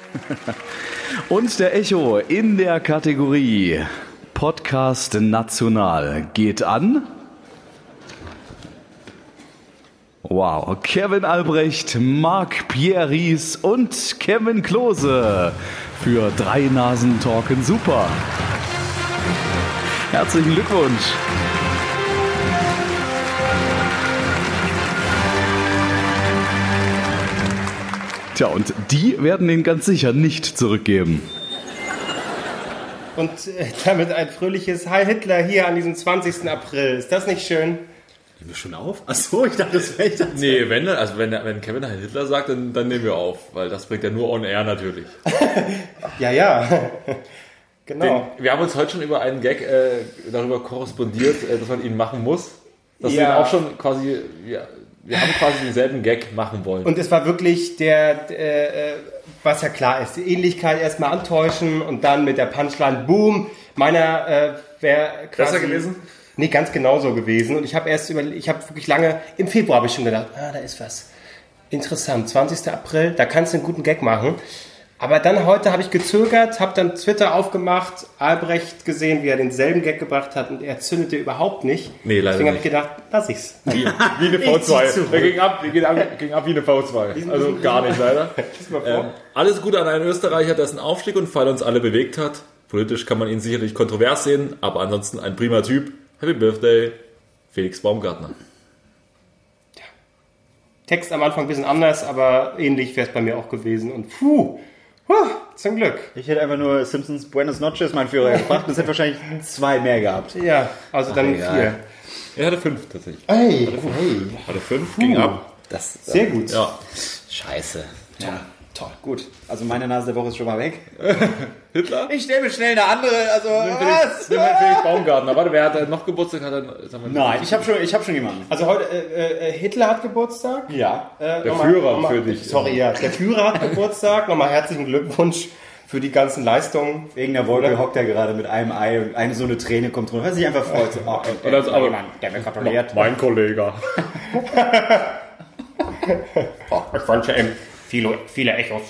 Und der Echo in der Kategorie Podcast National geht an... Wow, Kevin Albrecht, Marc Pierre Ries und Kevin Klose für 3 Nasen Talken Super. Herzlichen Glückwunsch. Tja, und die werden ihn ganz sicher nicht zurückgeben. Und damit ein fröhliches Heil Hitler hier an diesem 20. April. Ist das nicht schön? Nehmen wir schon auf? Achso, ich dachte, das wäre ich dann. Nee, wenn Kevin Heil Hitler sagt, dann nehmen wir auf. Weil das bringt ja nur on air natürlich. Ja. Genau. Wir haben uns heute schon über einen Gag darüber korrespondiert, dass man ihn machen muss. Dass wir ihn auch schon quasi... Wir haben quasi denselben Gag machen wollen. Und es war wirklich was ja klar ist, die Ähnlichkeit erstmal antäuschen und dann mit der Punchline, boom, meiner wäre quasi... Besser gewesen? Nee, ganz genauso gewesen. Und ich habe wirklich lange, im Februar habe ich schon gedacht, da ist was. Interessant, 20. April, da kannst du einen guten Gag machen. Aber dann heute habe ich gezögert, habe dann Twitter aufgemacht, Albrecht gesehen, wie er denselben Gag gebracht hat und er zündete überhaupt nicht. Nee, leider Deswegen habe nicht. ich gedacht, lass ich's. Wie eine V2. Der ging ab wie eine V2. Also gar nicht, leider. Alles Gute an einen Österreicher, dessen Aufstieg und Fall uns alle bewegt hat. Politisch kann man ihn sicherlich kontrovers sehen, aber ansonsten ein prima Typ. Happy Birthday, Felix Baumgartner. Ja. Text am Anfang ein bisschen anders, aber ähnlich wäre es bei mir auch gewesen. Und zum Glück. Ich hätte einfach nur Simpsons Buenos Noches, mein Führer, gebracht. Das hätte wahrscheinlich 2 mehr gehabt. Ja, also dann 4. Er hatte 5 tatsächlich. Hatte 5, ging ab. Sehr gut. Ja. Scheiße. Ja. Toll, gut. Also meine Nase der Woche ist schon mal weg. Hitler? Ich stelle mir schnell eine andere, also was? Nimm Felix Baumgartner. Warte, wer hat noch Geburtstag? Nein, ich hab schon jemanden. Also heute, Hitler hat Geburtstag. Ja. Der Führer für dich. Sorry, ja. Der Führer hat Geburtstag. Nochmal herzlichen Glückwunsch für die ganzen Leistungen. Wegen der Wolke hockt er gerade mit einem Ei und eine so eine Träne kommt runter. Was sich einfach freut. So, der wird gratuliert. Mein Kollege. Ich wünsche ihm viele Echos.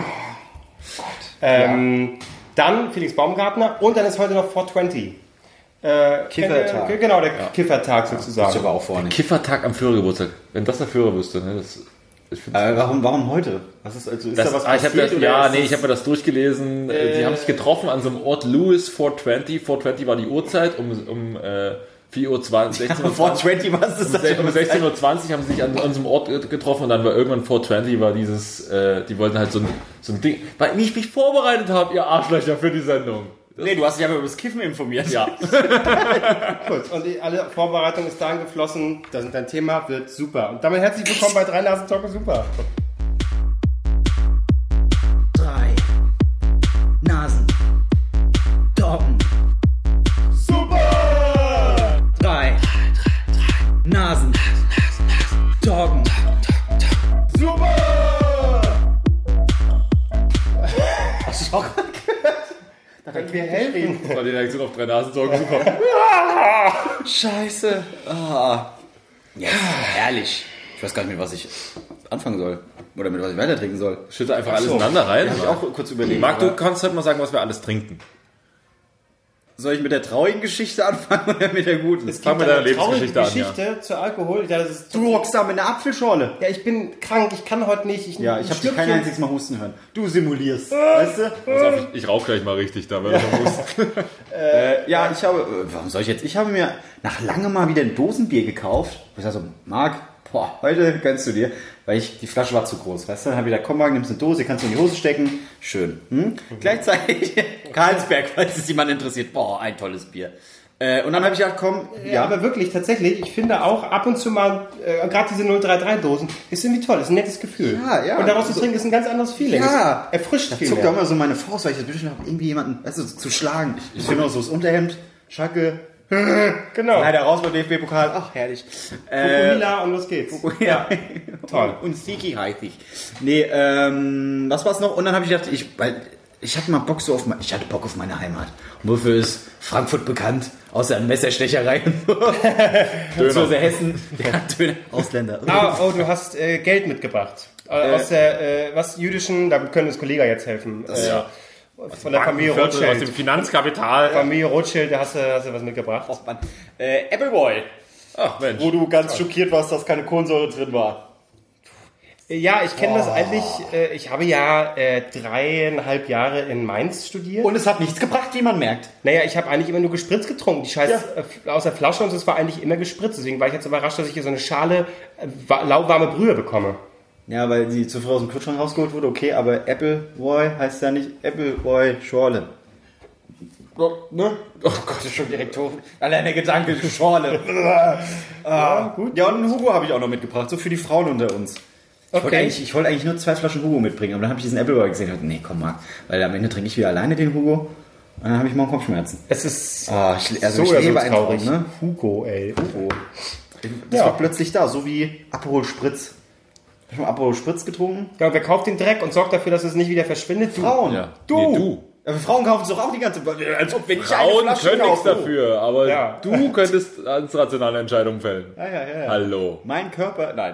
Dann Felix Baumgartner und dann ist heute noch 420. Kiffertag. Genau, der Kiffertag sozusagen. Ich aber auch vorne. Kiffertag am Führergeburtstag. Wenn das der Führer wüsste, ne? Warum heute? Was ist also? Da was passiert? Ich habe mir das durchgelesen. Die haben sich getroffen an so einem Ort Lewis 420. 420 war die Uhrzeit um 4:20 Uhr. 420, was ist das? Um 16:20 Uhr haben sie sich an unserem Ort getroffen und dann war irgendwann 420 war dieses, die wollten halt so ein Ding, weil ich mich vorbereitet habe, ihr Arschlöcher, für die Sendung. Nee, du hast dich aber über das Kiffen informiert. Ja. Gut, und alle Vorbereitung ist dahin geflossen, dein Thema wird super. Und damit herzlich willkommen bei 3 Nasen Talken Super. 3 Nasen Talken Super! 3 Nasen Talken Super! Hast du auch Da können wir helfen. Das war die Reaktion auf 3 Nasen Talken Super. Scheiße. Ja, herrlich. Ich weiß gar nicht, mit was ich anfangen soll. Oder mit was ich weiter trinken soll. Schütte einfach alles ineinander rein. Hab ich auch kurz überlegt. Marc, du kannst halt mal sagen, was wir alles trinken. Soll ich mit der traurigen Geschichte anfangen oder mit der guten? Es Fang gibt mit eine deiner traurige Lebensgeschichte an, Geschichte zu Alkohol. Ja, das ist Du hockst da mit einer Apfelschorle. Ja, ich bin krank, ich kann heute nicht. Ich habe dich kein einziges Mal husten hören. Du simulierst, weißt du? Pass auf, ich rauche gleich mal richtig da, weil du musst. Ja, warum soll ich jetzt? Ich habe mir nach langem mal wieder ein Dosenbier gekauft. Ich sag so, Marc, heute gönnst du dir, weil die Flasche war zu groß, weißt du? Dann habe ich gedacht, komm Marc, nimmst eine Dose, kannst du in die Hose stecken. Schön. Gleichzeitig Carlsberg, falls es jemand interessiert. Ein tolles Bier. Und dann habe ich gedacht, komm, ja, aber wirklich, tatsächlich, ich finde auch ab und zu mal, gerade diese 033-Dosen, ist irgendwie toll, ist ein nettes Gefühl. Ja. Und daraus zu trinken ist ein ganz anderes Feeling. Ja. Es erfrischt viel zuckt mehr. auch immer so meine Faust, weil ich das Bedürfnis habe, irgendwie jemanden, weißt du, zu schlagen. Ich finde auch so das Unterhemd, Schacke. Genau. Leider raus beim DFB-Pokal. Ach, herrlich. Fukuhila und los geht's. Ja. Toll. Und Siki heißt ich. Nee, was war's noch? Und dann habe ich gedacht, ich hatte mal Bock ich hatte Bock auf meine Heimat. Und wofür ist Frankfurt bekannt? Außer an Messerstecherei und so. Beziehungsweise Hessen. Ja, Döner. Ausländer. Du hast Geld mitgebracht. Aus der, jüdischen, da können uns Kollegen jetzt helfen. Von der Familie Rothschild. Aus dem Finanzkapital. Familie Rothschild, da hast du was mitgebracht. Och, Mann. Appleboy. Ach Mensch. Wo du ganz schockiert warst, dass keine Kohlensäure drin war. Ja, ich kenne das eigentlich. Ich habe ja 3,5 Jahre in Mainz studiert. Und es hat nichts gebracht, wie man merkt. Naja, ich habe eigentlich immer nur gespritzt getrunken. Die Scheiß aus der Flasche und so, es war eigentlich immer gespritzt. Deswegen war ich jetzt überrascht, dass ich hier so eine Schale lauwarme Brühe bekomme. Ja, weil die zuvor aus dem Kühlschrank rausgeholt wurde, okay, aber Appleboy heißt ja nicht Appleboy Schorle. Ne? Oh Gott, ist schon direkt hoch. Allein der Gedanke, Schorle. Gut. Ja, und einen Hugo habe ich auch noch mitgebracht, so für die Frauen unter uns. Ich wollte eigentlich nur 2 Flaschen Hugo mitbringen, aber dann habe ich diesen Appleboy gesehen und dachte, nee, komm mal, weil am Ende trinke ich wieder alleine den Hugo und dann habe ich morgen Kopfschmerzen. Es ist ich lebe einen Traum, ne? Hugo, ey. Hugo. Das war plötzlich da, so wie Aperol Spritz. Hast du schon mal Aperol Spritz getrunken? Ja, wer kauft den Dreck und sorgt dafür, dass es nicht wieder verschwindet? Frauen. Ja. Du. Nee, du. Aber Frauen kaufen es doch auch die ganze Zeit. Als ob wenn ich eine Frauen Flasche können nichts kaufe. dafür, aber Ja. du könntest ganz rationale Entscheidungen fällen. Ja. Hallo. Mein Körper. Nein.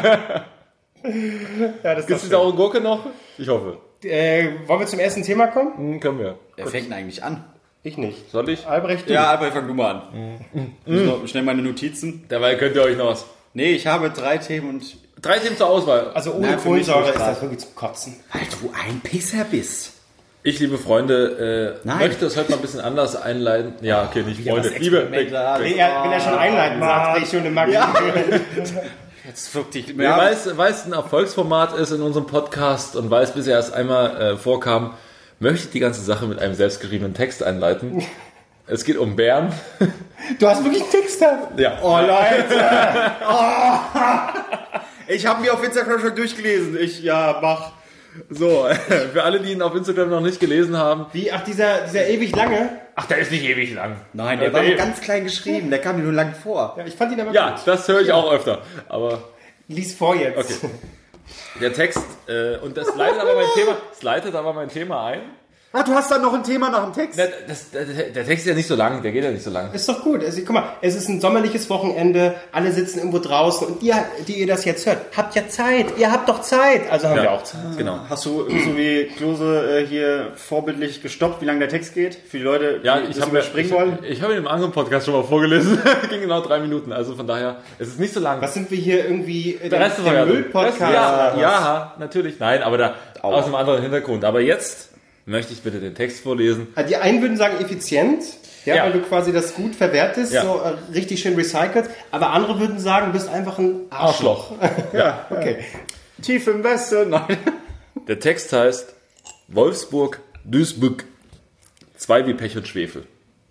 Ja, das Gibt es da auch eine Gurke noch? Ich hoffe. wollen wir zum ersten Thema kommen? Können wir. Wer fängt denn eigentlich an? Ich nicht. Soll ich? Albrecht, du. Ja, aber fang du mal an. Ich muss noch schnell meine Notizen. Dabei könnt ihr euch noch was. Nee, ich habe 3 Themen und... 3 Themen zur Auswahl. Also ohne Nein, für mich Kohlensäure nicht ist gerade. das wirklich zum Kotzen. Weil du ein Pisser bist. Ich, liebe Freunde, Nein. möchte es heute mal ein bisschen anders einleiten. Ja, okay, nicht Freunde. was Liebe. Experimente hat. Wenn er schon einleiten sagt, krieg ich schon eine Magie. Jetzt wirkt dich Wer weiß, ein Erfolgsformat ist in unserem Podcast und weiß, bis er erst einmal vorkam, möchte ich die ganze Sache mit einem selbstgeschriebenen Text einleiten. Es geht um Bären. Du hast wirklich einen Text da. Ja. Oh, Leute! Ich habe mir auf Instagram schon durchgelesen. Mach. So, für alle, die ihn auf Instagram noch nicht gelesen haben. Wie? Ach, dieser ewig lange? Ach, der ist nicht ewig lang. Nein, der war nur ganz klein geschrieben. Der kam mir nur lang vor. Ja, ich fand ihn aber Ja, gut. das höre ich auch öfter. Aber Lies vor jetzt. okay. Der Text, und das leitet aber mein Thema ein. Ah, du hast dann noch ein Thema nach dem Text? Der Text ist ja nicht so lang, der geht ja nicht so lang. Ist doch gut. Also, guck mal, es ist ein sommerliches Wochenende, alle sitzen irgendwo draußen und ihr, die ihr das jetzt hört, habt ja Zeit. Ihr habt doch Zeit. Also haben wir auch Zeit. Genau. Hast du so wie Klose hier vorbildlich gestoppt, wie lange der Text geht? Für die Leute, die Ja, das überspringen wollen? Ich habe ihn im anderen Podcast schon mal vorgelesen. Ging genau 3 Minuten. Also von daher, es ist nicht so lang. Was sind wir hier irgendwie Der Rest war der ja Müll-Podcast? Ja, natürlich. Nein, aber da aus einem anderen Hintergrund. Aber jetzt möchte ich bitte den Text vorlesen. Die einen würden sagen effizient, Ja. weil du quasi das gut verwertest, Ja. so richtig schön recycelt. Aber andere würden sagen, du bist einfach ein Arschloch. Ja, Okay. tief im Westen. Nein. Der Text heißt Wolfsburg, Duisburg. 2 wie Pech und Schwefel.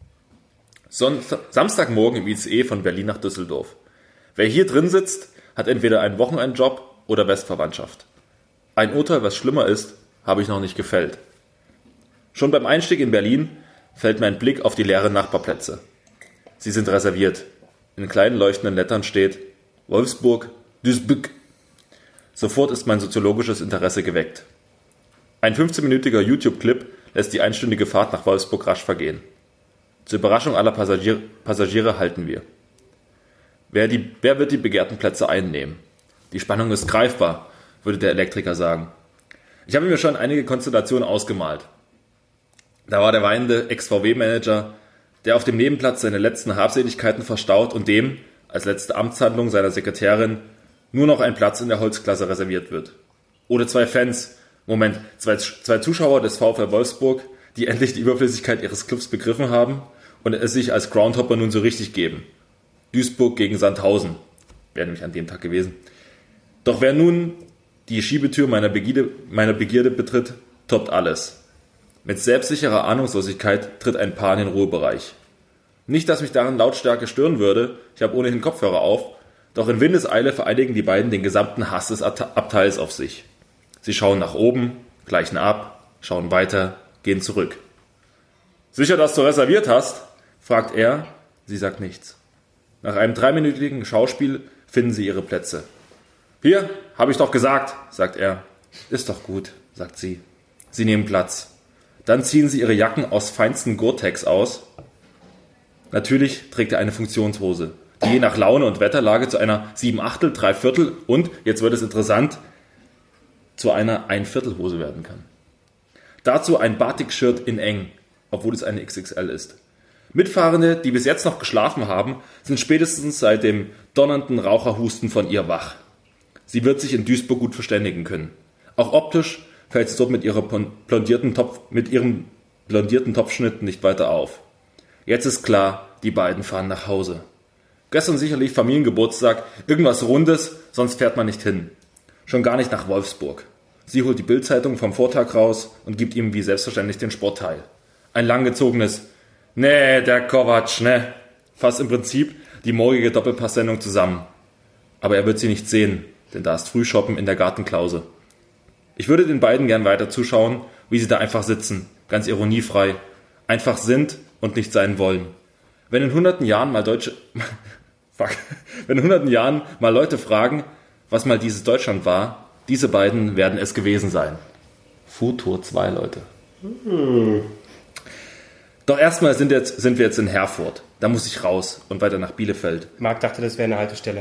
Samstagmorgen im ICE von Berlin nach Düsseldorf. Wer hier drin sitzt, hat entweder einen Wochenendjob oder Westverwandtschaft. Ein Urteil, was schlimmer ist, habe ich noch nicht gefällt. Schon beim Einstieg in Berlin fällt mir ein Blick auf die leeren Nachbarplätze. Sie sind reserviert. In kleinen leuchtenden Lettern steht Wolfsburg, Duisburg. Sofort ist mein soziologisches Interesse geweckt. Ein 15-minütiger YouTube-Clip lässt die einstündige Fahrt nach Wolfsburg rasch vergehen. Zur Überraschung aller Passagiere halten wir. Wer wird die begehrten Plätze einnehmen? Die Spannung ist greifbar, würde der Elektriker sagen. Ich habe mir schon einige Konstellationen ausgemalt. Da war der weinende Ex-VW-Manager, der auf dem Nebenplatz seine letzten Habseligkeiten verstaut und dem, als letzte Amtshandlung seiner Sekretärin, nur noch ein Platz in der Holzklasse reserviert wird. Oder 2 Fans, zwei Zuschauer des VfL Wolfsburg, die endlich die Überflüssigkeit ihres Clubs begriffen haben und es sich als Groundhopper nun so richtig geben. Duisburg gegen Sandhausen, wäre nämlich an dem Tag gewesen. Doch wer nun die Schiebetür meiner Begierde betritt, toppt alles. Mit selbstsicherer Ahnungslosigkeit tritt ein Paar in den Ruhebereich. Nicht, dass mich daran Lautstärke stören würde, ich habe ohnehin Kopfhörer auf, doch in Windeseile vereinigen die beiden den gesamten Hass des Abteils auf sich. Sie schauen nach oben, gleichen ab, schauen weiter, gehen zurück. Sicher, dass du reserviert hast? Fragt er, sie sagt nichts. Nach einem 3-minütigen Schauspiel finden sie ihre Plätze. Hier, habe ich doch gesagt, sagt er. Ist doch gut, sagt sie. Sie nehmen Platz. Dann ziehen sie ihre Jacken aus feinsten Gore-Tex aus. Natürlich trägt er eine Funktionshose, die je nach Laune und Wetterlage zu einer 7/8, 3/4 und, jetzt wird es interessant, zu einer Einviertelhose werden kann. Dazu ein Batik-Shirt in eng, obwohl es eine XXL ist. Mitfahrende, die bis jetzt noch geschlafen haben, sind spätestens seit dem donnernden Raucherhusten von ihr wach. Sie wird sich in Duisburg gut verständigen können. Auch optisch fällt sie dort mit ihrem blondierten Topfschnitt nicht weiter auf. Jetzt ist klar, die beiden fahren nach Hause. Gestern sicherlich Familiengeburtstag, irgendwas Rundes, sonst fährt man nicht hin. Schon gar nicht nach Wolfsburg. Sie holt die Bild-Zeitung vom Vortag raus und gibt ihm wie selbstverständlich den Sportteil. Ein langgezogenes "Nee, der Kovac, ne?" fasst im Prinzip die morgige Doppelpass-Sendung zusammen. Aber er wird sie nicht sehen, denn da ist Frühshoppen in der Gartenklause. Ich würde den beiden gern weiter zuschauen, wie sie da einfach sitzen, ganz ironiefrei, einfach sind und nicht sein wollen. Wenn in hunderten Jahren mal Leute fragen, was mal dieses Deutschland war, diese beiden werden es gewesen sein. Futur 2, Leute. Doch erstmal sind wir jetzt in Herford. Da muss ich raus und weiter nach Bielefeld. Marc dachte, das wäre eine Haltestelle.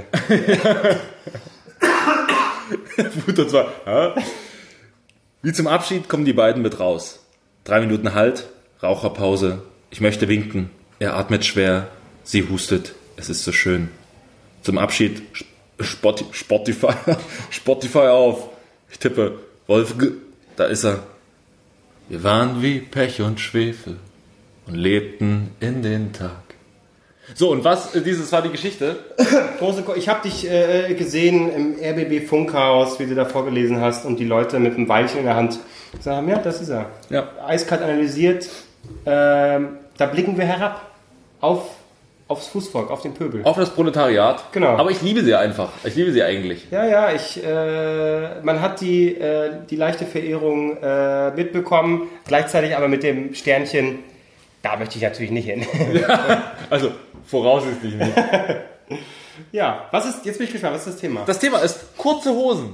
Futur 2. Ja? Wie zum Abschied kommen die beiden mit raus. 3 Minuten Halt, Raucherpause. Ich möchte winken. Er atmet schwer. Sie hustet. Es ist so schön. Zum Abschied Spotify auf. Ich tippe Wolf. Da ist er. Wir waren wie Pech und Schwefel und lebten in den Tag. So, und dieses war die Geschichte. Ich habe dich gesehen im RBB Funkhaus, wie du da vorgelesen hast und die Leute mit einem Weinchen in der Hand sagen, ja, das ist er. Ja. Eiskalt analysiert. Da blicken wir herab aufs Fußvolk, auf den Pöbel. Auf das Proletariat. Genau. Aber ich liebe sie einfach. Ich liebe sie eigentlich. Ja, man hat die leichte Verehrung mitbekommen, gleichzeitig aber mit dem Sternchen, da möchte ich natürlich nicht hin. Ja, also voraussichtlich nicht. Ja, jetzt bin ich gespannt, was ist das Thema? Das Thema ist kurze Hosen.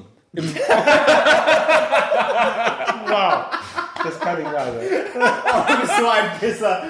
Wow, das kann nicht wahr sein. Du bist so ein Pisser.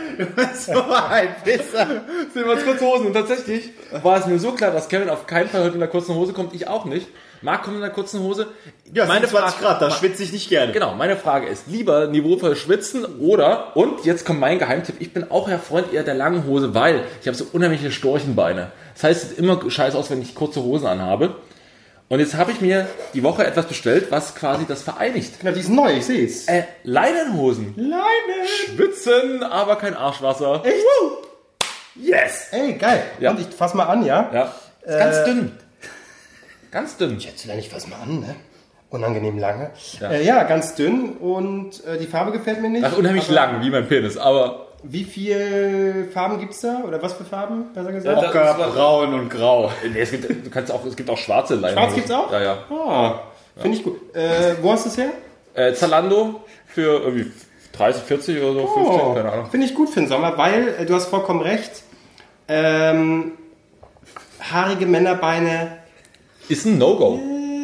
Sehen wir uns kurze Hosen. Und tatsächlich war es mir so klar, dass Kevin auf keinen Fall heute in der kurzen Hose kommt. Ich auch nicht. Marc kommt in der kurzen Hose. Ja, 20 Grad, da schwitze ich nicht gerne. Genau, meine Frage ist, lieber niveauvoll schwitzen oder, und jetzt kommt mein Geheimtipp, ich bin auch Freund eher der langen Hose, weil ich habe so unheimliche Storchenbeine. Das heißt, es sieht immer scheiße aus, wenn ich kurze Hosen anhabe. Und jetzt habe ich mir die Woche etwas bestellt, was quasi das vereinigt. Ja, die ist neu, ich sehe es. Leinenhosen. Leine! Schwitzen, aber kein Arschwasser. Echt? Yes! Ey, geil. Ja. Und ich fass mal an, ja? Ja. Ist ganz dünn. Ganz dünn. Jetzt will ich fass mal an, ne? Unangenehm lange. Ja. Ja, ganz dünn und die Farbe gefällt mir nicht. Ach, unheimlich aber lang, wie mein Penis, aber... Wie viele Farben gibt's da? Oder was für Farben, besser gesagt? Ocker, braun und grau. Nee, es gibt auch schwarze Leinenhosen. Schwarz gibt's auch? Ja. Ah, finde ich gut. Wo hast du es her? Zalando für irgendwie 30, 40 oder so, 50, keine Ahnung. Finde ich gut für den Sommer, weil, du hast vollkommen recht, haarige Männerbeine Ist ein No-Go.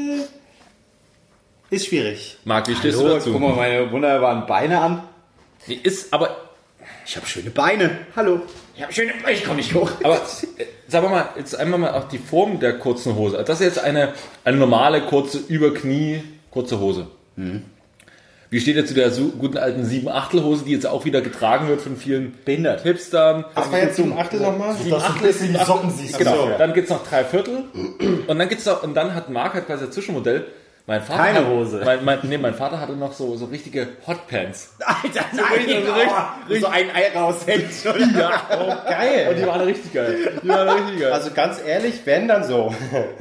ist schwierig. Marc, wie stehst du dazu? Guck mal meine wunderbaren Beine an. Nee, ist aber... Ich habe schöne Beine. Hallo. Ich komme nicht hoch. Aber sagen wir mal, jetzt einmal mal auch die Form der kurzen Hose. Das ist jetzt eine normale, kurze, über Knie, kurze Hose. Wie steht ihr zu der guten alten 7/8-Hose, die jetzt auch wieder getragen wird von vielen Behindert. Hipstern? Was war jetzt 7 Achtel nochmal? Die Socken siehst. Genau. Dann gibt's noch 3/4 und dann hat Marc halt quasi das Zwischenmodell. Mein Vater Keine Hose. Mein Vater hatte noch so richtige Hotpants. Alter, nein. So ein Ei raushängt. Ja. Oh, geil. Und die waren richtig geil. Also ganz ehrlich, wenn dann so.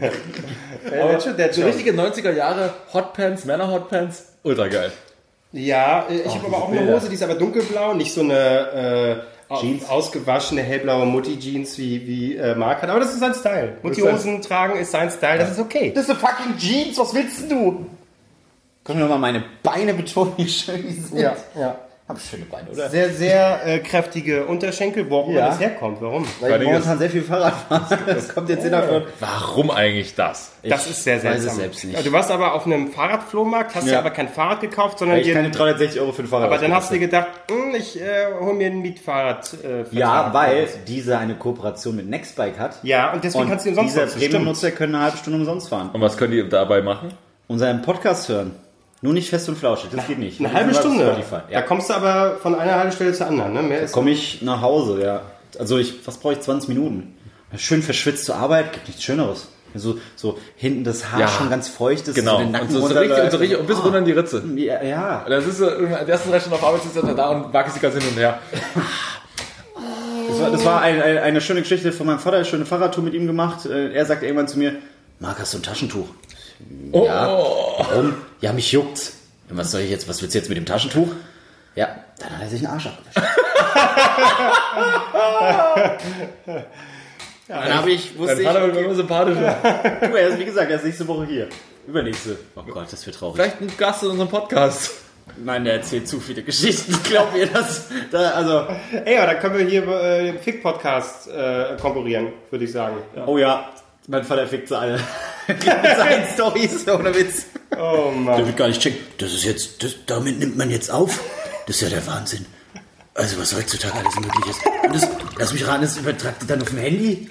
So richtige 90er Jahre Hotpants, Männer-Hotpants, ultra geil. Ja, ich habe aber auch eine Hose, die ist aber dunkelblau, nicht so eine ausgewaschene hellblaue Mutti-Jeans wie Marc hat. Aber das ist sein Style. Mutti-Hosen tragen ist sein Style, das ist okay. Das ist eine fucking Jeans, was willst du? Können wir nochmal meine Beine betonen, wie schön die sind? Ja. Hab schöne Beine, oder? Sehr, sehr kräftige Unterschenkel, wo auch immer das herkommt. Warum? Weil ich momentan sehr viel Fahrrad fahre. Das kommt jetzt davon. Warum eigentlich das? Das ist sehr seltsam. weiß es selbst nicht. Du warst aber auf einem Fahrradflohmarkt, hast dir aber kein Fahrrad gekauft, sondern Weil ich keine 360 € für ein Fahrrad aber dann hast du dir ausgegeben gedacht, ich hole mir ein Mietfahrrad. Ja, weil diese eine Kooperation mit Nextbike hat. Ja, und deswegen kannst du umsonst diese nutzen, stimmt. Premium-Nutzer können eine halbe Stunde umsonst fahren. Und was könnt ihr dabei machen? Unseren Podcast hören. Nur nicht fest und flauschig, das geht nicht. Eine halbe Stunde. Spotify. Da kommst du aber von einer Haltestelle zur anderen, ne? Mehr ist Komme ich nach Hause, ja. Also was brauche ich, 20 Minuten? Schön verschwitzt zur Arbeit, gibt nichts Schöneres. So hinten das Haar schon ganz feucht ist, genau. so den Nacken und so richtig und bis runter in die Ritze. Ja. Und das ist so, in der ersten 3 Stunden auf Arbeit sitzt er da und wagt sich ganz hin und her. Das war eine schöne Geschichte von meinem Vater, eine schöne Fahrradtour mit ihm gemacht. Er sagt irgendwann zu mir, Marc, hast du ein Taschentuch? Ja. Warum? Ja, mich juckt's. Und was willst du jetzt mit dem Taschentuch? Ja, dann hat er sich den Arsch abgewischt. Dann wusste Dein Vater wird mir immer sympathischer. Er ist, wie gesagt, er ist nächste Woche hier. Übernächste. Oh Gott, das wird traurig. Vielleicht ein Gast in unserem Podcast. Nein, der erzählt zu viele Geschichten. Glaubt ihr das? Ey, aber da können wir hier im Fick-Podcast konkurrieren, würde ich sagen. Ja. Oh ja, mein Vater fickt sie alle. Mit seinen Storys, ohne Witz. Oh Mann. Der wird gar nicht checken. Damit nimmt man jetzt auf. Das ist ja der Wahnsinn. Also was heutzutage alles möglich ist. Und lass mich raten, das übertragt ihr dann auf dem Handy?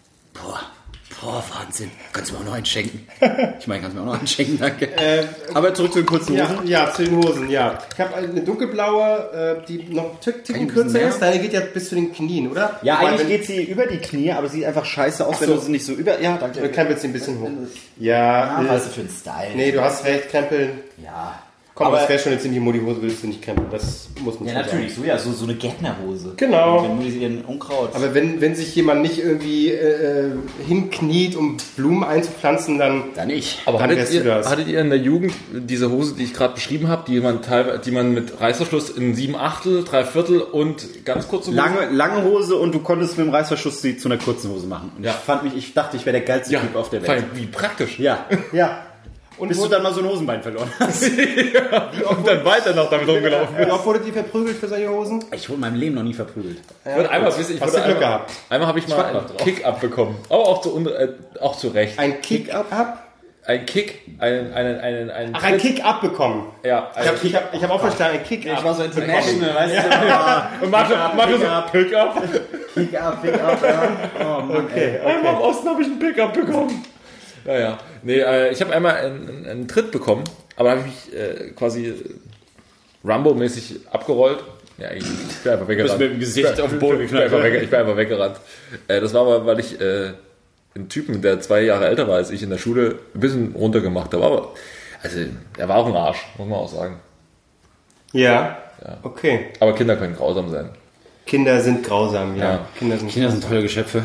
Boah, Wahnsinn. Kannst du mir auch noch einen schenken? Ich meine, kannst du mir auch noch einen schenken, danke. Aber zurück zu den kurzen Hosen. Ja, zu den Hosen, ja. Ich habe eine dunkelblaue, die noch einen Ticken kürzer ist. Deine geht ja bis zu den Knien, oder? Ja, eigentlich geht sie über die Knie, aber sieht einfach scheiße aus, wenn du sie nicht so über... Ja, danke. Dann krempelt sie ein bisschen hoch. Ja, was ist für ein Style? Nee, du hast recht, krempeln. Ja. Komm, aber das wäre schon eine ziemliche Modi-Hose, willst du nicht krempeln. Das muss man Ja, schon natürlich. sagen. So eine Gärtnerhose. Genau. Wenn du ihren Unkraut... Aber wenn sich jemand nicht irgendwie hinkniet, um Blumen einzupflanzen, dann nicht. Aber Dann wärst du das. hattet ihr in der Jugend diese Hose, die ich gerade beschrieben habe, die man mit Reißverschluss in 7/8, 3/4 und ganz kurze Hose? Lange Hose und du konntest mit dem Reißverschluss sie zu einer kurzen Hose machen. Und Ja. ich dachte, ich wäre der geilste Typ auf der Welt. Wie praktisch. Ja. Und bis du dann mal so ein Hosenbein verloren hast. Und dann weiter noch damit rumgelaufen Wie oft wurde die verprügelt für solche Hosen? Ich wurde in meinem Leben noch nie verprügelt. Ich wurde einmal wissen, Hast du Glück gehabt? Einmal habe ich mal einen Kick-Up bekommen. Aber auch zu Recht. Ein Kick-Up? Ein Kick, einen Ach, ein Kick-Up bekommen. Ja, Ich hab auch verstanden, ein Kick-Up. Ich war so international, weißt du? und Mathe so Pick-Up. Pick-up, ja. Oh Mann, Okay. Einmal im Osten habe ich einen Pick-Up bekommen. Naja, nee, ich habe einmal einen Tritt bekommen, aber habe ich mich quasi Rambo-mäßig abgerollt. Ja, ich bin einfach weggerannt. Bist mit dem Gesicht auf den Boden geknallt. Ich bin einfach weggerannt. Das war aber, weil ich einen Typen, der 2 Jahre älter war als ich, in der Schule ein bisschen runtergemacht habe. Aber also, er war auch ein Arsch, muss man auch sagen. Ja. Okay. Aber Kinder können grausam sein. Kinder sind grausam, ja. Ja. Kinder sind tolle Geschöpfe.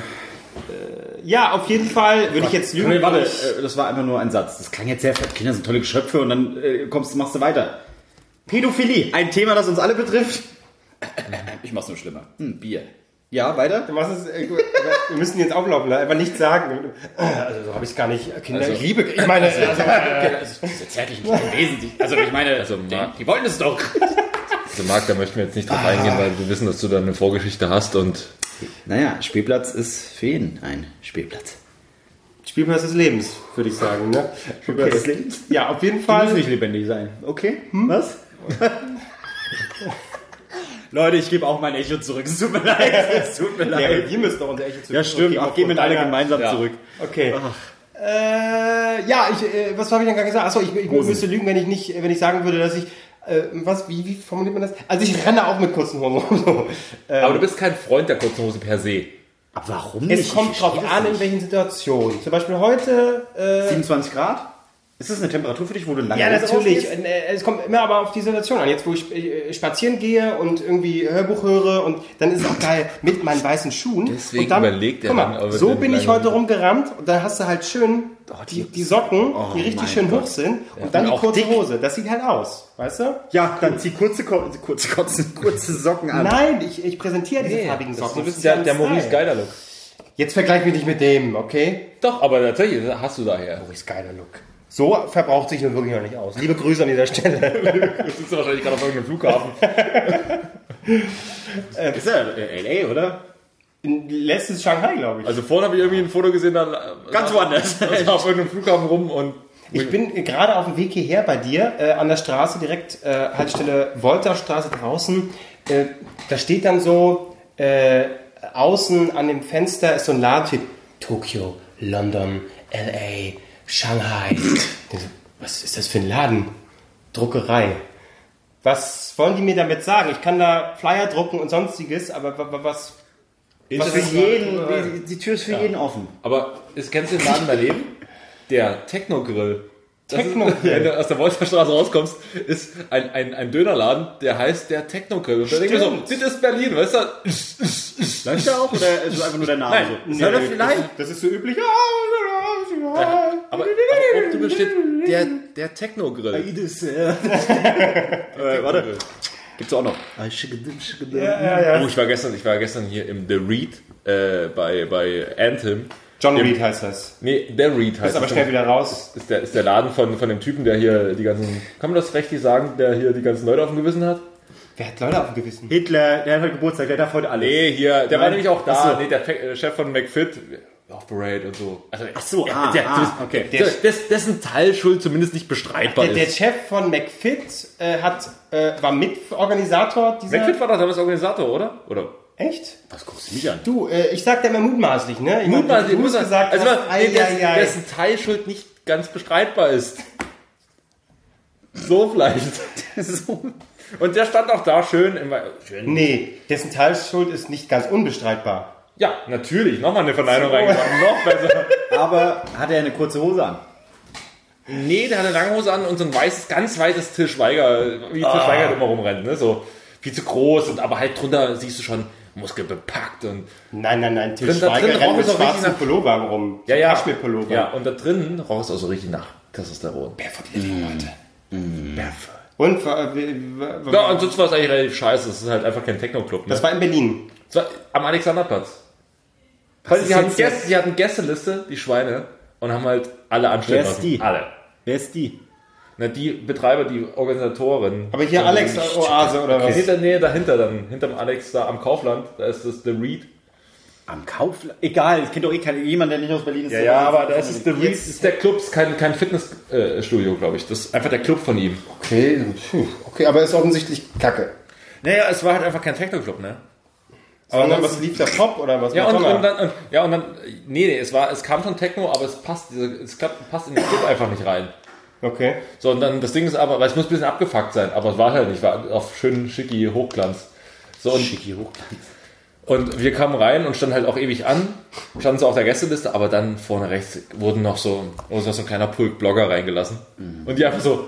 Ja, auf jeden Fall würde ich jetzt lügen. Nee, warte, das war einfach nur ein Satz. Das klang jetzt sehr fett. Kinder sind tolle Geschöpfe und dann machst du weiter. Pädophilie, ein Thema, das uns alle betrifft. Ich mach's nur schlimmer. Bier. Ja, weiter? Du machst es, wir müssen jetzt auflaufen, einfach nichts sagen. Also so habe ich es gar nicht. Kinder, ich liebe. Ich meine, diese zärtlichen kleinen Wesen. Also ich meine, die wollen es doch. Also Marc, da möchten wir jetzt nicht drauf eingehen, weil wir wissen, dass du da eine Vorgeschichte hast und... Naja, Spielplatz ist für jeden ein Spielplatz. Spielplatz des Lebens, würde ich sagen. Ne? Spielplatz des Lebens? Ja, auf jeden Muss Fall. nicht lebendig sein. Okay, was? Leute, ich gebe auch mein Echo zurück. Es tut mir leid. Ja, aber wir müssen doch unser Echo zurück. Ja, stimmt. Okay, Auch gehen wir alle gemeinsam zurück. Okay. Was habe ich denn gerade gesagt? Achso, ich müsste lügen, wenn ich sagen würde, dass ich wie formuliert man das? Also ich renne auch mit kurzen Hosen rum. Aber du bist kein Freund der kurzen Hose per se. Aber warum nicht? Es kommt drauf an, in welchen Situationen. Zum Beispiel heute... 27 Grad? Ist das eine Temperatur für dich, wo du lange Ja, natürlich. rausgehst? Es kommt immer aber auf die Situation an. Jetzt, wo ich spazieren gehe und irgendwie Hörbuch höre und dann ist es auch geil mit meinen weißen Schuhen. Deswegen und dann, überlegt er guck dann, mal, aber so den bin ich langen- heute rumgerannt und dann hast du halt schön die Socken, die richtig schön hoch sind und dann die Und auch kurze dick. Hose. Das sieht halt aus, weißt du? Ja, dann zieh kurze Socken an. Nein, ich präsentiere diese farbigen Socken. Du Das bist ist ja der ein Maurice Style. Geiler Look. Jetzt vergleich mich nicht mit dem, okay? Doch, aber tatsächlich hast du daher. Maurice Geiler Look. So verbraucht sich nun wirklich noch nicht aus. Liebe Grüße an dieser Stelle. Du sitzt wahrscheinlich gerade auf irgendeinem Flughafen. Ist ja L.A., oder? Letztes Shanghai, glaube ich. Also vorhin habe ich irgendwie ein Foto gesehen, da Ganz woanders. saß auf irgendeinem Flughafen rum und Ich bin gerade auf dem Weg hierher bei dir, an der Straße, direkt Haltestelle Wolterstraße draußen. Da steht dann so, außen an dem Fenster ist so ein Laden für Tokio, London, L.A., Shanghai. Ich so, was ist das für ein Laden? Druckerei. Was wollen die mir damit sagen? Ich kann da Flyer drucken und sonstiges, aber was Für jeden, die Tür ist für jeden offen. Aber kennst du den Laden daneben? Der Techno-Grill. Techno-Grill. Wenn du aus der Wolfsbergstraße rauskommst, ist ein Dönerladen, der heißt der Techno-Grill. Und da denke ich so, das ist Berlin, weißt du? Läuft der auch oder ist es einfach nur der Name? Nein, so? Vielleicht? Das ist so üblich. Aber ob drüber steht, der Techno-Grill. Warte. Gibt's auch noch. Oh, ich war gestern hier im The Reed bei Anthem. John Reed heißt das. Nee, der Reed heißt Ist aber schnell wieder raus. Ist der Laden von dem Typen, der hier die ganzen, kann man das rechtlich sagen, der hier die ganzen Leute auf dem Gewissen hat? Wer hat Leute auf dem Gewissen? Hitler, der hat heute Geburtstag, der darf heute alles. Nee, hier, der war nämlich auch da. Ach so. Nee, der Chef von McFit, Off-Parade und so. Also, okay. Dessen Teilschuld zumindest nicht bestreitbar Der ist. Chef von McFit war Mitorganisator dieser... McFit war doch damals Organisator, oder? Echt? Was guckst du mich an? Du, ich sag dir immer mutmaßlich, ne? Mutmaßlich, du hast gesagt, also, hast, dessen Teilschuld nicht ganz bestreitbar ist. So vielleicht. So. Und der stand auch da schön im... Nee, dessen Teilschuld ist nicht ganz unbestreitbar. Ja, natürlich. Nochmal eine Verneinung reingemacht. Noch besser. Aber hat er eine kurze Hose an? Nee, der hat eine lange Hose an und so ein weißes, ganz weites Til Schweiger, wie Til Schweiger immer rumrennt, ne? So viel zu groß, und aber halt drunter siehst du schon muskelbepackt und... Nein, Til Da Schweiger drin rennt roch mit es auch richtig schwarzen nach... Pullover rum. Ja. Kaschmir-Pullover. Ja, und da drinnen roch es auch so richtig nach Testosteron. Barefoot Living, Leute. Barefoot. Und Ja, und sonst war es eigentlich relativ scheiße. Es ist halt einfach kein Techno-Club. Ne? das war in Berlin. Es war am Alexanderplatz. Was Sie ist hatten Gästeliste, die Schweine, und haben halt alle anstellen Wer ist die? Alle. Wer ist die? Na, die Betreiber, die Organisatoren. Aber hier Alex Oase oder was? Dahinter dann, hinterm Alex, da am Kaufland, da ist das The Reed. Am Kaufland? Egal, ich kenne doch jemand, der nicht aus Berlin ist. Aber da ist es The Reed, ist der Club, ist kein Fitnessstudio, glaube ich. Das ist einfach der Club von ihm. Okay, aber ist offensichtlich Kacke. Naja, es war halt einfach kein Techno-Club, ne? Aber dann, was lief da Pop oder was? Ja, Madonna? und dann, nee, es kam schon Techno, aber es passt in den Club einfach nicht rein. Okay. So, und dann, das Ding ist aber, weil es muss ein bisschen abgefuckt sein, aber es war halt nicht, war auf schön schicki Hochglanz. So, und Schicki Hochglanz. Und wir kamen rein und standen halt auch ewig an, standen so auf der Gästeliste, aber dann vorne rechts wurde noch so ein kleiner Pulk Blogger reingelassen. Und die einfach so,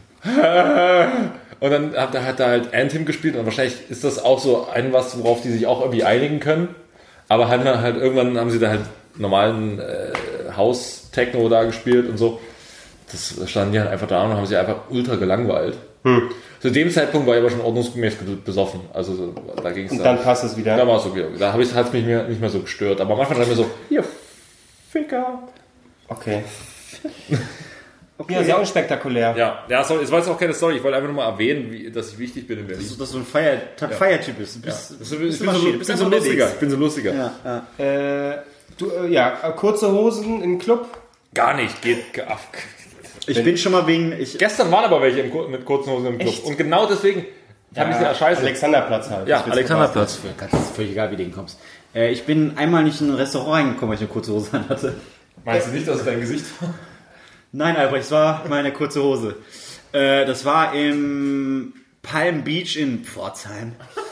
und dann hat da halt Anthem gespielt, und wahrscheinlich ist das auch so was, worauf die sich auch irgendwie einigen können. Aber halt irgendwann haben sie da halt normalen House-Techno da gespielt und so. Das standen die halt einfach da und haben sich einfach ultra gelangweilt. Zu dem Zeitpunkt war ich aber schon ordnungsgemäß besoffen. Also da ging es. Und dann passt es wieder. Da war es okay. Da hat es mich nicht mehr so gestört. Aber manchmal dachte ich mir so, hier, Ficker. Okay. Ja, sehr unspektakulär. Ja, es war jetzt auch keine Story. Ich wollte einfach nur mal erwähnen, dass ich wichtig bin in Berlin. Dass du ein Feiertyp bist. Du Ich bin so lustiger. Kurze Hosen im Club. Gar nicht. Ich bin schon mal Gestern waren aber welche mit kurzen Hosen im Club. Echt? Und genau deswegen fand ich es ja scheiße. Alexanderplatz halt. Ja, Alexanderplatz. Das ist völlig egal, wie du hinkommst. Ich bin einmal nicht in ein Restaurant reingekommen, weil ich eine kurze Hose an hatte. Meinst du nicht, dass es dein Gesicht war? Nein, Albrecht, es war meine kurze Hose. Das war im Palm Beach in Pforzheim.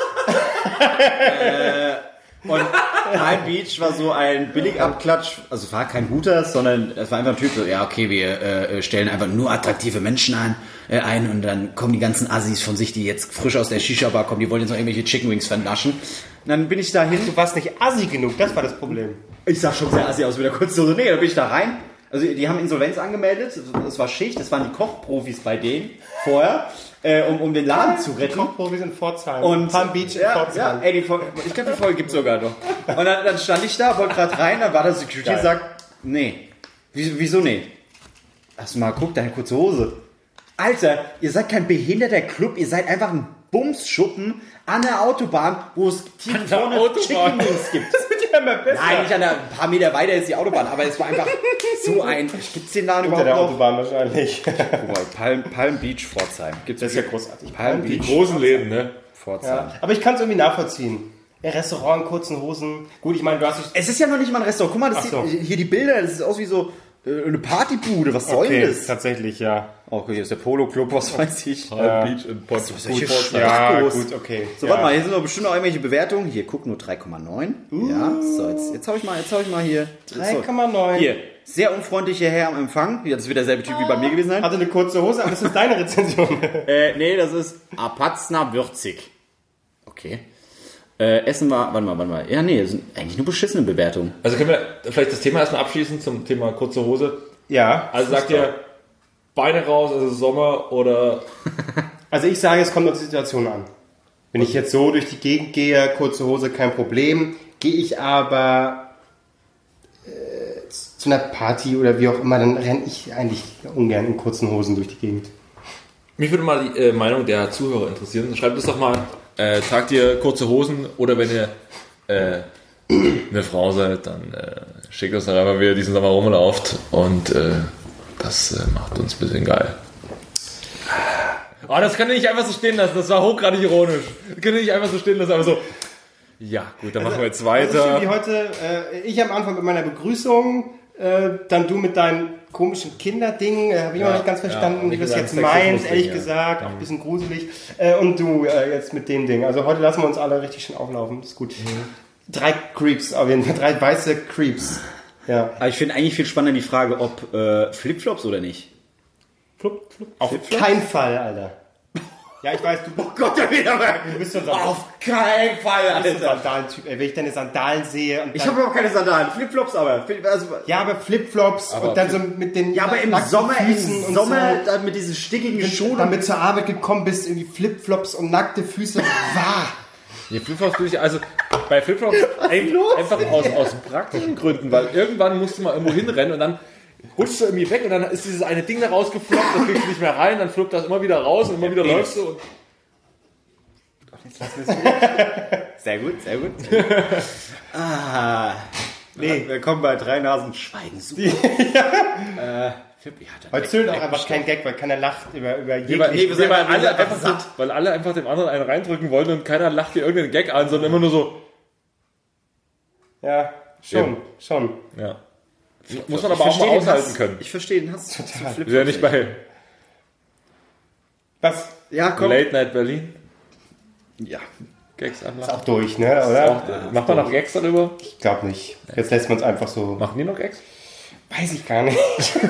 Und Palm Beach war so ein Billigabklatsch, also es war kein guter, sondern es war einfach ein Typ, so, ja okay, wir stellen einfach nur attraktive Menschen ein und dann kommen die ganzen Assis von sich, die jetzt frisch aus der Shisha-Bar kommen, die wollen jetzt noch irgendwelche Chicken Wings vernaschen. Und dann bin ich dahin. Du warst nicht assi genug, das war das Problem. Ich sah schon sehr assi aus mit der kurzen Hose. Nee, da bin ich da rein. Also die haben Insolvenz angemeldet, es war Schicht, das waren die Kochprofis bei denen vorher, um den Laden zu retten. Kochprofis in Pforzheim. Und Palm Beach in Pforzheim. Ja, ich glaube, die Folge gibt's sogar noch. Und dann stand ich da, wollte gerade rein, dann war der Security und sagt, nee. Wieso nee? Hast du mal geguckt, deine kurze Hose. Alter, ihr seid kein behinderter Club, ihr seid einfach ein Bumsschuppen an der Autobahn, wo es tief vorne Chicken Wings gibt. Das wird ja immer besser. Nein, nicht ein paar Meter weiter ist die Autobahn, aber es war einfach so ein... Gibt's den Laden Unter überhaupt der noch? Autobahn wahrscheinlich. Wobei, Palm Beach, Pforzheim. Gibt's Das ist ja großartig. Palm Die Beach, großen Läden, ne? Pforzheim. Ja. Aber ich kann es irgendwie nachvollziehen. Ja, Restaurant in kurzen Hosen. Gut, ich meine, du hast dich... Es ist ja noch nicht mal ein Restaurant. Guck mal, Ach so. hier die Bilder, das sieht aus wie so Eine Partybude, was soll Okay, das? tatsächlich, ja. Oh, okay, hier ist der Polo-Club, was weiß ich. Beach in Port. Solche Ja, Schwachos. gut, okay. So, ja. warte mal, hier sind noch bestimmt noch irgendwelche Bewertungen. Hier, guck, nur 3,9. Ja, so, jetzt hau ich mal hier. 3,9. Hier, sehr unfreundlicher Herr am Empfang. Ja, das wird derselbe Typ wie bei mir gewesen sein. Hatte eine kurze Hose, aber das ist deine Rezension. Nee, das ist Apazna würzig. Okay. Essen war, warte mal. Ja, nee, das sind eigentlich nur beschissene Bewertungen. Also können wir vielleicht das Thema erstmal abschließen zum Thema kurze Hose. Ja. Also sagt ihr, Beine raus, also Sommer oder... Also ich sage, es kommt auf die Situation an. Wenn ich jetzt so durch die Gegend gehe, kurze Hose, kein Problem. Gehe ich aber zu einer Party oder wie auch immer, dann renne ich eigentlich ungern in kurzen Hosen durch die Gegend. Mich würde mal die Meinung der Zuhörer interessieren. Schreibt es doch mal, tragt ihr kurze Hosen oder wenn ihr eine Frau seid, dann schickt uns dann einfach, wie ihr diesen Sommer rumlauft und das macht uns ein bisschen geil. Oh, das kann ich nicht einfach so stehen lassen, das war hochgradig ironisch. Das kann ich nicht einfach so stehen lassen, aber so, ja gut, dann machen wir jetzt weiter. Also wie heute, ich am Anfang mit meiner Begrüßung, dann du mit deinem komischen Kinderding, habe ich noch nicht ganz verstanden, wie du das jetzt meinst, ehrlich gesagt, auch ein bisschen gruselig. Und du jetzt mit dem Ding. Also heute lassen wir uns alle richtig schön auflaufen, das ist gut. 3 Creeps, auf jeden Fall, 3 weiße Creeps. Ja. Aber ich finde eigentlich viel spannender die Frage, ob Flipflops oder nicht. Auf keinen Fall, Alter. Ja, ich weiß, du Gott, der wieder mal. Du bist so ein Sandalen- Auf keinen Fall, du bist so ein Alter. Sandalentyp. Ey, wenn ich deine Sandalen sehe und Ich dann, habe überhaupt keine Sandalen. Flipflops aber. Also, ja, aber Flipflops und dann so mit den ja, aber im nackten Sommer, Füßen und Sommer dann mit diesen stickigen so. Schuhen. Damit zur Arbeit gekommen bist, irgendwie Flipflops und nackte Füße. Wahr. Ja, Flipflops will ich, also bei Flipflops einfach aus praktischen Gründen, weil irgendwann musst du mal irgendwo hinrennen und dann rutschst du irgendwie weg und dann ist dieses eine Ding da rausgefloppt, das kriegst du nicht mehr rein, dann fluppt das immer wieder raus und immer wieder läufst du und Sehr gut. Nee. Willkommen bei 3 Nasen Schweigen. Super. Heute zählt auch einfach kein Gag, weil keiner lacht über jegliche... weil alle einfach dem anderen einen reindrücken wollen und keiner lacht dir irgendeinen Gag an, sondern immer nur so, Ja, schon. ja. Muss man aber auch mal aushalten können. Ich verstehe den Hass. Total. Wir sind ja nicht bei Was? Ja, komm. Late Night Berlin. Ja. Gags Ist anlachen. auch durch, ne? Oder? Macht man noch Gags darüber? Ich glaube nicht. Jetzt lässt man es einfach so... Machen die noch Gags? Weiß ich gar nicht.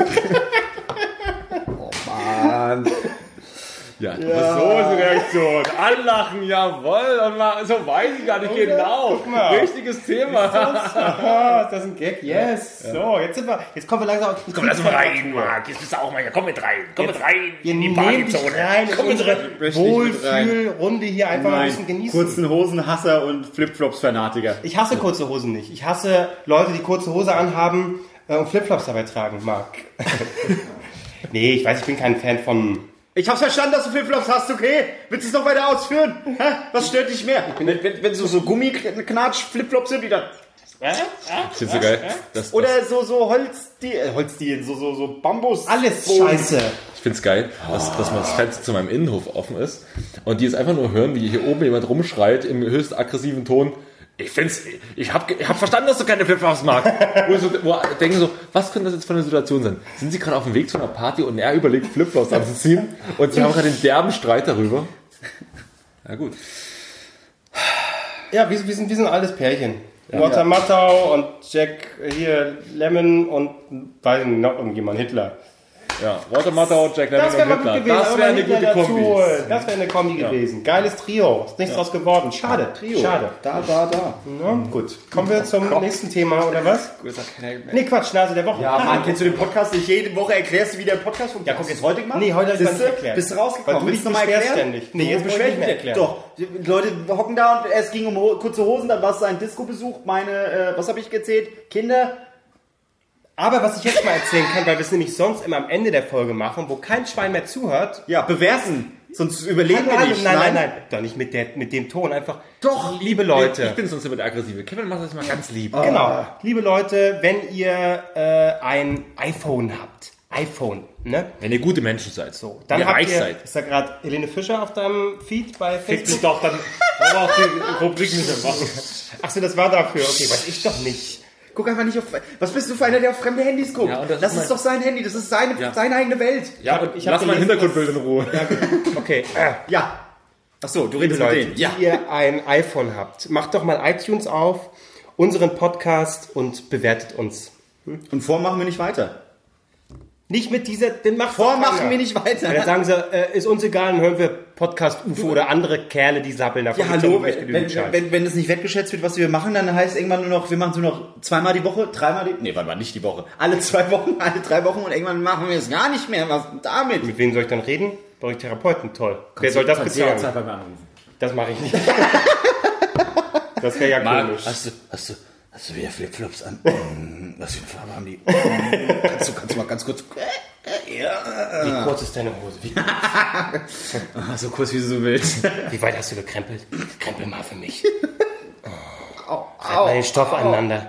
Mann. Ja, so ist die Reaktion. Anlachen, jawohl. Und mal, so weiß ich gar nicht genau. guck mal. Richtiges Thema. Ah, ist das ein Gag? Yes. So, jetzt kommen wir langsam auf die rein, Marc. Jetzt bist du auch mal hier. Komm mit rein. Komm mit rein. Wir nehmen dich rein in unsere Möchte ich mit rein. Wohlfühlrunde hier einfach mal ein bisschen Nein, genießen. kurzen Hosenhasser und Flipflops-Fanatiker. Ich hasse kurze Hosen nicht. Ich hasse Leute, die kurze Hose anhaben und Flipflops dabei tragen, Marc. Nee, ich weiß, ich bin kein Fan von... Ich hab's verstanden, dass du Flipflops hast, okay? Willst du es noch weiter ausführen? Hä? Was stört dich mehr? Wenn so Gummiknatsch-Flipflops sind, die dann... Ich find's so geil. Oder so Holzdielen, so Bambus. Alles scheiße. Ich find's geil, dass das Fenster zu meinem Innenhof offen ist und die jetzt einfach nur hören, wie hier oben jemand rumschreit im höchst aggressiven Ton. Ich hab verstanden, dass du keine Flipflops magst. Wo denken so, was könnte das jetzt für eine Situation sein? Sind sie gerade auf dem Weg zu einer Party und er überlegt, Flipflops anzuziehen und sie haben gerade den derben Streit darüber? Na gut. Ja, wir sind ein altes Pärchen. Lothar Matthau und Jack hier Lemmon und weiß nicht, noch irgendjemand, Hitler. Ja, Walter Matthau, Jack Lemmon Das wäre und mal Hitler. gut gewesen. Das wäre eine gute Kombi. Das wäre eine Kombi gewesen. Geiles Trio. Ist nichts draus geworden. Schade. Trio. Schade. Da. Ja, gut. Kommen wir zum nächsten Thema, oder was? Nee, Quatsch, Nase der Woche. Ja, Mann, kennst du den Podcast nicht? Jede Woche erklärst du, wie der Podcast funktioniert. Ja, guck, jetzt heute gemacht? Nee, heute habe ich Siehste? nicht erklärt. Bist du rausgekommen? Weil du Willst dich noch mal beschwerst erklären? ständig. Nee, jetzt jetzt möchte beschwer ich ich nicht mich erklären. Doch. Die Leute hocken da und es ging um kurze Hosen, dann war es ein Disco-Besuch, was habe ich gezählt? Kinder. Aber was ich jetzt mal erzählen kann, weil wir es nämlich sonst immer am Ende der Folge machen, wo kein Schwein mehr zuhört. Ja, bewerten. Sonst überleben wir nicht. Nein. Doch nicht mit dem Ton. Einfach, Doch. liebe Leute. Ich bin sonst immer der Aggressive. Kevin macht das mal ganz lieb. Genau. Liebe Leute, wenn ihr ein iPhone habt. Ne? Wenn ihr gute Menschen seid. So, dann ihr habt reich ihr, seid. ist da gerade Helene Fischer auf deinem Feed bei Fick dich Facebook? doch, dann wollen wir auch die Rubrik nicht mehr machen. Achso, das war dafür. Okay, weiß ich doch nicht. Guck einfach nicht auf... Was bist du für einer, der auf fremde Handys guckt? Ja, und das das ist ist doch sein Handy, das ist seine eigene Welt. Ja, und ich hab lass mein gelesen, Hintergrundbild in Ruhe. Okay. Ja. Achso, du redest Leute, mit denen. Ja. die ihr ein iPhone habt, macht doch mal iTunes auf, unseren Podcast und bewertet uns. Und vormachen wir nicht weiter. Nicht mit dieser, den macht Vormachen wir nicht weiter. Dann sagen sie, ist uns egal, dann hören wir Podcast UFO oder andere Kerle, die sappeln davon. Ja, hallo, wenn es nicht wertgeschätzt wird, was wir machen, dann heißt irgendwann nur noch, wir machen es nur noch 2-mal die Woche, 3-mal die... Nee, warte mal, nicht die Woche. Alle 2 Wochen, alle 3 Wochen und irgendwann machen wir es gar nicht mehr. Was damit? Mit wem soll ich dann reden? Bei euch Therapeuten, toll. Wer soll das bezahlen? Bei mir anrufen. Das mache ich nicht. Das wäre ja komisch. Hast du wieder Flipflops an? Was für eine Farbe haben die? Kannst du mal ganz kurz... Wie kurz ist deine Hose? So kurz, wie du so willst. Wie weit hast du gekrempelt? Krempel mal für mich. Halt mal den Stoff aneinander.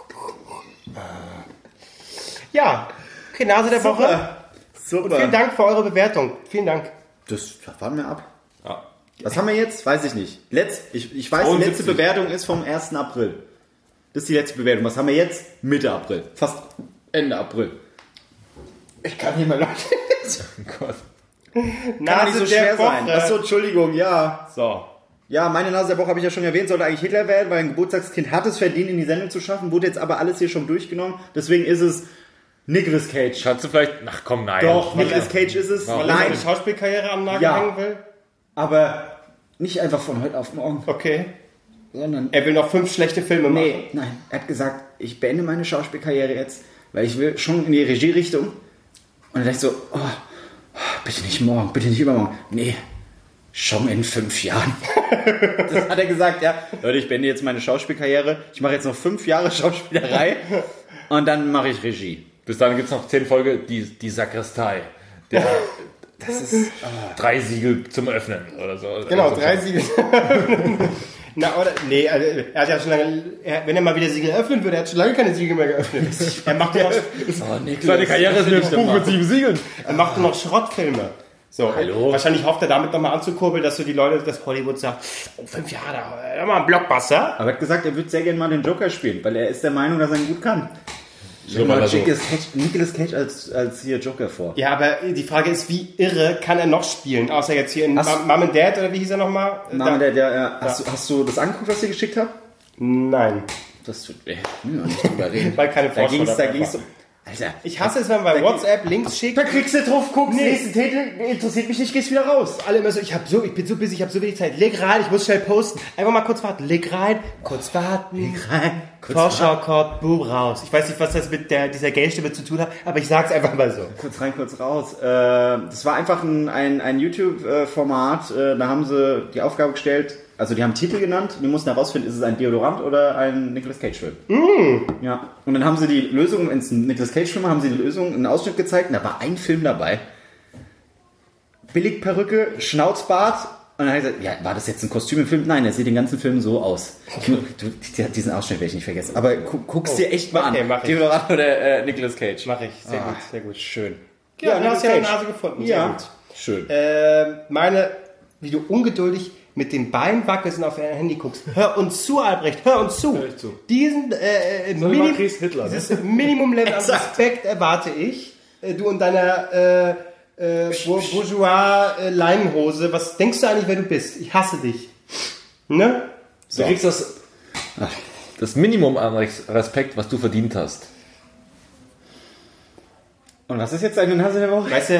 Ja, okay, Nase der Woche. Super. Und vielen Dank für eure Bewertung. Vielen Dank. Das warten wir ab. Ja. Was haben wir jetzt? Weiß ich nicht. Ich weiß, die letzte Bewertung ist vom 1. April. Das ist die letzte Bewertung. Was haben wir jetzt? Mitte April. Fast Ende April. Ich kann nicht mehr Leute. Oh Gott. Kann nicht so schwer sein. Achso, Entschuldigung, ja. So. Ja, meine Nase der Woche habe ich ja schon erwähnt, sollte eigentlich Hitler werden, weil ein Geburtstagskind hat es verdient, in die Sendung zu schaffen, wurde jetzt aber alles hier schon durchgenommen. Deswegen ist es Nicolas Cage. Kannst du vielleicht... Ach komm, nein. Doch, Nicolas Cage ist es. Warum? Weil er Nein, die Schauspielkarriere am Nagel Ja. hängen will? aber nicht einfach von heute auf morgen, Okay. sondern... Er will noch 5 schlechte Filme machen. Nee, nein. Er hat gesagt, ich beende meine Schauspielkarriere jetzt, weil ich will schon in die Regierichtung. Und dann dachte ich so, oh, bitte nicht morgen, bitte nicht übermorgen. Nee, schon in 5 Jahren. Das hat er gesagt, ja. Leute, ich beende jetzt meine Schauspielkarriere. Ich mache jetzt noch 5 Jahre Schauspielerei und dann mache ich Regie. Bis dahin gibt es noch 10 Folgen, die Sakristei. Das ist 3 Siegel zum Öffnen oder so. Genau, Also, 3 Siegel. Na, oder? Nee, also, er hat ja schon lange, wenn er mal wieder Siegel öffnen würde, er hat schon lange keine Siegel mehr geöffnet. Er macht nur noch, Seine Karriere ist ein Buch mit 7 Siegeln. er macht nur noch Schrottfilme. So, Hallo? wahrscheinlich hofft er damit nochmal anzukurbeln, dass so die Leute, dass Hollywood sagt, oh, 5 Jahre, da mal ein Blockbuster. Aber er hat gesagt, er würde sehr gerne mal den Joker spielen, weil er ist der Meinung, dass er ihn gut kann. So mal so. Nicolas Cage als hier Joker vor. Ja, aber die Frage ist, wie irre kann er noch spielen? Außer jetzt hier in Mom and Dad, oder wie hieß er nochmal? Hast du das angeguckt, was ich geschickt habe? Nein. Das tut weh. Nicht drüber reden. Weil keine Da Vorschau dabei ging's war. so. Alter. Ich hasse es, wenn man bei WhatsApp Links schickt. Da kriegst du drauf, guckst, Nee. nächsten Titel, interessiert mich nicht, gehst wieder raus. Alle immer so, ich bin so busy, ich habe so wenig Zeit. Leg rein, ich muss schnell posten. Einfach mal kurz warten. Leg rein, kurz warten. Vorschau-Code, boom, raus. Ich weiß nicht, was das mit dieser Geldstimme zu tun hat, aber ich sag's einfach mal so. Kurz rein, kurz raus. Das war einfach ein YouTube-Format, da haben sie die Aufgabe gestellt, also die haben Titel genannt, die mussten herausfinden, ist es ein Deodorant oder ein Nicolas Cage-Film. Ja. Und dann haben sie die Lösung, wenn es ein Nicolas Cage-Film war, haben sie die Lösung, einen Ausschnitt gezeigt, und da war ein Film dabei. Billigperücke, Schnauzbart. Und dann habe ich gesagt, ja, war das jetzt ein Kostüm im Film? Nein, er sieht den ganzen Film so aus. Diesen Ausschnitt werde ich nicht vergessen. Aber guck's dir echt mal okay, an. mach ich. Deodorant oder Nicolas Cage. Mach ich. Sehr gut, sehr gut. Schön. Ja, du hast ja eine Cage. Nase gefunden. Sehr Ja, gut. schön. Meine, wie du ungeduldig mit dem Bein wackelst und auf dein Handy guckst. Hör uns zu, Albrecht, hör uns zu. Hör ich zu. Diesen mal Chris Hitler, ne? dieses Minimum-Level an Respekt erwarte ich. Du und deiner Bourgeois-Leinenhose. Was denkst du eigentlich, wer du bist? Ich hasse dich. Ne? Du kriegst das Minimum an Respekt, was du verdient hast. Und was ist jetzt deine Nase der Woche? Weißt du,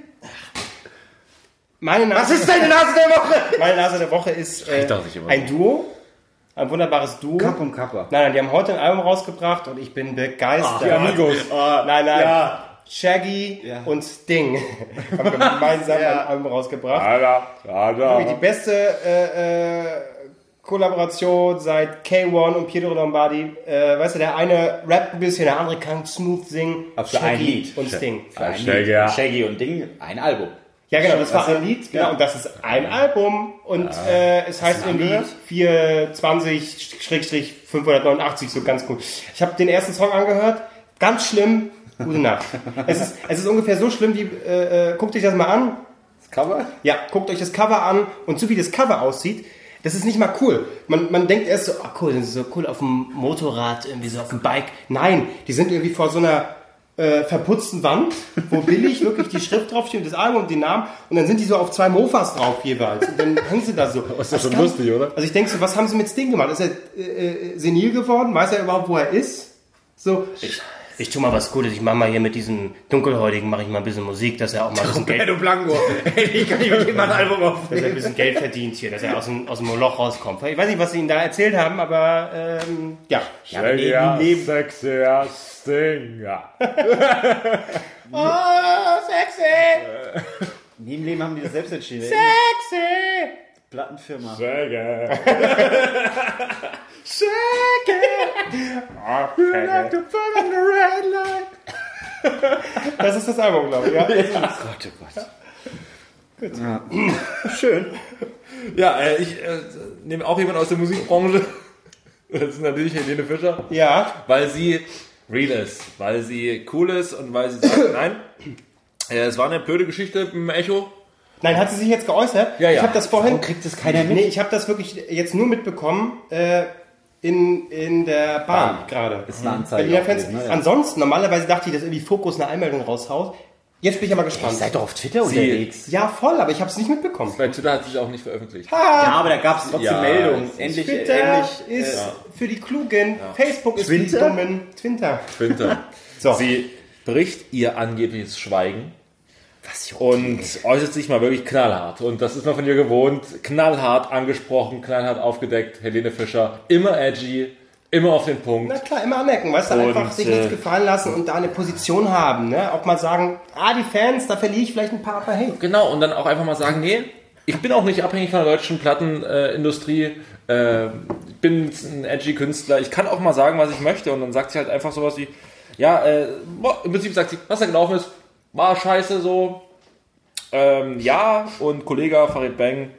was ist deine Nase der Woche? Meine Nase der Woche ist doch nicht immer ein Duo. Ein wunderbares Duo. Kapp und Kappa. Nein, die haben heute ein Album rausgebracht und ich bin begeistert. Die Amigos. Nein. Ja. Shaggy Ja. und Sting haben gemeinsam ein Album rausgebracht. Wirklich die beste Kollaboration seit K1 und Pietro Lombardi. Weißt du, der eine rappt ein bisschen, der andere kann smooth singen. Für ein Lied. und Sting. Für ein Shaggy, Lied. ja. Shaggy und Ding, ein Album. Ja, genau, das war Also, ein Lied, genau, ja. und das ist ein Album und es heißt du irgendwie angehört? 420/589, so ganz gut. Ich habe den ersten Song angehört, ganz schlimm, gute Nacht. Es ist ungefähr so schlimm, wie, guckt euch das mal an. Das Cover? Ja, guckt euch das Cover an und so wie das Cover aussieht, Das ist nicht mal cool. Man denkt erst so, oh cool, das ist so cool auf dem Motorrad, irgendwie so auf dem Bike. Nein, die sind irgendwie vor so einer verputzten Wand, wo billig wirklich die Schrift draufsteht und das Album und die Namen. Und dann sind die so auf 2 Mofas drauf jeweils. Und dann hängen sie da so. Das ist schon lustig, oder? Also ich denke so, was haben sie mit Sting gemacht? Ist er senil geworden? Weiß er überhaupt, wo er ist? So, ich tue mal was Gutes. Ich mache mal hier mit diesem Dunkelhäutigen, mache ich mal ein bisschen Musik, dass er auch mal ein bisschen Geld... Blanco. Ich kann nicht mit dem ein Album dass er aufnehmen. ein bisschen Geld verdient hier, dass er aus dem Loch rauskommt. Ich weiß nicht, was sie ihnen da erzählt haben, aber ja. Sexy Sting, ja. Oh, sexy! Nie im Leben haben die das selbst entschieden. Sexy! Plattenfirma. Säge. Shake it! You like to put on the red light. Das ist das Album, glaube ich, ja? Gott, oh Gott. Gut. Ja. Schön. Ja, ich nehme auch jemanden aus der Musikbranche. Das ist natürlich Helene Fischer. Ja. Weil sie real ist, weil sie cool ist und weil sie sagt, nein, es war eine blöde Geschichte mit dem Echo. Nein, hat sie sich jetzt geäußert? Ja, ja. Ich habe das vorhin... Warum kriegt das keiner mit? Nee, ich habe das wirklich jetzt nur mitbekommen in der Bahn gerade. Ist eine Anzeige. Berliner Fans. gewesen, ne? Ja. Ansonsten, normalerweise dachte ich, dass irgendwie Fokus eine Einmeldung raushaut. Jetzt bin ich aber gespannt. Ihr seid doch auf Twitter unterwegs. Ja, voll, aber ich habe es nicht mitbekommen. Bei Twitter hat sich auch nicht veröffentlicht. Ja, aber da gab es trotzdem Ja, Meldungen. es Endlich, Twitter ist für die Klugen, Facebook ist für die Twitter? Dummen. Twitter. Twitter. So. Sie bricht ihr angebliches Schweigen und äußert sich mal wirklich knallhart. Und das ist man von ihr gewohnt. Knallhart angesprochen, knallhart aufgedeckt. Helene Fischer, immer edgy, immer auf den Punkt. Na klar, immer anecken, weißt du, Und, einfach sich nichts gefallen lassen und da eine Position haben, ne? Auch mal sagen, die Fans, da verliere ich vielleicht ein paar, aber hey. Genau, und dann auch einfach mal sagen, nee, ich bin auch nicht abhängig von der deutschen Plattenindustrie. Ich bin ein edgy Künstler. Ich kann auch mal sagen, was ich möchte. Und dann sagt sie halt einfach sowas wie, im Prinzip sagt sie, was da gelaufen ist, war scheiße so. Und Kollege Farid Bang,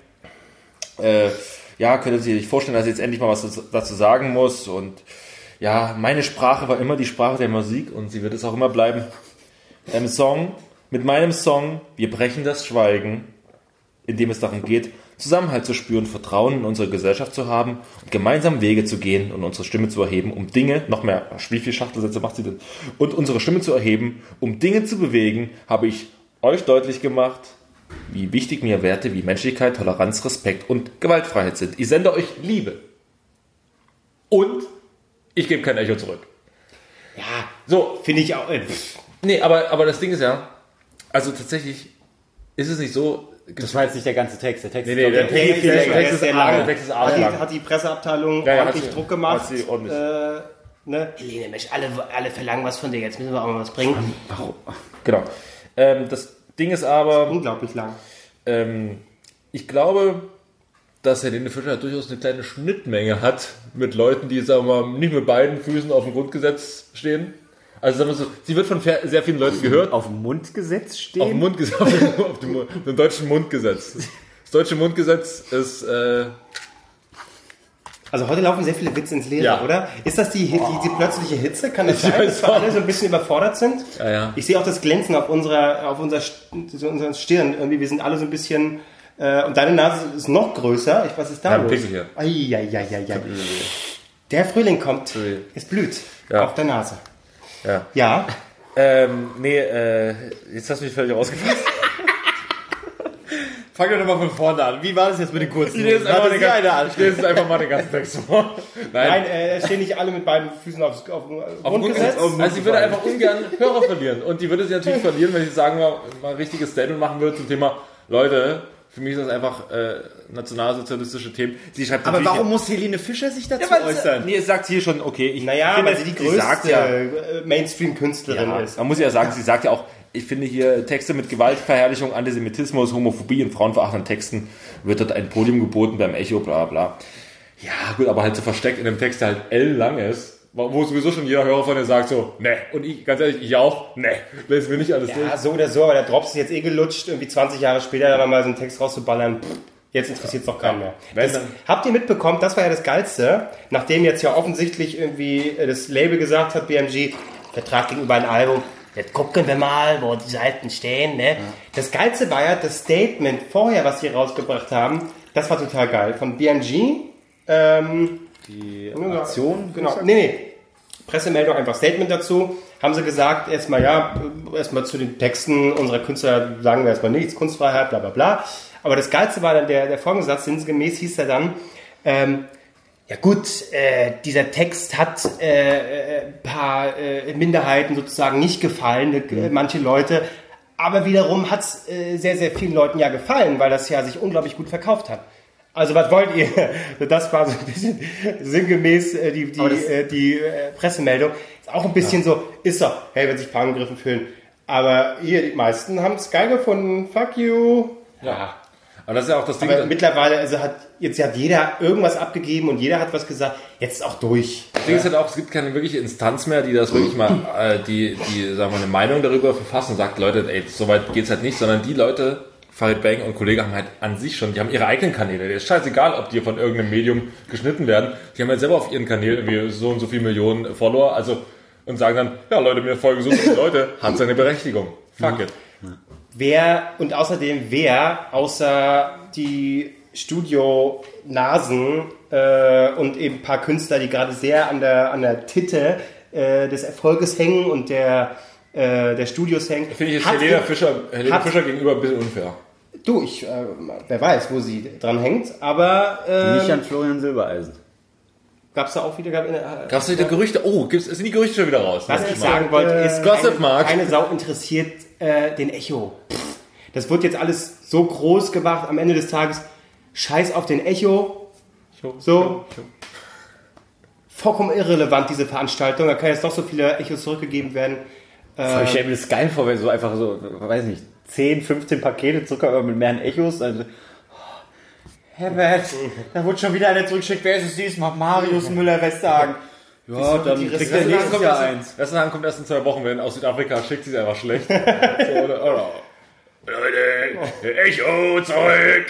können Sie sich vorstellen, dass ich jetzt endlich mal was dazu sagen muss. Und ja, meine Sprache war immer die Sprache der Musik und sie wird es auch immer bleiben. Mit meinem Song, wir brechen das Schweigen, in dem es darum geht, Zusammenhalt zu spüren, Vertrauen in unsere Gesellschaft zu haben und gemeinsam Wege zu gehen und unsere Stimme zu erheben, um Dinge, noch mehr, wie viele Schachtelsätze macht sie denn? Und unsere Stimme zu erheben, um Dinge zu bewegen, habe ich euch deutlich gemacht, wie wichtig mir Werte wie Menschlichkeit, Toleranz, Respekt und Gewaltfreiheit sind. Ich sende euch Liebe. Und ich gebe kein Echo zurück. Ja, So, finde ich auch. nee, aber das Ding ist ja, also tatsächlich ist es nicht so. Das war jetzt nicht der ganze Text. Der Text Nee, der Text ist sehr arg, lange. der Text ist arg lang. Hat die Presseabteilung Ja, ordentlich hat sie- Druck gemacht. hat sie ordentlich. Ne? Helene, Mensch, alle verlangen was von dir, jetzt müssen wir auch mal was bringen. Warum? Genau. Das Ding ist aber, Unglaublich lang. ich glaube, dass Helene Fischer durchaus eine kleine Schnittmenge hat mit Leuten, die, sagen wir mal, nicht mit beiden Füßen auf dem Grundgesetz stehen. Also sagen wir so, sie wird von sehr vielen Leuten gehört. Auf dem Mundgesetz stehen? Auf dem Mundgesetz, auf dem deutschen Mundgesetz. Das deutsche Mundgesetz ist, Also heute laufen sehr viele Witze ins Leere, Ja. oder? Ist das die plötzliche Hitze? Kann das Ich sein, weiß dass wir alle so ein bisschen überfordert sind? Ja, ja. Ich sehe auch das Glänzen auf unserer Stirn. Irgendwie, wir sind alle so ein bisschen... und deine Nase ist noch größer. Was ist da Ja, los? Pickel hier. Eieieiei. Der Frühling kommt. Frühling. Es blüht Ja. auf der Nase. ja. Ja. Jetzt hast du mich völlig rausgefasst. Fang doch mal von vorne an. Wie war das jetzt mit den kurzen? Ich lese jetzt einfach mal den ganzen Text vor. Nein, stehen nicht alle mit beiden Füßen auf dem Grundgesetz. Also sie würde einfach ungern Hörer verlieren. Und die würde sie natürlich verlieren, wenn sie sagen wir mal ein richtiges Statement machen würde zum Thema, Leute, für mich ist das einfach nationalsozialistische Themen. Sie schreibt Aber natürlich- warum muss Helene Fischer sich dazu weil äußern? Nee, es sagt hier schon, okay, ich Naja, finde, weil sie die sie sagt ja, größte Mainstream-Künstlerin ist. man muss ja sagen, sie sagt ja auch, ich finde hier Texte mit Gewaltverherrlichung, Antisemitismus, Homophobie und frauenverachtenden Texten wird dort ein Podium geboten beim Echo, bla bla. Ja, gut, aber halt so versteckt in einem Text, der halt lang ist, wo sowieso schon jeder Hörer von dir sagt so, ne, und ich, ganz ehrlich, ich auch, ne, lesen wir nicht alles durch. Ja, so oder so, aber der Drops ist jetzt gelutscht, irgendwie 20 Jahre später dann mal so einen Text rauszuballern. Jetzt interessiert es doch keinen mehr. Wenn Das, dann- habt ihr mitbekommen, das war ja das Geilste, nachdem jetzt ja offensichtlich irgendwie das Label gesagt hat, BMG, Vertrag gegenüber ein Album, jetzt gucken wir mal, wo die Seiten stehen. Ne? Das Geilste war ja das Statement vorher, was sie rausgebracht haben, Das war total geil. Von BMG. Die Aktion? Genau. Nee. Pressemeldung, einfach Statement dazu. Haben sie gesagt, erstmal zu den Texten unserer Künstler sagen wir erstmal nichts, Kunstfreiheit, bla bla bla. Aber das Geilste war dann der folgende Satz, sinngemäß hieß er dann, ja gut, dieser Text hat ein paar Minderheiten sozusagen nicht gefallen, manche Leute, aber wiederum hat es sehr, sehr vielen Leuten ja gefallen, weil das ja sich unglaublich gut verkauft hat. Also was wollt ihr? Das war so ein bisschen sinngemäß die Pressemeldung. Ist auch ein bisschen so, ist doch, hey, wenn sich ein paar angegriffen fühlen. Aber hier, die meisten haben es geil gefunden. Fuck you. Ja. Aber das ist ja auch das Ding. Aber mittlerweile, hat jeder irgendwas abgegeben und jeder hat was gesagt. Jetzt ist auch durch. Das Ding ist halt auch, es gibt keine wirkliche Instanz mehr, die das wirklich mal, die sagen wir, eine Meinung darüber verfassen und sagt, Leute, ey, so weit geht's halt nicht, sondern die Leute, Farid Bang und Kollege haben halt an sich schon, die haben ihre eigenen Kanäle. Der ist scheißegal, ob die von irgendeinem Medium geschnitten werden. Die haben halt selber auf ihren Kanälen irgendwie so und so viele Millionen Follower, also, und sagen dann, ja Leute, mir folgen so viele Leute, hat seine Berechtigung. Fuck it. Wer, außer die Studio-Nasen und eben ein paar Künstler, die gerade sehr an der Titte des Erfolges hängen und der Studios hängen. Finde ich jetzt Helene Fischer gegenüber ein bisschen unfair. Du, wer weiß, wo sie dran hängt, aber... Nicht an Florian Silbereisen. Gab's da auch wieder... Gab's da wieder Gerüchte? Oh, sind die Gerüchte schon wieder raus? Was ich sagen wollte, ist, keine Sau interessiert den Echo. Das wird jetzt alles so groß gemacht, am Ende des Tages, scheiß auf den Echo. Vollkommen irrelevant, diese Veranstaltung. Da kann jetzt doch so viele Echos zurückgegeben werden. Ich stelle mir das geil vor, wenn so einfach so, weiß nicht, 10, 15 Pakete zurückkommen mit mehreren Echos. Also, Herbert, da wurde schon wieder einer zurückgeschickt. Wer ist es diesmal? Marius Müller-Westhagen. Ja, dann kriegt der nächstes Jahr eins. Das kommt erst in 2 Wochen, wenn aus Südafrika schickt sie es einfach schlecht. Leute, Echo zurück!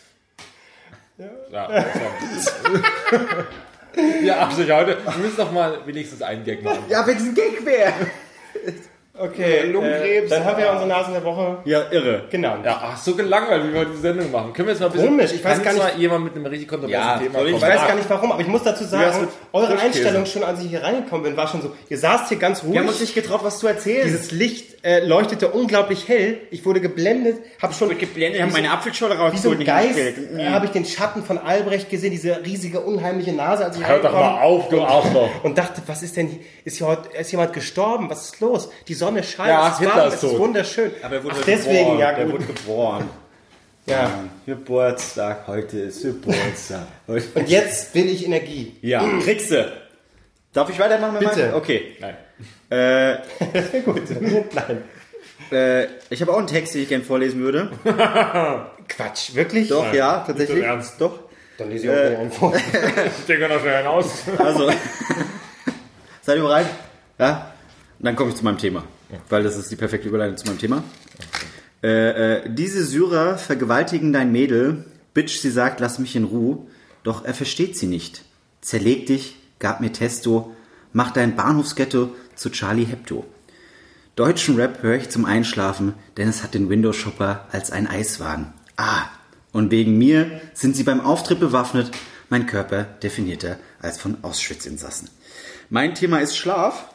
Ja, Arschlöch, heute. Wir müssen doch mal wenigstens einen Gag machen. Ja, wenn es ein Gag wäre. Okay, Lungenkrebs. Dann haben wir unsere Nasen der Woche. Ja, irre. Genau. Ja, so gelangweilt, wie wir heute die Sendung machen. Können wir jetzt mal ein bisschen... Komisch, ich weiß gar nicht... Mal jemand mit einem richtig kontroversen Thema kommen. Ich weiß gar nicht warum, aber ich muss dazu sagen, eure Einstellung schon, als ich hier reingekommen bin, war schon so, ihr saßt hier ganz ruhig. Wir haben uns nicht getraut, was zu erzählen. Dieses Licht leuchtete unglaublich hell. Ich wurde geblendet, haben meine Apfelschorle rausgeholt. Wie so ein Geist habe ich den Schatten von Albrecht gesehen, diese riesige, unheimliche Nase, als ich Hört doch mal auf, du Arschloch. Und dachte, was ist denn hier? Ist jemand gestorben? Was ist los? Die Sonne scheint. Ja, Hitler es ist wunderschön. Aber er wurde deswegen, geboren. ja, gut. Er wurde geboren. Ja. Geburtstag, heute ist Geburtstag. Und jetzt will ich Energie. Ja, kriegst du. Darf ich weitermachen? Bitte. Okay. Nein. Das wäre gut. Nein. Ich habe auch einen Text, den ich gerne vorlesen würde. Quatsch, wirklich? Doch, Nein, ja, tatsächlich. nicht im Ernst. Doch. Dann lese ich auch einen vor. Ich denke noch schnell hinaus. Also, seid ihr bereit? Ja? Und dann komme ich zu meinem Thema. Weil das ist die perfekte Überleitung zu meinem Thema. Diese Syrer vergewaltigen dein Mädel. Bitch, sie sagt, lass mich in Ruhe. Doch er versteht sie nicht. Zerleg dich, gab mir Testo. Mach dein Bahnhofsghetto zu Charlie Hebdo. Deutschen Rap höre ich zum Einschlafen, denn es hat den Windows-Shopper als ein Eiswagen. Und wegen mir sind sie beim Auftritt bewaffnet. Mein Körper definierter als von Auschwitz-Insassen. Mein Thema ist Schlaf.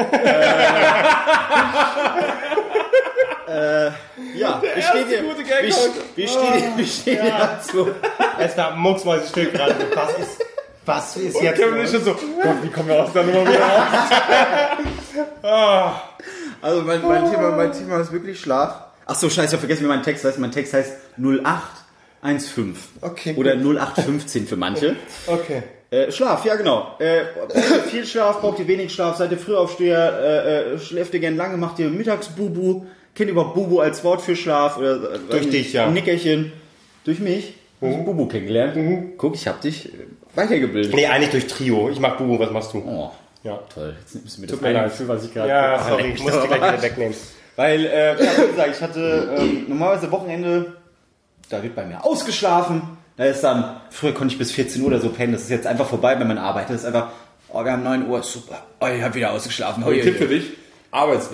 Ja, wie steht ihr dazu? Es war mucksmäusestill gerade. Was ist jetzt Kevin ist schon so, Gott, wie kommen wir aus der Nummer wieder raus? Also mein Thema ist wirklich Schlaf. Ach so, scheiße, ich habe vergessen, wie mein Text heißt. Mein Text heißt 0815. Okay. Oder 0815 für manche. Okay. Schlaf, ja genau. Braucht ihr viel Schlaf, braucht ihr wenig Schlaf, seid ihr Frühaufsteher, schläft ihr gern lange, macht ihr Mittagsbubu. Kennt ihr überhaupt Bubu als Wort für Schlaf? Oder, durch dich, ja. Ein Nickerchen. Durch mich? Hast du Bubu kennengelernt? Guck, ich hab dich weitergebildet. Nee, eigentlich durch Trio. Ich mach Bubu, was machst du? Oh, ja. Toll. Jetzt nimmst du mir Tut mir leid. für was ich gerade... Ja, sorry, ich muss die gleich wieder wegnehmen. Weil, wie gesagt, ich hatte normalerweise Wochenende, da wird bei mir ausgeschlafen. Da ist dann, früher konnte ich bis 14 Uhr oder so pennen. Das ist jetzt einfach vorbei, wenn man arbeitet. Das ist einfach, wir haben 9 Uhr, super. Oh, ich habe wieder ausgeschlafen. Tipp für dich, arbeitslos.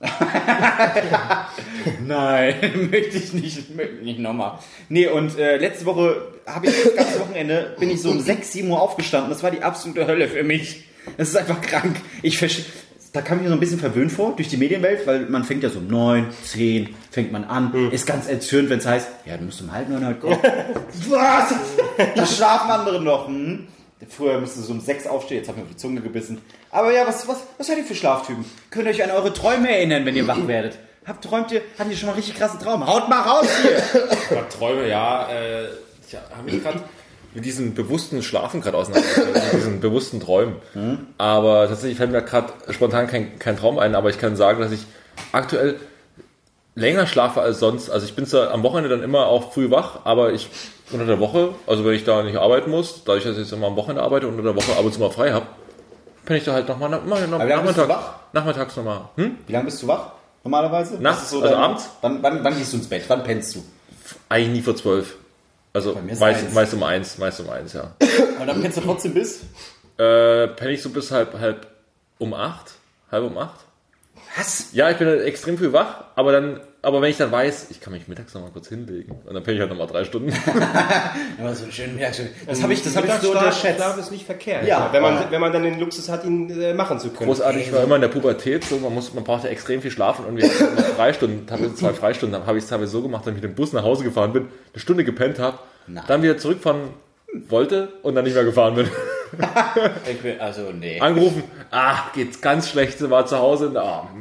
Nein, möchte ich nicht nochmal. Nee, und letzte Woche habe ich das ganze Wochenende, bin ich so um 6, 7 Uhr aufgestanden. Das war die absolute Hölle für mich. Das ist einfach krank. Da kam ich mir so ein bisschen verwöhnt vor durch die Medienwelt, weil man fängt ja so um 9, 10, fängt man an. Ist ganz erzürnt, wenn es heißt, ja, du musst um 8:30 heute kommen. Was? Da schlafen andere noch. Früher müsste so um 6 aufstehen, jetzt habe ich mir auf die Zunge gebissen. Aber ja, was seid ihr für Schlaftypen? Könnt ihr euch an eure Träume erinnern, wenn ihr wach werdet? Hattet ihr schon mal richtig krasse Traum? Haut mal raus hier! Träume, ja. Ich habe mich gerade mit diesen bewussten Schlafen gerade auseinandergesetzt, mit diesen bewussten Träumen. Aber tatsächlich fällt mir gerade spontan kein Traum ein, aber ich kann sagen, dass ich aktuell länger schlafe als sonst. Also ich bin zwar am Wochenende dann immer auch früh wach, aber ich unter der Woche, also wenn ich da nicht arbeiten muss, dadurch, dass ich jetzt immer am Wochenende arbeite und unter der Woche ab und zu mal frei habe, bin ich da halt nochmal nachmittags nochmal. Wie lange bist du wach normalerweise? Nachts, so also abends. Wann gehst du ins Bett? Wann pennst du? Eigentlich nie vor 12. Also meist um 1, ja. Und dann pennst du trotzdem bis? Penne ich so bis halb um 8. Was? Ja, ich bin halt extrem früh wach, aber wenn ich dann weiß, ich kann mich mittags noch mal kurz hinlegen und dann penne ich halt noch mal 3 Stunden. Aber so einen schönen Mittagsschlaf. Das habe ich so unterschätzt. Schlaf ist nicht verkehrt. Ja, wenn man dann den Luxus hat, ihn machen zu können. Großartig, war immer in der Pubertät so, man brauchte extrem viel schlafen und wir hatten noch Freistunden, teilweise 2 Freistunden, habe ich es teilweise so gemacht, dass ich mit dem Bus nach Hause gefahren bin, eine Stunde gepennt habe, dann wieder zurückfahren wollte und dann nicht mehr gefahren bin. Nee. Angerufen, geht's ganz schlecht, sie war zu Hause.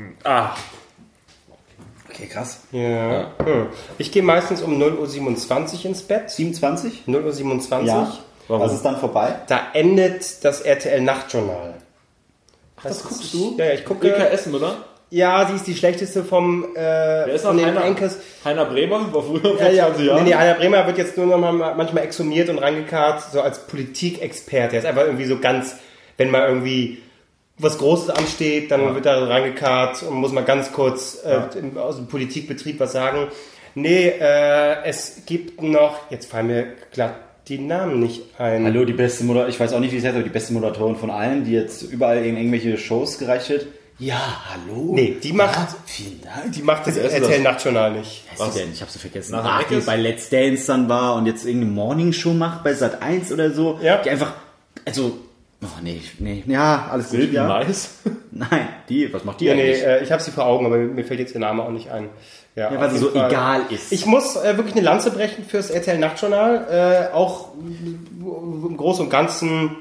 Okay, krass. Ja. Ich gehe meistens um 0:27 Uhr ins Bett. 27? 0:27 Uhr. Ja. Was ist dann vorbei? Da endet das RTL-Nachtjournal. Das guckst du? Ja, ich gucke. BK Essen, oder? Ja, sie ist die schlechteste von den Enkes. Heiner Bremer war früher vor 20 Jahren. Nee, Heiner Bremer wird jetzt nur noch mal manchmal exhumiert und reingekarrt, so als Politikexperte. Er ist einfach irgendwie so ganz, wenn mal irgendwie was Großes ansteht, dann wird da reingekarrt und muss mal ganz kurz aus dem Politikbetrieb was sagen. Nee, es gibt noch, jetzt fallen mir glatt die Namen nicht ein. Hallo, die beste Moderatorin, ich weiß auch nicht, wie es heißt, aber die beste Moderatorin von allen, die jetzt überall in irgendwelche Shows gereicht wird. Ja, hallo. Nee, die macht, vielen Dank. Die macht das RTL-Nachtjournal nicht. Was denn? Ich hab's so vergessen. Die bei Let's Dance dann war und jetzt irgendeine Morningshow macht bei Sat1 oder so. Ja. Die einfach, also, ja, alles gut. Ja. Mais? Nein, was macht die eigentlich? Ich habe sie vor Augen, aber mir fällt jetzt der Name auch nicht ein. Ja, weil sie so egal ist. Ich muss wirklich eine Lanze brechen fürs RTL-Nachtjournal. Auch im Großen und Ganzen,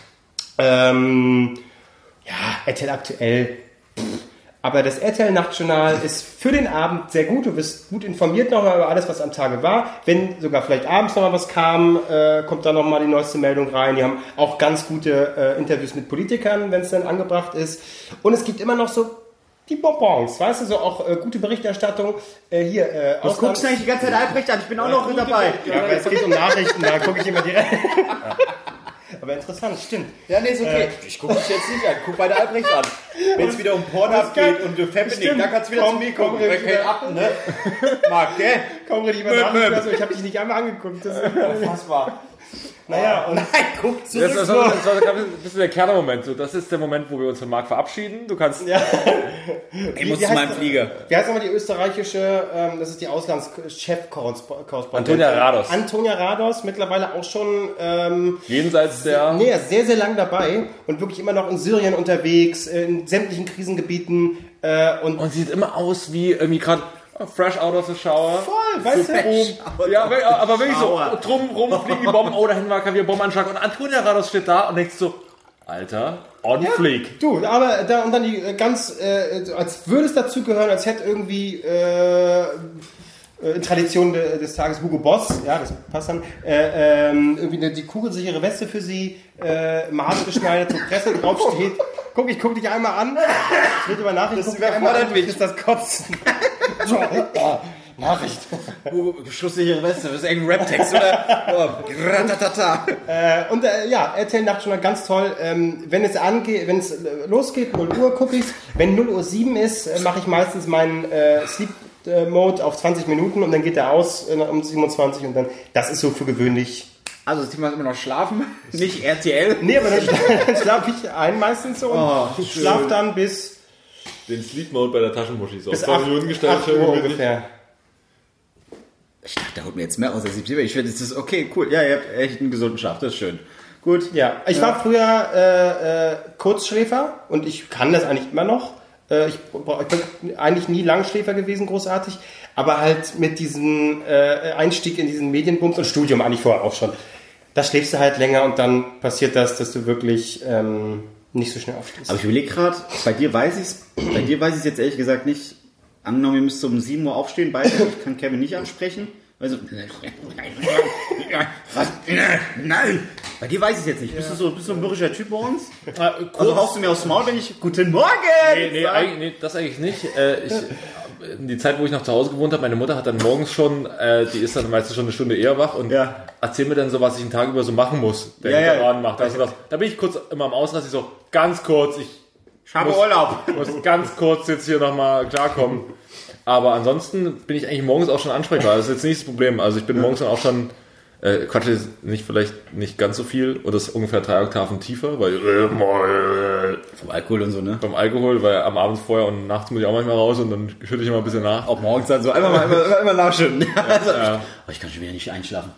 RTL aktuell. Aber das RTL-Nachtjournal ist für den Abend sehr gut. Du bist gut informiert nochmal über alles, was am Tage war. Wenn sogar vielleicht abends nochmal was kam, kommt da nochmal die neueste Meldung rein. Die haben auch ganz gute Interviews mit Politikern, wenn es dann angebracht ist. Und es gibt immer noch so die Bonbons, weißt du, so auch gute Berichterstattung. Was guckst du eigentlich die ganze Zeit Albrecht an? Ich bin auch noch mit dabei. Ja, aber es geht um Nachrichten, da gucke ich immer direkt. Aber interessant, stimmt. Ja, nee, ist okay. Ich gucke mich jetzt nicht an. Guck bei der Albrecht an. Wenn es wieder um Pornhub geht und Feminine, da kannst du wieder zu mir gucken. Hält ab, ne? Marc, gell? Komm, richtig mal nach. Ich habe dich nicht einmal angeguckt. Das ist unfassbar. Naja, und guck zurück. Das war ein bisschen der Kernermoment. So, das ist der Moment, wo wir uns von Marc verabschieden. Du kannst... Ja. Ich muss zu meinem Flieger. Wie heißt nochmal die österreichische, das ist die Auslandschefkorrespondentin. Antonia Rados, mittlerweile auch schon... jenseits der... Nee, sehr, sehr lang dabei und wirklich immer noch in Syrien unterwegs, in sämtlichen Krisengebieten. Und sieht immer aus wie irgendwie gerade... Fresh out of the shower. Voll, weißt du? Ja, aber wirklich so, drumrum fliegen die Bomben, da hinten war kein Bombenanschlag und Antonia Rados steht da und denkst so, Alter, on fleek. Du, aber da und dann die ganz, als würde es dazugehören, als hätte irgendwie in Tradition des Tages Hugo Boss, ja, das passt dann, irgendwie die kugelsichere Weste für sie, maßgeschneidert zur Presse draufsteht. Ich guck dich einmal an. Ich rede über Nachrichten. Das überfordert mich. Ist das Kotzen. Nachricht. Schusssichere Weste, das ist irgendein Rap-Text, oder? Und RTL Nachtjournal ganz toll. Wenn es losgeht, 0 Uhr gucke ich's. Wenn 0:07 Uhr ist, mache ich meistens meinen Sleep Mode auf 20 Minuten und dann geht er aus um 27 und dann, das ist so für gewöhnlich. Also das Thema ist immer noch schlafen, nicht RTL. Nee, aber dann schlafe ich ein meistens so und schlafe dann bis den Sleep Mode bei der Taschenmuschi so. Bis 2 Minuten gestellt, 8 Uhr ungefähr. Ich dachte, der holt mir jetzt mehr aus als 70. Ich finde, das ist okay, cool. Ja, ihr habt echt einen gesunden Schlaf, das ist schön. Gut. Ja, ich war früher Kurzschläfer und ich kann das eigentlich immer noch. Ich bin eigentlich nie Langschläfer gewesen, großartig, aber halt mit diesem Einstieg in diesen Medienbums und Studium eigentlich vorher auch schon. Da schläfst du halt länger und dann passiert das, dass du wirklich nicht so schnell aufstehst. Aber ich überlege gerade, bei dir weiß ich es jetzt ehrlich gesagt nicht. Angenommen, ihr müsst um 7 Uhr aufstehen, beide. Ich kann Kevin nicht ansprechen. Also, was? Nein! Bei dir weiß ich es jetzt nicht. Bist du so ein mürrischer Typ bei uns? Also haust du mir aufs Maul, wenn ich Guten Morgen! Nee, das eigentlich nicht. Die Zeit, wo ich noch zu Hause gewohnt habe, meine Mutter hat dann morgens schon, die ist dann meistens schon eine Stunde eher wach und erzählt mir dann so, was ich den Tag über so machen muss, der daran macht. Da bin ich kurz immer am Ausrasten, so ganz kurz, ich habe Urlaub. Muss ganz kurz jetzt hier nochmal klarkommen. Aber ansonsten bin ich eigentlich morgens auch schon ansprechbar. Das ist jetzt nicht das Problem. Also ich bin morgens dann auch schon, quatsche jetzt vielleicht nicht ganz so viel oder ist ungefähr 3 Oktaven tiefer, weil vom Alkohol und so, ne? Beim Alkohol, weil am Abend vorher und nachts muss ich auch manchmal raus und dann schütte ich immer ein bisschen nach. Auch morgens dann so immer nachschütten. Oh, ich kann schon wieder nicht einschlafen.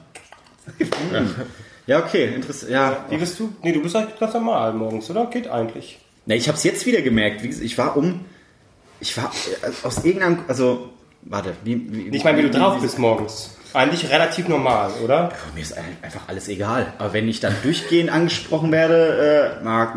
Ja, okay, interessant. Ja. Wie bist du? Nee, du bist eigentlich ganz normal morgens, oder? Geht eigentlich. Na, ich habe es jetzt wieder gemerkt. Wie gesagt, ich war aus irgendeinem, also, warte. Ich meine, wie du drauf bist morgens. Eigentlich relativ normal, oder? Mir ist einfach alles egal. Aber wenn ich dann durchgehend angesprochen werde, Marc,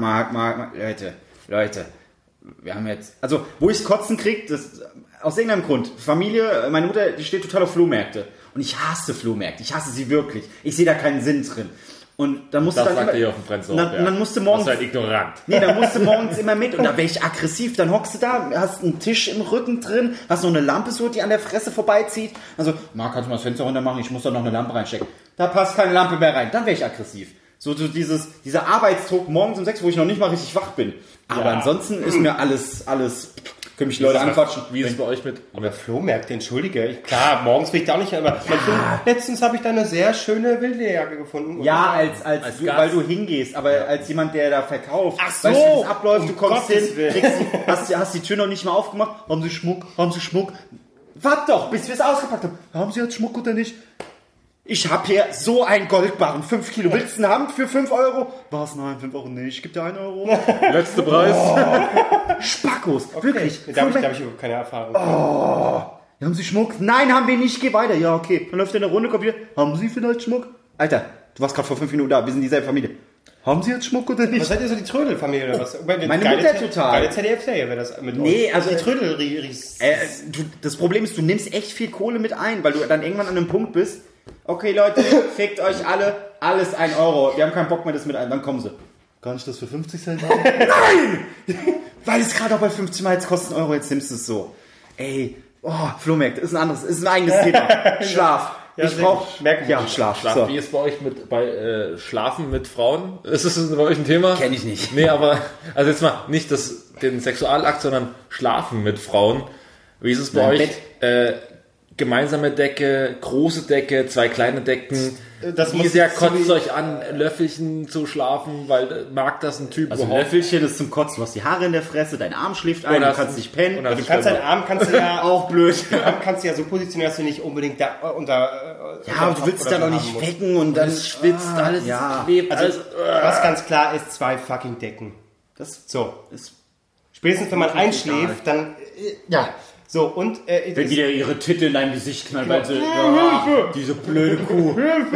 Leute, wir haben jetzt, also, wo ich es kotzen kriege, das aus irgendeinem Grund. Familie, meine Mutter, die steht total auf Flohmärkte. Und ich hasse Flohmärkte. Ich hasse sie wirklich. Ich sehe da keinen Sinn drin. Und dann musste das dann sagt ihr auf dem Prenzlauer Berg. Dann musste morgens. Das ist halt ignorant. Nee, dann musste morgens immer mit und da wäre ich aggressiv. Dann hockst du da, hast einen Tisch im Rücken drin, hast noch eine Lampe so, die an der Fresse vorbeizieht. Also, Marc, kannst du mal das Fenster runter machen? Ich muss da noch eine Lampe reinstecken. Da passt keine Lampe mehr rein. Dann wäre ich aggressiv. So dieser Arbeitsdruck morgens um 6, wo ich noch nicht mal richtig wach bin. Aber ansonsten ist mir alles können mich Leute anquatschen. Wie ist es bei euch mit Flohmärkte? Entschuldige. Klar, morgens will ich da auch nicht, aber letztens habe ich da eine sehr schöne Wildjacke gefunden. Ja, weil du hingehst, aber als jemand, der da verkauft. Ach so. Weißt du, wie das abläuft, du kommst Gottes hin, hast die Tür noch nicht mal aufgemacht. Haben Sie Schmuck? Wart doch, bis wir es ausgepackt haben. Haben Sie jetzt Schmuck oder nicht? Ich habe hier so einen Goldbarren, 5 Kilo. Willst du einen haben für 5 Euro? Was? Nein, 5 Euro nicht. Ich gebe dir 1 Euro. letzter Preis? Spackos, Okay. wirklich. Da habe ich überhaupt keine Erfahrung. Haben Sie Schmuck? Nein, haben wir nicht. Geh weiter. Ja, okay. Dann läuft er eine Runde, kommt wieder. Haben Sie vielleicht Schmuck? Alter, du warst gerade vor 5 Minuten da. Wir sind dieselbe Familie. Haben Sie jetzt Schmuck oder nicht? Was seid ihr so, die Trödelfamilie oder was? Meine Mutter total. Geile ZDF-Serie wäre das mit Nee, euch. also die Trödelries. Das Problem ist, du nimmst echt viel Kohle mit ein, weil du dann irgendwann an einem Punkt bist. Okay, Leute, fickt euch alle. Alles 1 Euro. Wir haben keinen Bock mehr, das mit ein. Dann kommen sie. Kann ich das für 50 Cent haben? Nein! Weil es gerade auch bei 50 Mal jetzt kostet 1 Euro, jetzt nimmst du es so. Ey, Flohmärkte, ist ein eigenes Thema. Schlaf. Ja, ich brauche Schlaf. So. Wie ist es bei euch bei Schlafen mit Frauen? Ist das bei euch ein Thema? Kenn ich nicht. Nee, aber, also jetzt mal nicht den Sexualakt, sondern Schlafen mit Frauen. Wie ist es bei euch? Gemeinsame Decke, große Decke, 2 kleine Decken. Wie sehr kotzt es euch an, Löffelchen zu schlafen, weil mag das ein Typ Also Löffelchen ist zum Kotzen, du hast die Haare in der Fresse, dein Arm schläft ein, du kannst nicht pennen. Du kannst deinen Arm auch blöd. Den Arm kannst du ja so positionieren, dass du nicht unbedingt da aber du willst dann auch nicht wecken und dann schwitzt alles, klebt. Also, was ganz klar ist, 2 fucking Decken. Das So. ist Spätestens wenn man einschläft, dann so, und wenn wieder ihre Titte in dein Gesicht knallt, weil sie, diese blöde Kuh.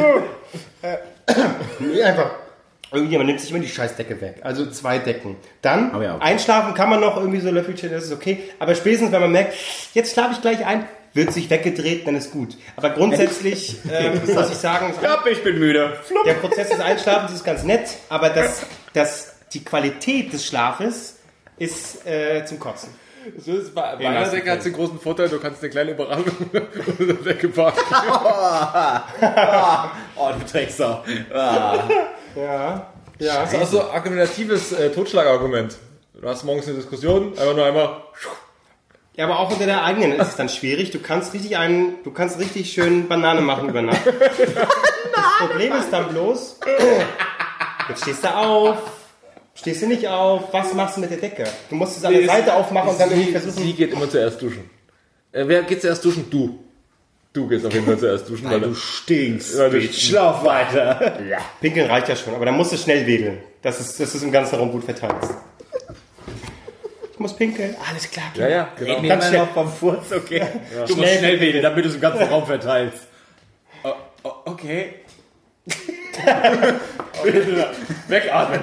einfach. Irgendjemand nimmt sich immer die Scheißdecke weg. Also 2 Decken. Dann Aber ja, okay. Einschlafen kann man noch irgendwie so Löffelchen, das ist okay. Aber spätestens, wenn man merkt, jetzt schlafe ich gleich ein, wird sich weggedreht, dann ist gut. Aber grundsätzlich muss ich sagen, Ich bin müde. der Prozess des Einschlafens ist ganz nett, aber die Qualität des Schlafes ist zum Kotzen. So ist bei meiner Decke hat es den großen Vorteil, du kannst eine kleine Überraschung unter der Decke packen. Du Drecksau. Ja. Das ist auch so ein argumentatives Totschlagargument. Du hast morgens eine Diskussion, einfach nur einmal. Ja, aber auch unter der eigenen ist es dann schwierig. Du kannst richtig schön Banane machen über Nacht. Das Problem ist dann bloß, jetzt stehst du auf, Stehst du nicht auf? Was machst du mit der Decke? Du musst es an der Seite aufmachen und dann irgendwie versuchen... Sie geht immer zuerst duschen. Wer geht zuerst duschen? Du. Du gehst auf jeden Fall zuerst duschen. Weil du stinkst. Weil du Schlaf weiter. Ja, pinkeln reicht ja schon, aber dann musst du schnell wedeln, dass es im ganzen Raum gut verteilt ist. Ich muss pinkeln. Alles klar. Ja, genau. Ich Ganz nehme schnell. noch vom Furz, okay. Ja. Du musst schnell wählen, damit du es im ganzen Raum verteilst. Okay. Wegatmen.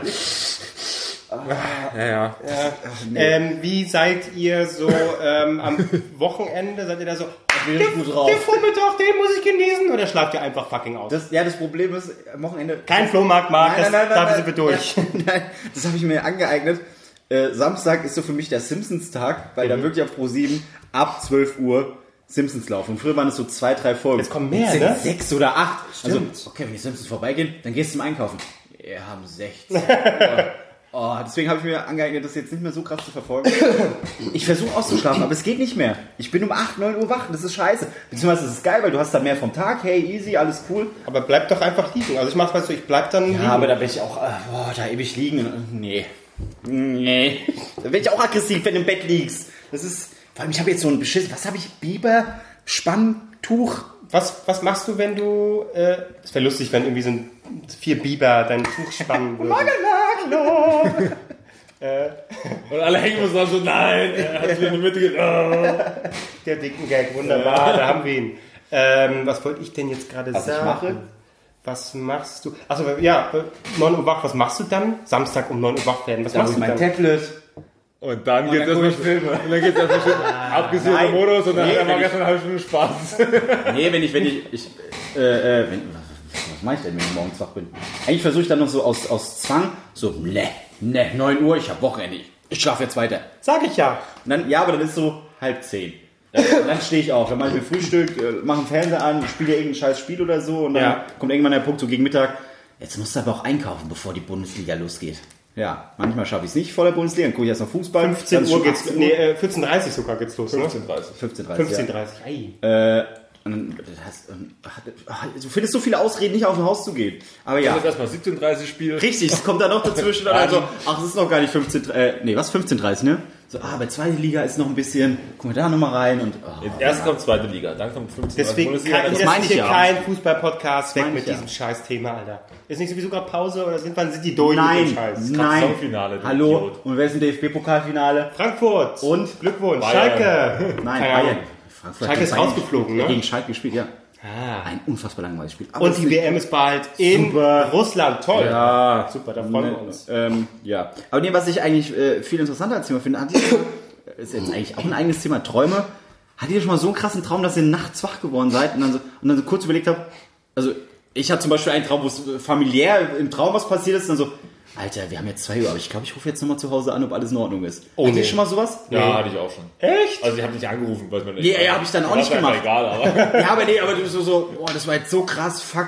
Ja. Wie seid ihr so am Wochenende? Seid ihr da so, Gut drauf. der Vormittag, den muss ich genießen? Oder schlaft ihr einfach fucking aus? Das Problem ist, am Wochenende... Kein Flohmarkt, Marc, Nein, da sind wir durch. Nein, das habe ich mir angeeignet. Samstag ist so für mich der Simpsons-Tag, weil da wirklich auf Pro7 ab 12 Uhr Simpsons laufen. Und früher waren es so 2, 3 Folgen. Jetzt kommen mehr, Jetzt ne? 6 oder 8. Stimmt. Also, okay, wenn die Simpsons vorbeigehen, dann gehst du zum Einkaufen. Wir haben 16 Uhr. Deswegen habe ich mir angeeignet, das jetzt nicht mehr so krass zu verfolgen. Ich versuche auszuschlafen, aber es geht nicht mehr. Ich bin um 8, 9 Uhr wach, das ist scheiße. Beziehungsweise das ist geil, weil du hast da mehr vom Tag. Hey, easy, alles cool. Aber bleib doch einfach liegen. Also ich mach's mal so, ich bleib dann liegen. Ja, aber da bin ich auch, da ewig liegen. Nee. Da bin ich auch aggressiv, wenn du im Bett liegst. Das ist, vor allem, ich habe jetzt so ein Beschiss. Was habe ich? Biber, Spanntuch. Was machst du, wenn du... Es wäre lustig, wenn irgendwie so 4 Biber dein Tuch spannen würden. Und alle hängen uns dann so, nein, er hat sich in die Mitte Der dicken Gag, wunderbar, da haben wir ihn. Was wollte ich denn jetzt gerade sagen? ich mache? Was machst du? Achso, ja, 9 Uhr wach, was machst du dann? Samstag um 9 Uhr wach werden, was Da habe machst ich du mein dann? Tablet. Und dann geht es dann guck erstmal ich Filme. Und dann geht es erstmal schön abgesehener Nein. Modus und dann Nee, hat er wenn mal gestern eine halbe Stunde Spaß. Nee, was mache ich denn, wenn ich morgens wach bin? Eigentlich versuche ich dann noch so aus Zwang, so, 9 Uhr, ich habe Wochenende, ich schlafe jetzt weiter. Sag ich ja. Und dann, ja, aber dann ist so 9:30. Dann stehe ich auf, dann mache ich mir Frühstück, mache einen Fernseher an, spiele irgendein scheiß Spiel oder so und dann kommt irgendwann der Punkt so gegen Mittag, jetzt musst du aber auch einkaufen, bevor die Bundesliga losgeht. Ja, manchmal schaffe ich es nicht vor der Bundesliga, dann gucke ich erst noch Fußball. 15 Uhr geht's, 14.30 sogar geht's los, ne? 15:30. 15:30. 15.30 Ei. Und du findest so viele Ausreden, nicht auf ein Haus zu gehen. Aber ja. Jetzt erstmal 17:30 Spiel. Richtig, es kommt da noch dazwischen. Also, es ist noch gar nicht 15:30, ne? So, bei zweite Liga ist noch ein bisschen, guck mal da nochmal rein und... Erst kommt zweite Liga, dann kommt 15:30 Deswegen Bundesliga. das meine ist ich hier ja. kein Fußball-Podcast, weg meine mit ich ja. diesem scheiß Thema, Alter. Ist nicht sowieso gerade Pause oder wann sind die durch mit Nein, dem Scheiß? nein. Saisonfinale, du Hallo, Idiot. und wer ist im DFB-Pokalfinale? Frankfurt. Und? Glückwunsch. Bayern. Schalke. Nein, Keine Ahnung. Bayern. Frankfurt Schalke hat ist gegen Bayern rausgeflogen, ne? Gegen Schalke gespielt, ja. Ah. Ein unfassbar langweiliges Spiel. Aber Und es die ist- WM ist bald in Super. Russland. Toll. Ja, Super, da freuen wir uns. Ja. Aber nee, was ich eigentlich viel interessanter als Thema finde, ist jetzt eigentlich auch ein eigenes Thema, Träume. Hattet ihr schon mal so einen krassen Traum, dass ihr nachts wach geworden seid und dann so kurz überlegt habt, also ich hatte zum Beispiel einen Traum, wo es familiär im Traum was passiert ist, und dann so, Alter, wir haben jetzt 2 Uhr, aber ich glaube, ich rufe jetzt nochmal zu Hause an, ob alles in Ordnung ist. Oh, Hattet ihr nee. schon mal sowas? Ja, hatte ich auch schon. Echt? Also ich habe nicht angerufen, weil man nicht... Nee, ja, habe ich dann auch Das nicht ist einfach gemacht. egal, aber... Ja, aber du so, boah, das war jetzt so krass, fuck,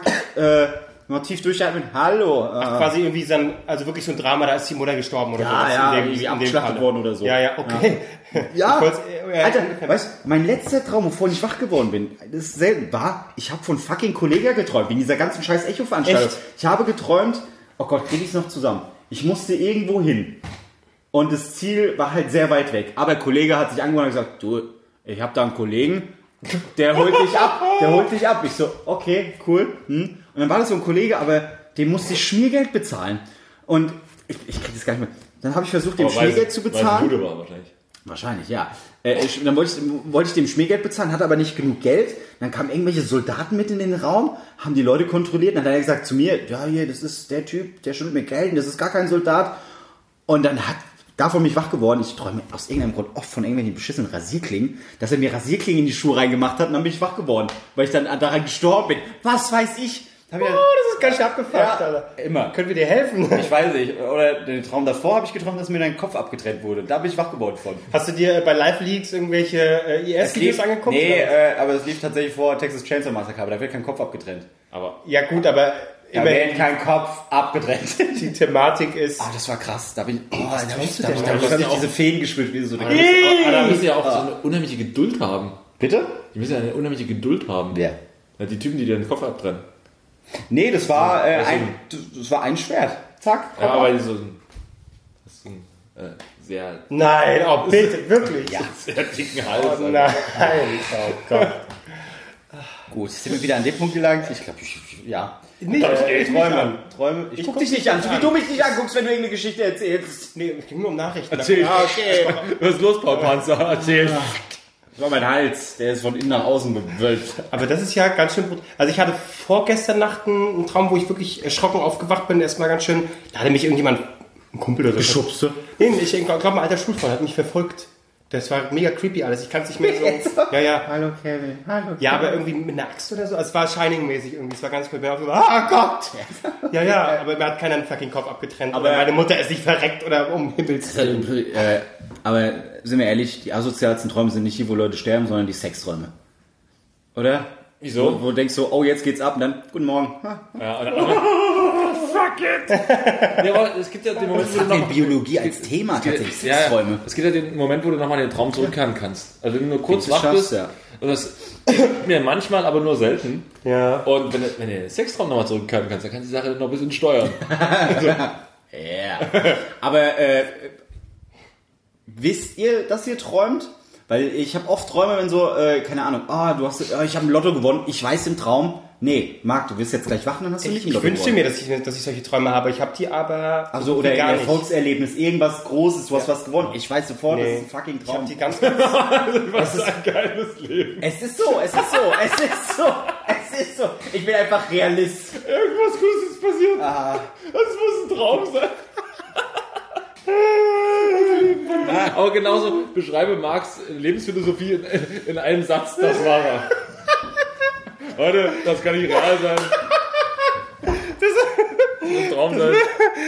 mal tief durchatmen, hallo. Quasi irgendwie so ein, also wirklich so ein Drama, da ist die Mutter gestorben oder Ja, sowas. ja, in dem irgendwie Falle. abgeschlachtet worden oder so. Ja, ja, okay. Ja, Ich wollt's, Alter, weißt du, mein letzter Traum, wovon ich wach geworden bin, das ist selten, war, ich habe von fucking Kollega geträumt, wegen dieser ganzen scheiß Echo-Veranstaltung. Echt? Ich habe geträumt, oh Gott, krieg ich's noch zusammen. Ich musste irgendwo hin. Und das Ziel war halt sehr weit weg. Aber der Kollege hat sich angewandt und gesagt, du, ich habe da einen Kollegen, der holt dich ab. Ich so, okay, cool. Und dann war das so ein Kollege, aber dem musste ich Schmiergeld bezahlen. Und ich krieg das gar nicht mehr. Dann habe ich versucht, dem Schmiergeld zu bezahlen. Weil es war wahrscheinlich. Wahrscheinlich, ja. Dann wollte ich dem Schmiergeld bezahlen, hatte aber nicht genug Geld. Dann kamen irgendwelche Soldaten mit in den Raum, haben die Leute kontrolliert. Dann hat er gesagt zu mir, ja, hier, das ist der Typ, der schuldet mir Geld, und das ist gar kein Soldat. Und dann hat davon mich wach geworden. Ich träume aus irgendeinem Grund oft von irgendwelchen beschissenen Rasierklingen, dass er mir Rasierklingen in die Schuhe reingemacht hat, und dann bin ich wach geworden, weil ich dann daran gestorben bin. Was weiß ich? das ist ganz schön abgefuckt, Ja, Alter. immer. Können wir dir helfen? Ich weiß nicht. Oder den Traum davor habe ich geträumt, dass mir dein Kopf abgetrennt wurde. Da bin ich wach geworden von. Hast du dir bei Live-Leaks irgendwelche IS-Videos angeguckt? Nee, oder? aber es lief tatsächlich vor Texas Chainsaw Massacre, aber da wird kein Kopf abgetrennt. Aber Ja gut, aber Da wird immerhin kein Kopf abgetrennt. die Thematik ist... Ah, das war krass. Da bin ich, träumst du da denn? hab ich Ja, diese Feen gespürt, wie so aber da müssen sie ja auch so eine unheimliche Geduld haben. Bitte? Die müssen ja eine unheimliche Geduld haben. Wer? Ja, die Typen, die dir den Kopf abtrennen. Nee, das war, das war ein Schwert. Zack, Kopf Ja, ab. aber die so... sehr, Nein, oh bitte, wirklich. Ja. sehr dicken Hals. Oh nein, oh Gott. Gut, sind wir wieder an dem Punkt gelangt? Ich glaube, ja. Nicht, Träume. Ich guck dich nicht an, so wie du mich nicht anguckst, wenn du irgendeine Geschichte erzählst. Nee, es ging nur um Nachrichten. Erzähl. Ah, okay. Was ist los, Paul Panzer? Erzähl. Das war mein Hals, der ist von innen nach außen gewölbt. Aber das ist ja ganz schön. Also ich hatte vorgestern Nacht einen Traum, wo ich wirklich erschrocken aufgewacht bin. Erstmal ganz schön. Da hatte mich irgendjemand, ein Kumpel oder so. Geschubste? Nee, ich glaube, ein alter Schulfreund hat mich verfolgt. Das war mega creepy alles. Ich kann es nicht mehr so. Ja. Hallo Kevin, hallo Kevin. Ja, aber irgendwie mit einer Axt oder so. Also es war Shining-mäßig irgendwie. Es war ganz cool. Ah Gott! Ja, aber mir hat keiner einen fucking Kopf abgetrennt. Aber oder meine Mutter ist nicht verreckt oder um Himmels Willen. Aber sind wir ehrlich, die asozialsten Träume sind nicht die, wo Leute sterben, sondern die Sexträume. Oder? Wieso? Wo du denkst so, oh, jetzt geht's ab und dann, guten Morgen. Ja, fuck it! Ja, aber es gibt ja den Moment, wo du noch... Biologie als Thema tatsächlich, Sexträume. Es gibt ja den Moment, wo du nochmal in den Traum zurückkehren kannst. Also wenn du nur kurz wach schaffst, bist. ja. Und das mir manchmal, aber nur selten. Ja. Und wenn du in den Sextraum nochmal zurückkehren kannst, dann kannst du die Sache noch ein bisschen steuern. Ja. Aber wisst ihr, dass ihr träumt? Weil ich habe oft Träume, wenn so, keine Ahnung, ich habe ein Lotto gewonnen, ich weiß im Traum, nee, Marc, du wirst jetzt gleich wach, dann hast du nicht ein Ich Lotto wünschte gewonnen. mir, dass ich solche Träume habe. Ich habe die aber Also, oder gar ein nicht. Erfolgserlebnis, irgendwas Großes, du hast was gewonnen. Ich weiß sofort, das ist ein fucking Ich Traum. habe die ganz Was ist ein geiles Leben. Es ist so. Ich bin einfach Realist. Irgendwas Gutes ist passiert. Das muss ein Traum sein. Aber genauso beschreibe Marx Lebensphilosophie in einem Satz, das war er. Leute, das kann nicht real sein. Das muss ein Traum sein.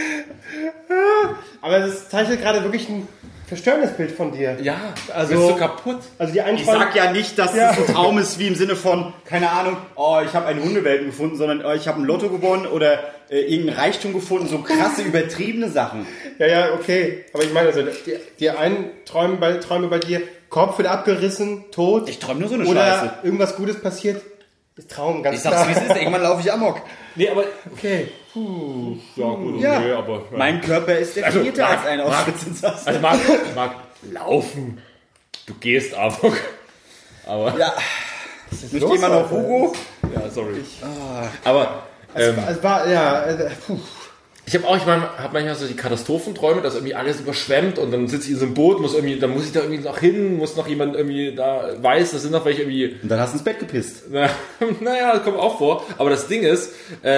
Aber das zeichnet gerade wirklich ein verstörendes Bild von dir. Ja, Also- bist du kaputt. Also die Ich sag ja nicht, dass Ja. es ein Traum ist, wie im Sinne von, keine Ahnung, oh, ich habe eine Hundewelpen gefunden, sondern oh, ich habe ein Lotto gewonnen oder irgendein Reichtum gefunden, so krasse, übertriebene Sachen. Ja, okay. Aber ich meine, also die einen Träume bei dir, Kopf wird abgerissen, tot. Ich träume nur so eine oder Scheiße. irgendwas Gutes passiert, ist Traum, ganz Ich sag's, wie es ist, irgendwann laufe ich amok. Nee, aber Okay. ja, gut, Ja. okay, aber Mein Körper ist definierter Also, als ein Auschwitz-Insasse. also Marc, laufen. Du gehst amok. Aber Ja. Möchte jemand noch Hugo? ja, sorry. Aber Es war, ja, ich habe manchmal so die Katastrophenträume, dass irgendwie alles überschwemmt und dann sitze ich in so einem Boot, dann muss ich da irgendwie noch hin, muss noch jemand irgendwie da weiß, das sind noch welche irgendwie. Und dann hast du ins Bett gepisst. Naja, das kommt auch vor. Aber das Ding ist,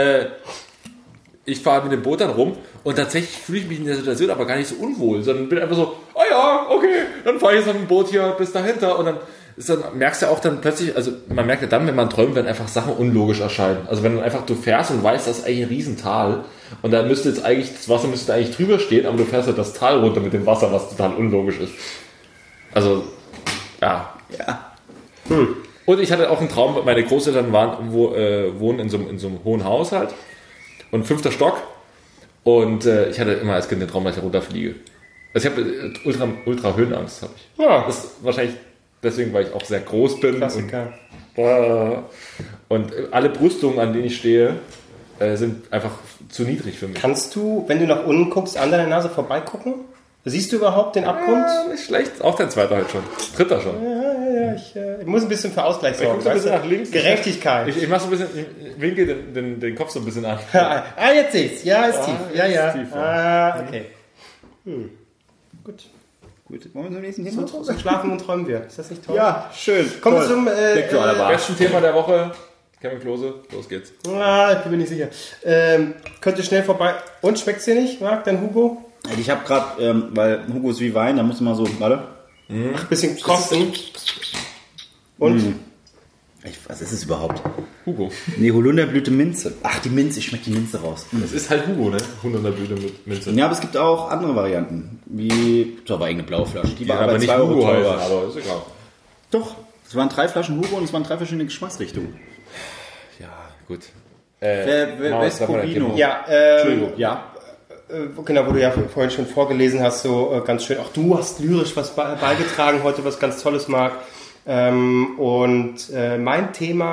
ich fahre mit dem Boot dann rum und tatsächlich fühle ich mich in der Situation aber gar nicht so unwohl, sondern bin einfach so, oh ja, okay, dann fahre ich jetzt auf dem Boot hier bis dahinter und dann merkst du auch dann plötzlich, also man merkt ja dann, wenn man träumt, wenn einfach Sachen unlogisch erscheinen. Also wenn dann einfach du fährst und weißt, das ist eigentlich ein Riesental und da müsste jetzt eigentlich, das Wasser müsste eigentlich drüber stehen, aber du fährst halt das Tal runter mit dem Wasser, was total unlogisch ist. Also, ja. Ja. Und ich hatte auch einen Traum, meine Großeltern wohnen in so einem hohen Haus halt und 5. Stock und ich hatte immer als Kind den Traum, dass ich runterfliege. Also ich habe ultra Höhenangst, habe ich. Ja. Das ist wahrscheinlich deswegen, weil ich auch sehr groß bin. Klassiker. Und alle Brüstungen, an denen ich stehe, sind einfach zu niedrig für mich. Kannst du, wenn du nach unten guckst, an deiner Nase vorbeigucken? Siehst du überhaupt den Abgrund? Nicht schlecht, auch dein zweiter heute schon. Dritter schon. Ja, ich muss ein bisschen für Ausgleich sorgen. guck so ein bisschen weißt du? nach links. Gerechtigkeit. Ich mach so ein bisschen, ich winkel den Kopf so ein bisschen an. Jetzt seh's. Ja, ist tief. Ja. ist tief, Okay. Gut. Gut, wollen wir zum nächsten Thema? So schlafen und träumen wir. Ist das nicht toll? Ja, schön. Kommen wir Toll. zum Besten Thema der Woche, Kevin Klose, los geht's. ich bin mir nicht sicher. Könnte schnell vorbei. Und schmeckt's dir nicht, Marc, dein Hugo? Ich habe gerade, weil Hugo ist wie Wein, da muss man so, warte. Ach, bisschen kosten. Und? Was ist es überhaupt? Hugo. Nee, Holunderblüte Minze. Ach, die Minze, ich schmecke die Minze raus. Das ist halt Hugo, ne? 100er Blüte mit Minze. Ja, aber es gibt auch andere Varianten. Wie, das war aber eigene blaue Flasche. Die Die war aber nicht 2 Euro Hugo heißen, teurer. aber ist egal. Doch, es waren 3 Flaschen Hugo und es waren 3 verschiedene Geschmacksrichtungen. Ja, gut. Vescovino. Ja, Entschuldigung, ja. Genau, wo du ja vorhin schon vorgelesen hast, so ganz schön. Auch du hast lyrisch was beigetragen heute, was ganz Tolles, Marc. Und mein Thema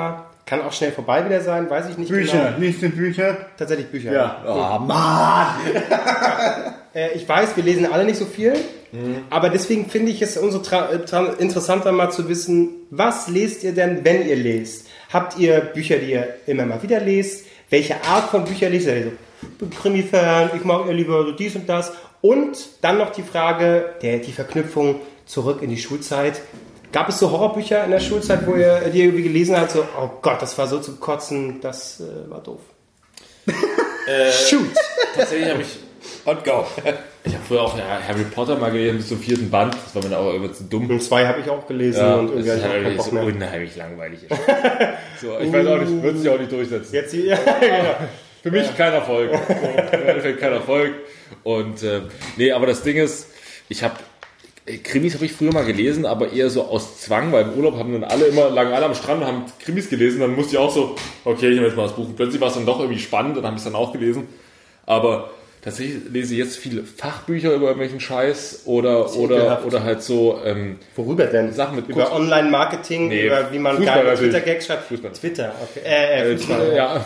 Kann auch schnell vorbei wieder sein, weiß ich nicht Bücher, genau. nächste Bücher. Tatsächlich Bücher. Ja. Oh, Mann! Ich weiß, wir lesen alle nicht so viel, aber deswegen finde ich es umso interessanter mal zu wissen, was lest ihr denn, wenn ihr lest? Habt ihr Bücher, die ihr immer mal wieder lest? Welche Art von Bücher lest ihr? Also, ich bin Krimi-Fan, ich mag eher lieber so dies und das. Und dann noch die Frage, die Verknüpfung zurück in die Schulzeit. Gab es so Horrorbücher in der Schulzeit, wo ihr die irgendwie gelesen habt, so, oh Gott, das war so zum Kotzen, das war doof. Shoot! Tatsächlich habe ich... Und go! Ich habe früher auch Harry Potter mal gelesen bis zum 4. Band. Das war mir dann auch irgendwie zu dumm. Und 2 habe ich auch gelesen. Ja, und irgendwie das ist hatte ich halt keinen Bock so mehr. unheimlich langweilig. So, ich weiß auch nicht, wird sich auch nicht durchsetzen. Jetzt hier, ja, genau. Für mich kein Erfolg. So, im Endeffekt kein Erfolg. Und nee, aber das Ding ist, Krimis habe ich früher mal gelesen, aber eher so aus Zwang, weil im Urlaub lagen alle am Strand und haben Krimis gelesen. Dann musste ich auch so, okay, ich nehme jetzt mal das Buch. Und plötzlich war es dann doch irgendwie spannend und dann habe ich es dann auch gelesen. Aber tatsächlich lese ich jetzt viele Fachbücher über irgendwelchen Scheiß oder halt so Worüber denn? Sachen mit über Online-Marketing, Nee, über wie man Fußball geile natürlich. Twitter-Gags schreibt. Fußball. Twitter, okay. Fußball. Ja.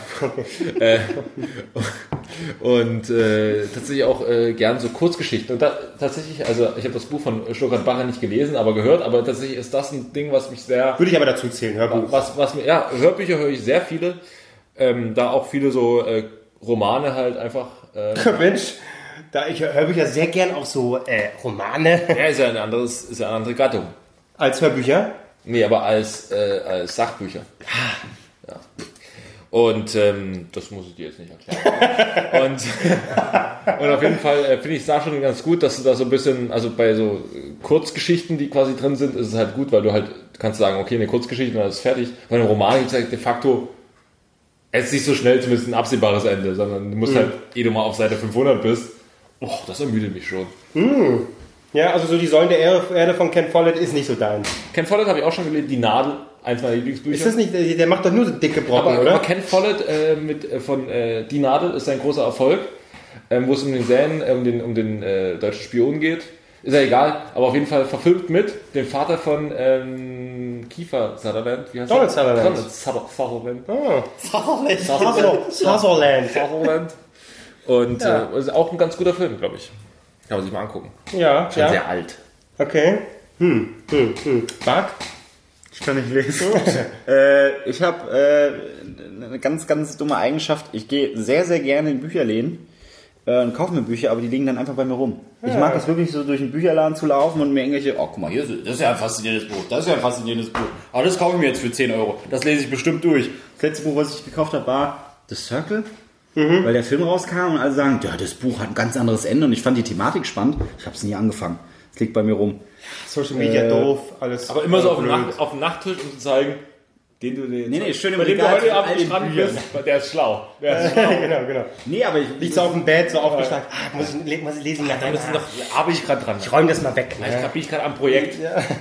Und tatsächlich auch gern so Kurzgeschichten. Und tatsächlich, also ich habe das Buch von Stuttgart-Bacher nicht gelesen, aber gehört, aber tatsächlich ist das ein Ding, was mich sehr... Würde ich aber dazu zählen, Hörbuch. Was mir, ja, Hörbücher höre ich sehr viele. Da auch viele so Romane halt einfach... Mensch, da ich Hörbücher sehr gern auch so Romane Ja, ist ja eine andere Gattung. als Hörbücher. Nee, aber als Sachbücher. Ja. Und das muss ich dir jetzt nicht erklären. und auf jeden Fall finde ich es da schon ganz gut, dass du da so ein bisschen, also bei so Kurzgeschichten, die quasi drin sind, ist es halt gut, weil du halt kannst sagen, okay, eine Kurzgeschichte, dann ist es fertig. Bei einem Roman gibt es halt de facto es ist nicht so schnell zumindest ein absehbares Ende, sondern du musst halt, ehe du mal auf Seite 500 bist, das ermüdet mich schon. Ja, also so die Säulen der Erde von Ken Follett ist nicht so dein. Ken Follett habe ich auch schon gelesen, Die Nadel, eins meiner Lieblingsbücher. Ist das nicht, der macht doch nur so dicke Brocken, oder? Aber Ken Follett von Die Nadel ist ein großer Erfolg, wo es um den deutschen Spion geht. Ist ja egal, aber auf jeden Fall verfilmt mit dem Vater von Kiefer Sutherland. Wie heißt Donald der? Sutherland. Sutherland. Und ist auch ein ganz guter Film, glaube ich. Kann man sich mal angucken. Ja, Schon sehr alt. Okay. Marc? Ich kann nicht lesen. Ich habe eine ganz, ganz dumme Eigenschaft. Ich gehe sehr, sehr gerne in Bücherläden und kaufe mir Bücher, aber die liegen dann einfach bei mir rum. Ich mag es wirklich so durch den Bücherladen zu laufen und mir irgendwelche, oh guck mal, das ist ja ein faszinierendes Buch, aber das kaufe ich mir jetzt für 10 Euro. Das lese ich bestimmt durch. Das letzte Buch, was ich gekauft habe, war The Circle, weil der Film rauskam und alle sagen, ja, das Buch hat ein ganz anderes Ende und ich fand die Thematik spannend. Ich habe es nie angefangen. Es liegt bei mir rum. Social Media doof, alles. Aber immer so auf blöd. dem Nachttisch, um zu zeigen, Nee, schön im bei dem du Regal heute von Abend am alten Strand Büchern. bist, der ist schlau. Genau. Nee, aber ich Liegt so auf dem Bett, so aufgeschlagen. Muss ich lesen? Da arbeite ich gerade dran. Ich räume das mal weg. Ich bin gerade am Projekt.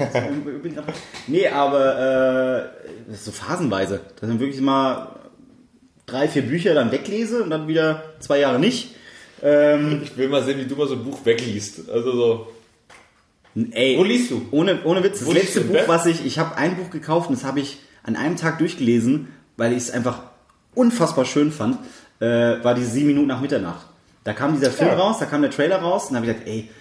Nee, aber das ist so phasenweise. Das sind wirklich mal 3, 4 Bücher dann weglese und dann wieder 2 Jahre nicht. Ich will mal sehen, wie du mal so ein Buch wegliest. Also so. Ey, Wo liest du? Ohne Witz. Das Wo liest letzte du im Buch, Bett? ich habe ein Buch gekauft und das habe ich an einem Tag durchgelesen, weil ich es einfach unfassbar schön fand, war diese 7 Minuten nach Mitternacht. Da kam dieser Film raus, da kam der Trailer raus und dann habe ich gesagt, ey,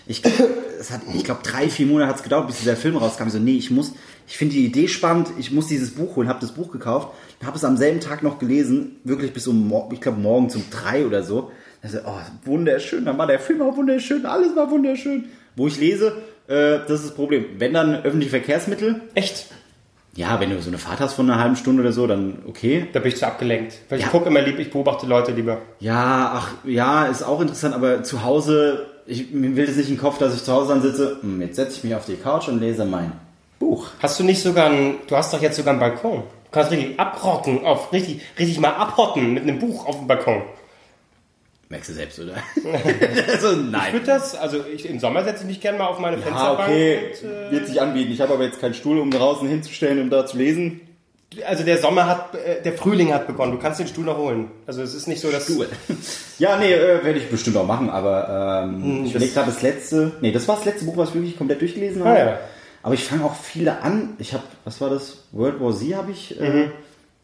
ich glaube 3, 4 Monate hat es gedauert, bis dieser Film rauskam. Ich so, nee, ich finde die Idee spannend, ich muss dieses Buch holen, habe das Buch gekauft, habe es am selben Tag noch gelesen, wirklich bis ich glaube morgens um 3 oder so. Also, oh, wunderschön, dann war der Film auch wunderschön, alles war wunderschön. Wo ich lese, das ist das Problem. Wenn dann öffentliche Verkehrsmittel, Echt? ja, wenn du so eine Fahrt hast von einer halben Stunde oder so, dann okay. Da bin ich zu abgelenkt. Weil ich Ja. gucke immer ich beobachte Leute lieber. Ja, ist auch interessant, aber zu Hause, mir will das nicht in den Kopf, dass ich zu Hause dann sitze, jetzt setze ich mich auf die Couch und lese mein Buch. Hast du nicht du hast doch jetzt sogar einen Balkon. Du kannst richtig abrocken, richtig mal abhotten mit einem Buch auf dem Balkon. Merkst du selbst, oder? Also, nein. Im Sommer setze ich mich gerne mal auf meine Ah, Fensterbank. okay, Und, wird sich anbieten. Ich habe aber jetzt keinen Stuhl, um draußen hinzustellen, um da zu lesen. also der Frühling hat begonnen. Du kannst den Stuhl noch holen. Also es ist nicht so, dass... Ja, nee, werde ich bestimmt auch machen, aber ich überlege gerade das war das letzte Buch, was ich wirklich komplett durchgelesen habe. Ja. Aber ich fange auch viele an. Was war das? World War Z habe ich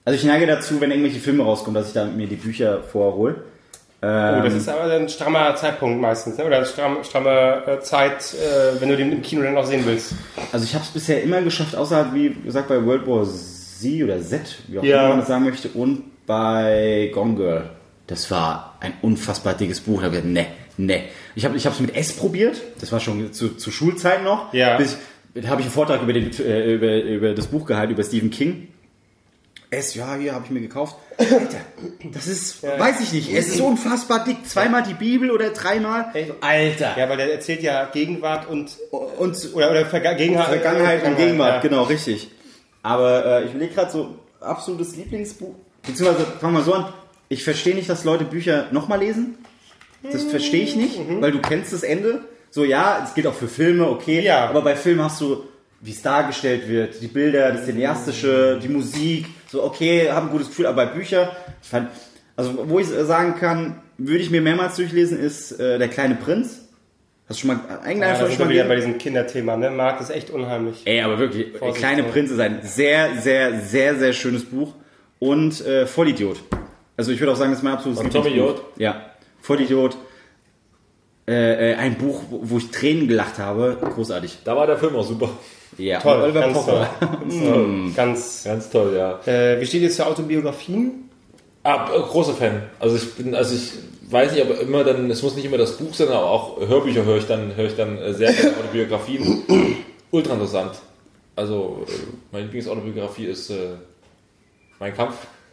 Also ich neige dazu, wenn irgendwelche Filme rauskommen, dass ich da mir die Bücher vorhole. Das ist aber ein strammer Zeitpunkt meistens, ne? Oder stramme Zeit, wenn du den im Kino dann noch sehen willst. Also ich habe es bisher immer geschafft, außer wie gesagt bei World War Z oder Z, wie auch Ja. immer man das sagen möchte, und bei Gone Girl. Das war ein unfassbar dickes Buch. Da habe ich gesagt, nee. Ich habe es mit S probiert. Das war schon zu Schulzeiten noch. Ja. Da habe ich einen Vortrag über das Buch gehalten, über Stephen King. S, ja, hier habe ich mir gekauft. Alter, das ist, weiß ich nicht, es ist unfassbar dick. Zweimal die Bibel oder dreimal. Alter. Ja, weil der erzählt ja Gegenwart oder Vergangenheit und Gegenwart, ja. genau, richtig. Aber ich überlege gerade so, absolutes Lieblingsbuch. Beziehungsweise, fangen wir so an, ich verstehe nicht, dass Leute Bücher nochmal lesen. Das verstehe ich nicht, weil du kennst das Ende. So, ja, es gilt auch für Filme, okay. Ja. Aber bei Filmen hast du, wie es dargestellt wird, die Bilder, das Cineastische, die Musik. So, okay, habe ein gutes Gefühl, aber bei Büchern, also wo ich sagen kann, würde ich mir mehrmals durchlesen, ist Der kleine Prinz. Hast du schon mal Das ist schon wieder bei diesem Kinderthema, ne? Marc, das ist echt unheimlich. Ey, aber wirklich, Der kleine Prinz ist ein sehr, sehr, sehr, sehr schönes Buch. Und Vollidiot. Also ich würde auch sagen, das ist mein absolutes Von Tommy Lieblingsbuch. Joad? Ja, Vollidiot. Ein Buch, wo ich Tränen gelacht habe. Großartig. Da war der Film auch super. Ja, Toll, Oliver ganz Pocher. toll. Ganz toll, ja. wie steht jetzt für Autobiografien? Großer Fan. Also ich weiß nicht, aber immer dann, es muss nicht immer das Buch sein, aber auch Hörbücher höre ich dann sehr gerne Autobiografien. Ultra interessant. Also meine Lieblingsautobiografie ist Mein Kampf.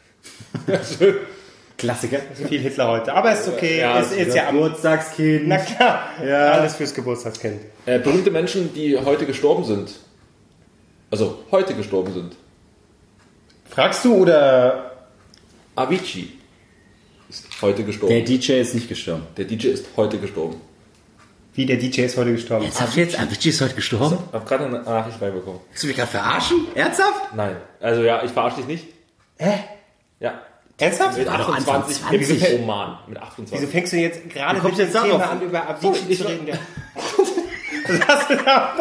Klassiker. Viel Hitler heute. Aber ist okay. Ja, ist ja am Geburtstagskind. Na klar. Ja. Alles fürs Geburtstagskind. Berühmte Menschen, die heute gestorben sind. Also heute gestorben sind. Fragst du oder? Avicii ist heute gestorben. Der DJ ist nicht gestorben. Der DJ ist heute gestorben. Wie, der DJ ist heute gestorben? Avicii ist heute gestorben? Ich habe gerade eine Nachricht reinbekommen. Willst du mich gerade verarschen? Ernsthaft? Nein. Also ja, ich verarsche dich nicht. Hä? Ja. Ernsthaft? Mit War doch Anfang 28. 20. Ja, oh Mann, mit 28. Wieso fängst du jetzt gerade kommst mit jetzt dem Thema darauf? an, über Avicii zu reden? Was hast du da?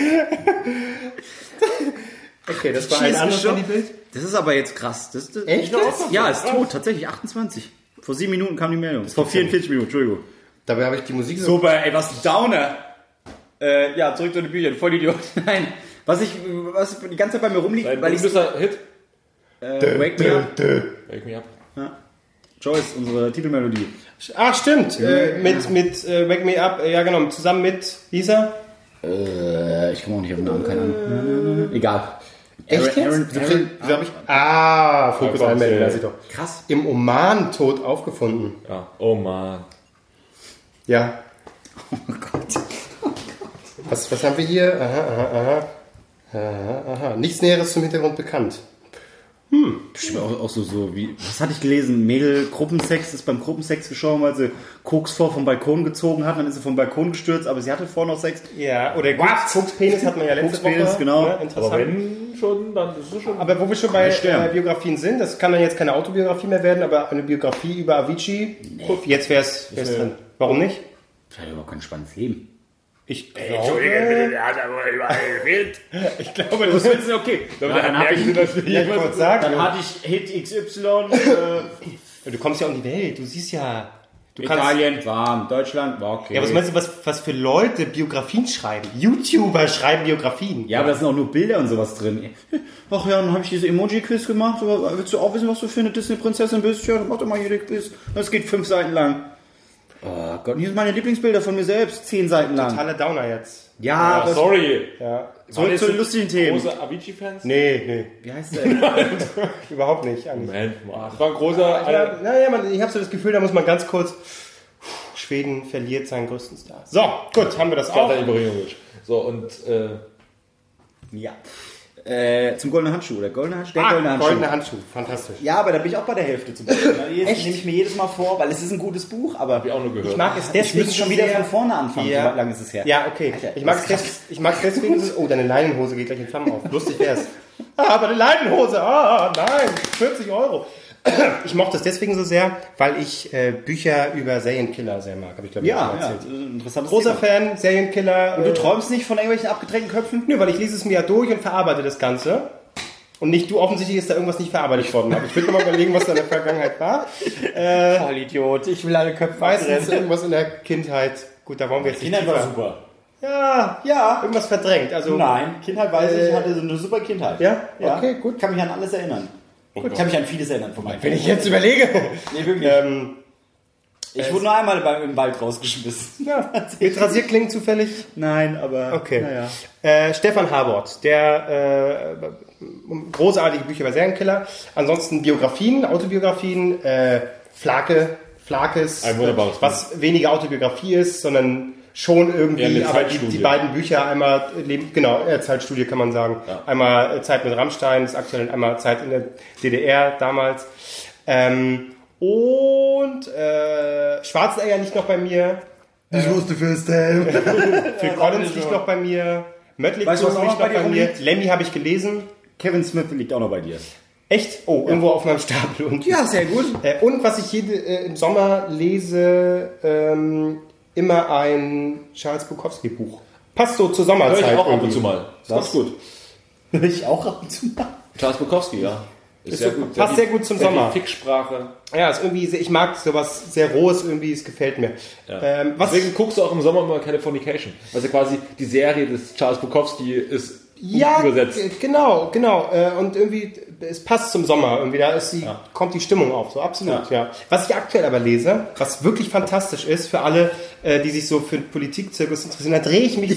Okay, das war ein anderes Bild. Das ist aber jetzt krass. Echt? Ja, ist tot, tatsächlich 28. Vor 7 Minuten kam die Meldung. Vor 44 Minuten, Entschuldigung. Dabei habe ich die Musik Super, ey, was ein Downer. Ja, zurück zu den Büchern, voll Idiot. Nein, was die ganze Zeit bei mir rumliegt, Dein weil ich berühmter Hit? Wake Me Up. Wake Me Up. Ja. Joyce, unsere Titelmelodie. Ach, stimmt. Mit Wake Me Up, ja genau, zusammen mit Lisa. Ich komme auch nicht auf den Namen, keine Ahnung. Egal. Echt jetzt? Wieso hab ich? Fokus einmelden, weiß ich doch. Krass. Im Oman tot aufgefunden. Ja. Oh Mann. Ja. Oh Gott. Was haben wir hier? Aha. Nichts Näheres zum Hintergrund bekannt. Bestimmt auch so wie, was hatte ich gelesen? Mädel, Gruppensex, ist beim Gruppensex gestorben, weil sie Koks vom Balkon gezogen hat, dann ist sie vom Balkon gestürzt, aber sie hatte vorher noch Sex. Ja, oder Kokspenis hat man ja letzte Kokspenis, Woche. genau. Ja, interessant. Aber wenn schon, dann ist es schon. Aber wo wir schon bei sterben. Biografien sind, das kann dann jetzt keine Autobiografie mehr werden, aber eine Biografie über Avicii, jetzt wär's drin. Warum nicht? Das hat ja überhaupt kein spannendes Leben. Ich Entschuldige, der hat aber überall gefehlt. Ich glaube, das ist okay. dann hab ich, Ja, ich wollte sagen, dann hatte ich Hit XY, du kommst ja um die Welt, du siehst ja... Du kannst, Italien, warm, Deutschland, war okay. ja, was meinst du, was für Leute Biografien schreiben? YouTuber schreiben Biografien. Ja, aber da sind auch nur Bilder und sowas drin. Ach ja, dann habe ich diese Emoji-Quiz gemacht. Aber willst du auch wissen, was du für eine Disney-Prinzessin bist? Ja, dann mach doch mal hier den Quiz. Das geht 5 Seiten lang. Oh Gott, hier sind meine Lieblingsbilder von mir selbst. 10 Seiten lang. Totaler Downer jetzt. Ja, das, Sorry. Ja. zurück zu den lustigen Themen. Große Avicii-Fans? Nee, Wie heißt der? überhaupt nicht. Eigentlich. Moment mal. Das war ein großer... Ich habe so das Gefühl, da muss man ganz kurz... Schweden verliert seinen größten Star. So, gut, haben wir das auch. Zlatan Ibrahimovic. So, und... Ja. Zum goldenen Handschuh, oder goldene Handschuh? Der goldene Handschuh. Goldene Handschuh, fantastisch. Ja, aber da bin ich auch bei der Hälfte zum Beispiel. Echt? Nehme ich mir jedes Mal vor, weil es ist ein gutes Buch, aber Hab ich auch nur gehört. Ich mag es ich deswegen müsste schon wieder sehr- von vorne anfangen. Ja. So lange ist es her. Ja, okay. Alter, Ich mag das es deswegen... Oh, deine Leinenhose geht gleich in Flammen auf. Lustig wär's. Aber eine Leinenhose! Nein! 40 €. Ich mochte es deswegen so sehr, weil ich Bücher über Serienkiller sehr mag. Habe ich, glaube ich, Ja, schon ja, erzählt. interessantes Großer Thema. Fan, Serienkiller. Und du träumst nicht von irgendwelchen abgetrennten Köpfen? Nö, weil ich lese es mir ja durch und verarbeite das Ganze. Und nicht du, offensichtlich ist da irgendwas nicht verarbeitet worden. Aber ich will nochmal überlegen, was da in der Vergangenheit war. Vollidiot, ich will alle Köpfe Meistens irgendwas in der Kindheit. Gut, da wollen wir jetzt nicht Kindheit war tiefer. super. Ja, irgendwas verdrängt. Also, Nein, Kindheit weiß ich hatte so eine super Kindheit. Ja? Okay, gut. Ich kann mich an alles erinnern. Ich kann mich an vieles erinnern von meinem Wenn ich jetzt überlege. Nee, wirklich. Ich wurde nur einmal im Wald rausgeschmissen. Ja, mit Rasierklingen zufällig? Nein, aber... Okay. Naja. Stefan Habort, der großartige Bücher über Serienkiller. Ansonsten Biografien, Autobiografien, Flakes, Ein wunderbares Buch. was weniger Autobiografie ist, sondern schon irgendwie, Eher eine aber Zeitstudie. die beiden Bücher einmal, Zeitstudie kann man sagen, einmal Zeit mit Rammstein, das aktuell, und einmal Zeit in der DDR damals. Schwarzenegger liegt noch bei mir. Ich wusste First Time. Phil Collins liegt noch bei mir. Mötley Weißt du, was Crüe auch liegt noch noch bei bei dir mir. rumliegt? Lemmy habe ich gelesen. Kevin Smith liegt auch noch bei dir. Echt? Oh, irgendwo auf meinem Stapel. Und, sehr gut. und was ich im Sommer lese, immer ein Charles Bukowski Buch. Passt so zur Hör Sommerzeit. ich auch ab und irgendwie. zu mal. Ist ganz gut. Ich auch ab und zu mal. Charles Bukowski, ja. Ist sehr gut. Passt sehr gut zum Sommer. Die Ficksprache. Ja, ist irgendwie, ich mag sowas sehr Rohes irgendwie, es gefällt mir. Was Deswegen guckst du auch im Sommer immer Californication. Also quasi die Serie des Charles Bukowski ist ja, übersetzt. Genau. Und irgendwie, es passt zum Sommer. Irgendwie, kommt die Stimmung auf. So, absolut, ja. Was ich aktuell aber lese, was wirklich fantastisch ist für alle, die sich so für den Politikzirkus interessieren, da drehe ich mich.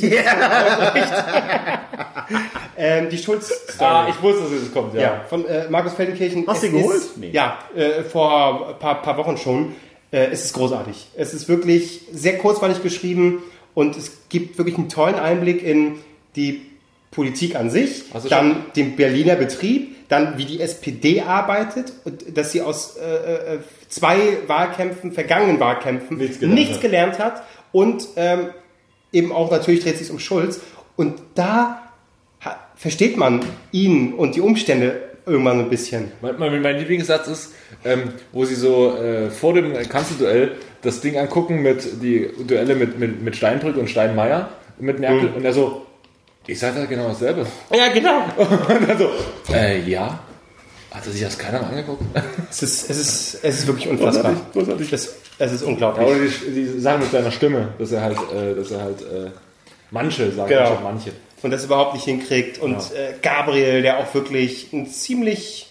Die Schulz-Story. Ich wusste, dass es kommt, Ja, von Markus Feldenkirchen. Hast du Es ihn geholt? ist- Nee. Ja, vor ein paar Wochen schon. Es ist großartig. Es ist wirklich sehr kurzweilig geschrieben und es gibt wirklich einen tollen Einblick in die Politik an sich, Hast du dann den Berliner Betrieb, dann wie die SPD arbeitet und dass sie aus zwei vergangenen Wahlkämpfen nichts gelernt hat und eben auch natürlich dreht es sich um Schulz und da versteht man ihn und die Umstände irgendwann ein bisschen. Mein Lieblingssatz ist, wo sie so vor dem Kanzlerduell das Ding angucken mit die Duelle mit Steinbrück und Steinmeier mit Merkel und er so, ich sage da genau dasselbe. Ja, genau. Und dann so, ja. Hat sich das keiner mal angeguckt? Es ist wirklich unfassbar. Großartig. Es ist unglaublich. Ja, oder die sagen mit seiner Stimme, dass er halt manche sagen, Genau. anstatt manche. Und das überhaupt nicht hinkriegt. Und Gabriel, der auch wirklich ein ziemlich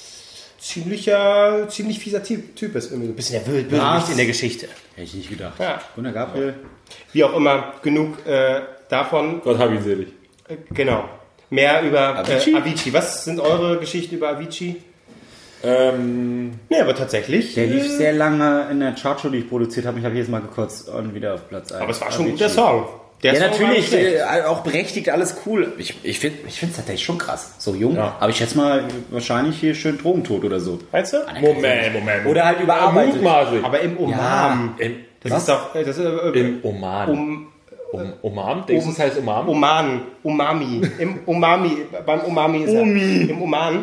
fieser Typ ist. Irgendwie. Ein bisschen der Bösewicht in der Geschichte. Hätte ich nicht gedacht. Ja. Gunnar Gabriel. Wie auch immer, genug davon. Gott hab ihn selig. Genau. Mehr über Avicii? Avicii. Was sind eure Geschichten über Avicii? Nee, aber tatsächlich. Der lief sehr lange in der Chartshow, die ich produziert habe. Ich habe jedes Mal gekotzt und wieder auf Platz 1. Aber es war schon ein guter Song. Der Ja, Song war natürlich, nicht schlecht. auch berechtigt, alles cool. Ich finde es tatsächlich schon krass. So jung, Ja. aber ich schätze mal, wahrscheinlich hier schön drogentot oder so. Meinst du? Moment. Oder halt überarbeitet. Mutmaßlich. Aber im Oman. Das ist doch... Im Oman. Oman? Denkst du, das heißt Oman? Umami. Im Umami, beim Umami ist er. Im Oman.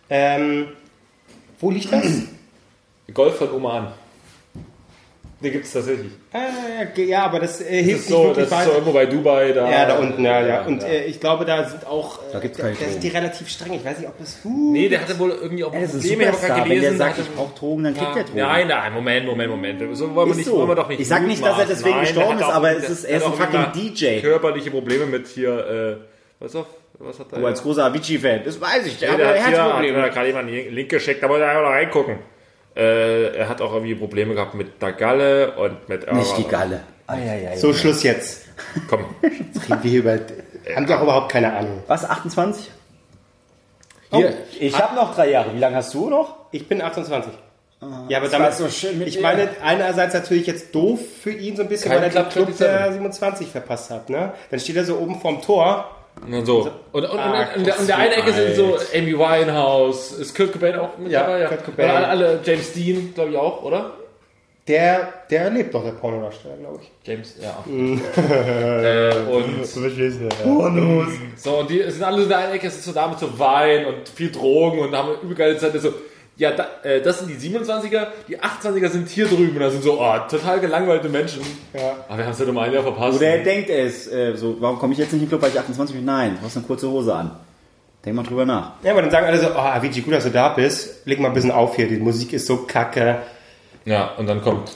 Wo liegt das? Golf von Oman. Den gibt es tatsächlich. Ja, aber das Das hilft ist so, nicht wirklich das ist so weiter. irgendwo bei Dubai. Da unten, ja. Und ich glaube, da sind auch... Da gibt's keine da sind Drogen. die relativ streng. Ich weiß nicht, ob das... Nee, der hatte wohl irgendwie auch Das ist ein Probleme. Ich habe Superstar. gerade Wenn der gelesen. sagt, der ich hatte- brauche Drogen, dann kriegt er Drogen. Nein, Moment. So wollen wir, Ist so. wollen wir doch nicht. Ich sag nicht, dass er deswegen Nein, gestorben der hat ist, auch- aber der- er ist der ein hat auch fucking immer DJ. Körperliche Probleme mit hier, was hat er? Oh, als großer Avicii-Fan, das weiß ich. Der hat Der hat hier, Herzprobleme. hat gerade jemand einen Link geschickt, da muss er einfach noch reingucken. Er hat auch irgendwie Probleme gehabt mit der Galle und mit... Nicht die Galle. So, Schluss jetzt. Komm. Reden wir hier über... Haben die auch überhaupt keine Ahnung. Was, 28? Hier. Ich habe noch 3 Jahre. Wie lange hast du noch? Ich bin 28. Ja, aber war damit... so schön mit ich dir. meine, einerseits natürlich jetzt doof für ihn so ein bisschen, Kein weil er den Club Club 27. der 27 verpasst hat. Ne? Dann steht er so oben vorm Tor. Und so. Und in der einen Ecke sind so Amy Winehouse, ist Kurt Cobain auch mit Ja, dabei? Kurt Cobain. Und alle James Dean, glaube ich auch, oder? Der lebt doch, der Pornodarsteller, glaube ich. James, ja. Und so, und die sind alle in der einen Ecke, sind so da mit so Wein und viel Drogen und haben eine übel geile Zeit. So, ja, das sind die 27er, die 28er sind hier drüben und da sind so total gelangweilte Menschen. Ja. Aber wir haben es ja um ein Jahr verpasst. Oder er denkt, er ist so, warum komme ich jetzt nicht in den Club, weil ich 28 bin? Nein, du hast eine kurze Hose an. Denk mal drüber nach. Ja, aber dann sagen alle so, Avicii, gut, dass du da bist. Leg mal ein bisschen auf hier, die Musik ist so kacke. Ja, und dann kommt...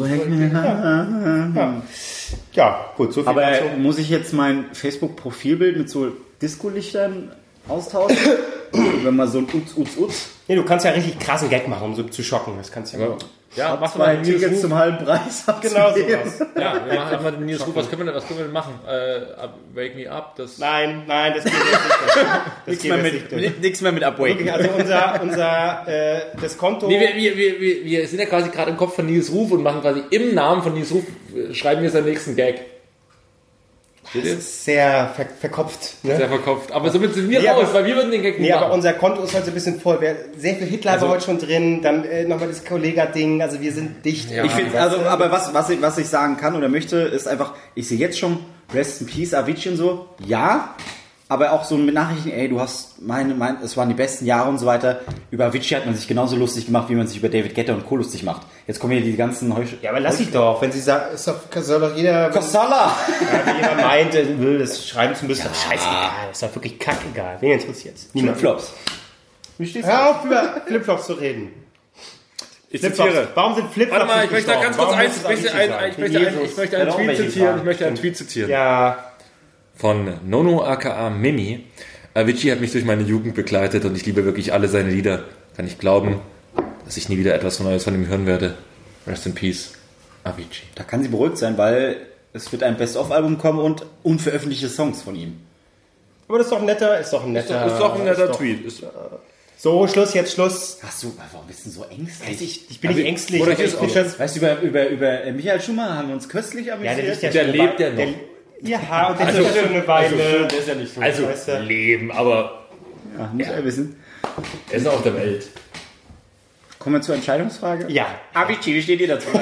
Ja, gut, so viel Aber dazu. muss ich jetzt mein Facebook-Profilbild mit so Disco-Lichtern austauschen? Wenn man so ein Uts. Nee, du kannst ja richtig krassen Gag machen, um so zu schocken. Das kannst du ja machen. Ja, machst du Zwei mal Tickets zum halben Preis. Genau sowas. Ja, wir machen einfach den Nils Ruf. Was können wir denn machen? Wake Me Up? Das Nein, das geht jetzt nicht durch. Nichts mehr mit Upwaken. Also das Konto... Nee, wir sind ja quasi gerade im Kopf von Nils Ruf und machen quasi im Namen von Nils Ruf, schreiben wir seinen nächsten Gag. das ist sehr verkopft. Ne? Sehr verkopft. Aber somit sind wir Nee, raus, aber- weil wir würden den Gag nicht Nee, aber machen. unser Konto ist heute so ein bisschen voll. Sehr viel Hitler war heute schon drin, dann nochmal das Kollega-Ding, also wir sind dicht. Ja. Ich finde, also, aber was ich sagen kann oder möchte, ist einfach, ich sehe jetzt schon Rest in Peace, Avicii und so, ja, aber auch so mit Nachrichten, ey, du hast es waren die besten Jahre und so weiter. Über Avicii hat man sich genauso lustig gemacht, wie man sich über David Guetta und Co. lustig macht. Jetzt kommen hier die ganzen Ja, aber lass ich doch, wenn sie sagt, soll doch jeder, Kosala! wenn jemand meint, will das schreiben zu müssen, scheißegal, ist doch wirklich kackegal. Wen interessiert's? Niemand. Flipflops. Hör auf, über Flipflops zu reden. Ich Flipflops. zitiere. Warum sind Flipflops Warte mal, ich nicht möchte da ganz kurz gestorben? eins, Warum ich muss es möchte Avicii einen sein? Tweet zitieren. Ich möchte einen Tweet zitieren. Ja, Von Nono aka Mimi. Avicii hat mich durch meine Jugend begleitet und ich liebe wirklich alle seine Lieder. Kann ich glauben, dass ich nie wieder etwas Neues von ihm hören werde. Rest in Peace, Avicii. Da kann sie beruhigt sein, weil es wird ein Best-of-Album kommen und unveröffentlichte Songs von ihm. aber das ist doch ein netter, ist doch ein netter Tweet. So, jetzt Schluss. Warum bist du so ängstlich? Ich bin nicht ängstlich. oder aber hier ich ist bin auch- schon- Weißt du, über Michael Schumacher haben wir uns köstlich Ja, der amüsiert. liegt ja Der schon lebt ja noch. Ja, und der ist ja schon eine Weile. der ist ja nicht tot. Also, Weißt du? Leben, aber Ja, muss er wissen. er ist auf der Welt. Kommen wir zur Entscheidungsfrage. Ja. Avicii, wie steht ihr dazu?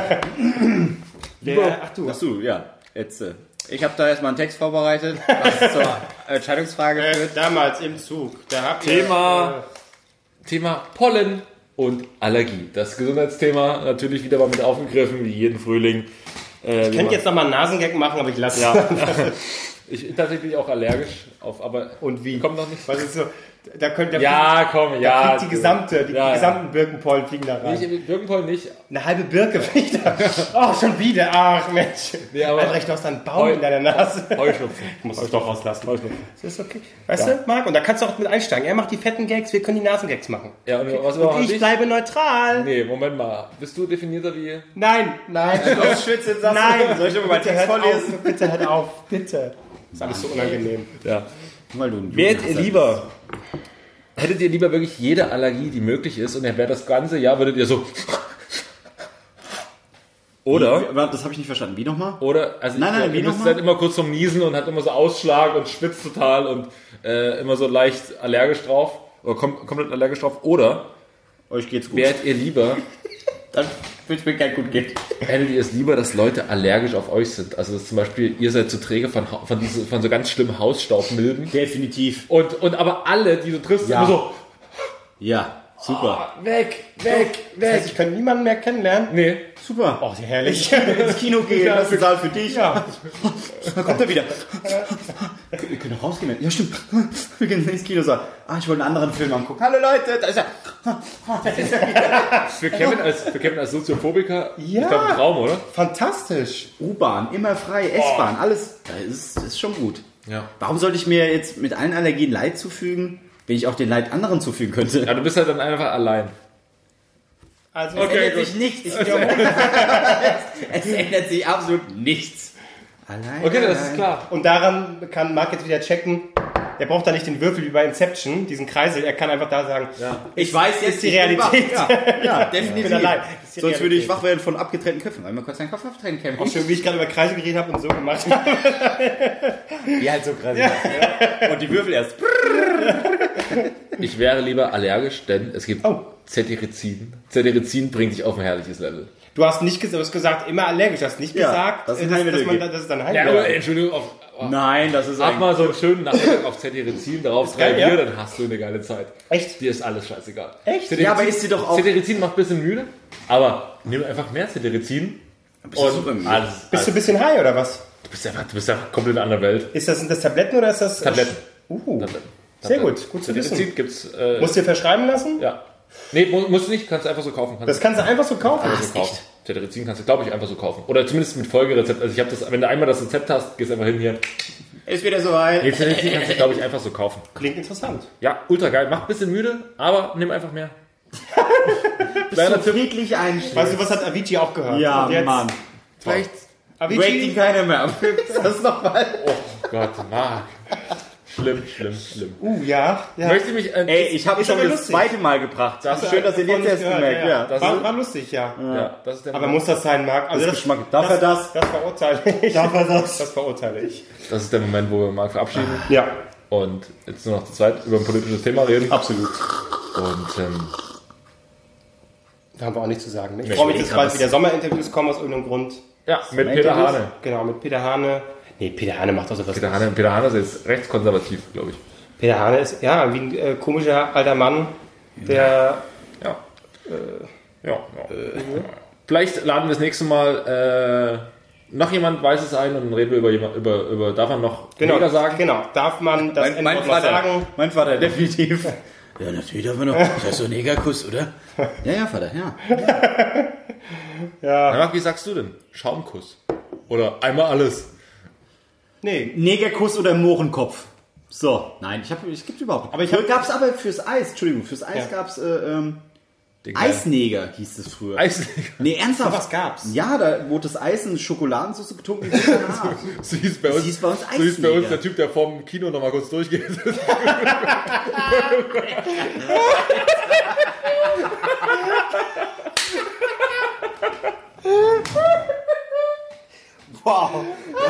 Ach du. Achso, ja. Jetzt, ich habe da erstmal einen Text vorbereitet, was zur Entscheidungsfrage führt. Damals im Zug. Da habt ihr, Thema Pollen und Allergie. Das Gesundheitsthema natürlich wieder mal mit aufgegriffen, wie jeden Frühling. Ich könnte jetzt nochmal einen Nasengag machen, aber ich lasse ja. Ich bin tatsächlich auch allergisch auf, aber Und wie? kommt noch nicht. Was ist so? Da könnte Ja, komm, ja. die Ja. gesamten Birkenpollen fliegen da rein. Ich, Birkenpollen nicht. Eine halbe Birke fliegt da. Oh, schon wieder. Ach, Mensch. Nee, aber- Albrecht, du hast da einen Baum in deiner Nase. Heuschnupfen. Ich muss es doch rauslassen. Heuschnupfen. Das ist okay. Weißt du, Marc? Und da kannst du auch mit einsteigen. Er macht die fetten Gags, wir können die Nasengags machen. Ja, und was war Und ich bleibe neutral. Nee, Moment mal. Bist du definierter wie... Nein. Schwitzen, sagst Nein. Soll ich aber mal Bitte Text hört vorlesen? auf. Bitte hört auf. Bitte. Das ist alles so unangenehm. Ja. Weil du ein Wärt ihr lieber... Hättet ihr lieber wirklich jede Allergie, die möglich ist, und dann wäre das ganze Jahr, würdet ihr so... Oder... Das habe ich nicht verstanden. Wie nochmal? Oder, also Nein, wie ihr müsst nochmal? halt immer kurz zum Niesen und hat immer so Ausschlag und schwitzt total und immer so leicht allergisch drauf. Oder komplett allergisch drauf. Oder Euch geht's gut. wärt ihr lieber, Dann wird es mir gar gut gehen. hättet ihr es lieber, dass Leute allergisch auf euch sind? Also dass zum Beispiel, ihr seid zu träge von so ganz schlimmen Hausstaubmilben. Definitiv. Und aber alle, die du triffst, Ja. immer so, Ja, super. weg. Das heißt, ich könnte niemanden mehr kennenlernen. Nee. Super. Oh, wie herrlich. Ins Kino gehen, Ja, das ist ein Saal für dich. Ja. Dann kommt er wieder. Wir können doch rausgehen. Ja, stimmt. Wir gehen ins Kino. So. Ich wollte einen anderen Film angucken. Hallo Leute, da ist er. Für Kevin als Soziophobiker, Ja. ich glaube, ein Traum, oder? Fantastisch. U-Bahn, immer frei, S-Bahn, alles. Das ist schon gut. Ja. Warum sollte ich mir jetzt mit allen Allergien Leid zufügen, wenn ich auch den Leid anderen zufügen könnte? Ja, du bist halt dann einfach allein. Also, Okay, gut. sich nichts. Es ändert sich absolut nichts. Allein. Okay, das ist klar. Und daran kann Marc jetzt wieder checken, er braucht da nicht den Würfel wie bei Inception, diesen Kreisel, er kann einfach da sagen, Ich weiß jetzt die Realität. Ja, Ich definitiv. bin allein. Das ist die Sonst würde ich Realität. wach werden von abgetrennten Köpfen. Einmal kurz einen Kopf abtrennen Auch kämpfen. schön, wie ich gerade über Kreisel geredet habe und so gemacht habe. Ja, halt so krass. Und die Würfel erst. Ich wäre lieber allergisch, denn es gibt Oh. Cetirizin. Cetirizin bringt dich auf ein herrliches Level. Du hast nicht gesagt, du hast gesagt, immer allergisch, du hast nicht Ja, gesagt, dass es dass Heilmittel man, gibt. dass es dann Ja, Heilmittel aber gibt. Entschuldigung, Nein, das ist mach mal so einen schönen Nachmittag auf Cetirizin, darauf 3 geil, ja. Bier, dann hast du eine geile Zeit. Echt? Dir ist alles scheißegal. Echt? Cetirizin, Ja, aber ist sie doch auch- Cetirizin macht ein bisschen müde, aber nimm einfach mehr Cetirizin du super müde. alles. Bist du ein bisschen high oder was? Du bist einfach komplett in einer anderen Welt. Sind das Tabletten oder ist das... Tabletten. Tabletten. Sehr gut zu wissen. Cetirizin gibt's. Musst du dir verschreiben lassen? Ja. Nee, musst du nicht, kannst du einfach so kaufen. Das kannst du einfach so kaufen? Cetirizin kannst du, glaube ich, einfach so kaufen. Oder zumindest mit Folgerezept. Also ich habe das, wenn du einmal das Rezept hast, gehst einfach hin hier. Ist wieder soweit. Nee, Cetirizin kannst du, glaube ich, einfach so kaufen. Klingt interessant. Ja, ultra geil. Macht ein bisschen müde, aber nimm einfach mehr. Kleiner friedlich einstellen. Weißt du, was hat Avicii auch gehört? Ja, Und jetzt, Mann. Vielleicht. Rating keiner mehr. Das nochmal. Oh Gott, Marc. Schlimm. ja. Möchte ich mich. Ey, ich habe schon aber das lustig. zweite Mal gebracht. Das ist schön, dass ihr jetzt erst gemerkt. Ja. Das War lustig, ja. ja, das ist der Aber Moment. muss das sein, Marc? Also Geschmack. Darf er das? Das verurteile ich. Darf er das? Das verurteile ich. Das ist der Moment, wo wir Marc verabschieden. Ja. Und jetzt nur noch zu zweit über ein politisches Thema reden. Absolut. Und Da haben wir auch nichts zu sagen. Ne? Ich Nee, freue mich, ich dass bald wieder Sommerinterviews kommen aus irgendeinem Grund. ja, mit Peter Hane. Genau, mit Peter Hane. Nee, Peter Hane macht doch sowas. Peter Hane ist jetzt rechtskonservativ, glaube ich. Peter Hane ist, ja, wie ein komischer alter Mann, der... Ja. Vielleicht laden wir das nächste Mal noch jemand Weißes ein und dann reden wir über darf man noch Neger sagen? Genau, darf man das Mein Endwort noch sagen? Mein Vater, definitiv. Ja, natürlich darf man noch. Das ist so ein Negerkuss, oder? Ja, Vater, ja. Na, Marc, wie sagst du denn? Schaumkuss. Oder einmal alles. Nee. Negerkuss oder Mohrenkopf. So, nein, es gibt überhaupt nicht. Aber ich hab- gab's aber fürs Eis, Entschuldigung, fürs Eis gab's Eisneger, hieß es früher. Eisneger. Nee, ernsthaft. Was gab's? Ja, da wurde das Eis in Schokoladensauce getunkt. Die sind danach. So hieß bei uns, hieß bei uns so hieß bei uns Eisneger. der Typ, der vorm Kino nochmal kurz durchgeht. Wow.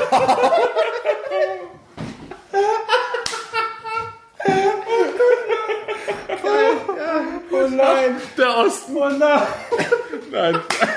Oh nein. Der Osten. Oh nein. Nein.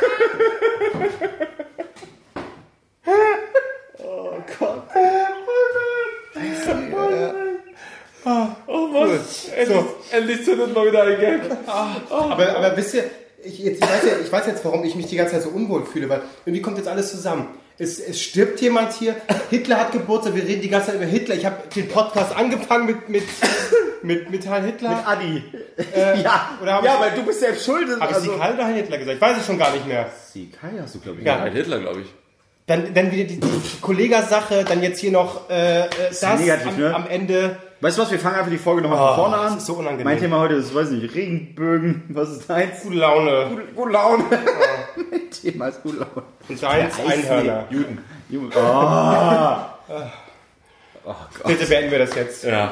Oh Mann. Endlich zündet mal wieder ein Gag. Aber wisst ihr, ich weiß jetzt, warum ich mich die ganze Zeit so unwohl fühle, weil irgendwie kommt jetzt alles zusammen. Es stirbt jemand hier, Hitler hat Geburtstag, wir reden die ganze Zeit über Hitler. Ich habe den Podcast angefangen mit Heil Hitler. Mit Adi. Ja, oder Ja, weil du bist selbst schuld. habe ich Sieg Heil oder Heil Hitler gesagt? Ich weiß es schon gar nicht mehr. Sieg Heil hast du, glaube ich. Ja. Ein Hitler, glaube ich. Dann wieder die Kollegasache, dann jetzt hier noch das negativ, ne? am Ende. Weißt du was, wir fangen einfach die Folge nochmal von vorne an. das ist so unangenehm. Mein Thema heute ist, weiß nicht, Regenbögen, was ist deins? Gute Laune. Gute Laune. Mein Thema ist gute Laune. Und deins Einhörner. Juden. Oh. Bitte beenden wir das jetzt. Ja.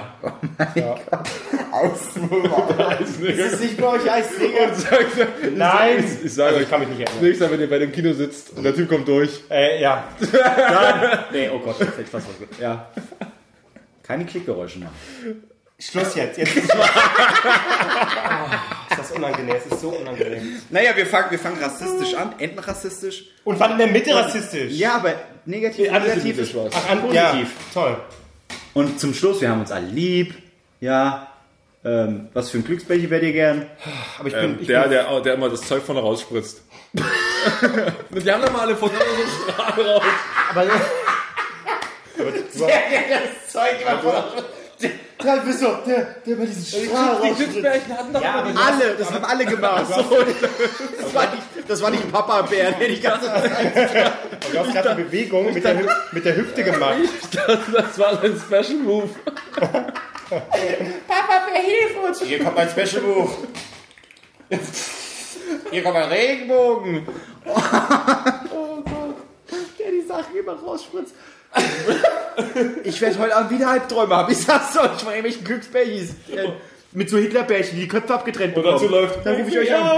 Ist es nicht bei euch Eisneger? Nein. Ich sage euch, Ich kann mich nicht erinnern. nächstes Mal, wenn ihr bei dem Kino sitzt und der Typ kommt durch. Ja. Nee, oh Gott, jetzt fast was gut. Ja. Keine Klickgeräusche machen. Schluss jetzt. Jetzt ist das unangenehm. Es ist so unangenehm. Naja, wir fangen rassistisch an, entenrassistisch. Und wann in der Mitte rassistisch? Ja, aber negativ, negativ ist Spaß. positiv. Ja, toll. Und zum Schluss, wir haben uns alle lieb. Ja. Was für ein Glücksbecher wärt ihr gern? Aber ich Der immer das Zeug vorne rausspritzt. Und die haben dann mal alle vorne so einen Strahl raus. Das Zeug immer voll. Der bei diesen Strahl Die Glücksbärchen hatten doch immer die Alle, das haben alle gemacht. Das war nicht ein Papa-Bär, der die ganze Zeit. du hast gerade eine Bewegung mit der Hüfte gemacht. Das war sein Special Move. Papa, wer hilft uns? Hier kommt mein Special Move. Hier kommt ein Regenbogen. Oh Gott. Der die Sachen immer rausspritzt. Ich werde heute Abend wieder Halbträume haben. Ich sag's euch, von irgendwelchen Glücksbärchis. Mit so Hitlerbärchen, die Köpfe abgetrennt Und bekommen. dazu läuft. Dann rufe ich euch an.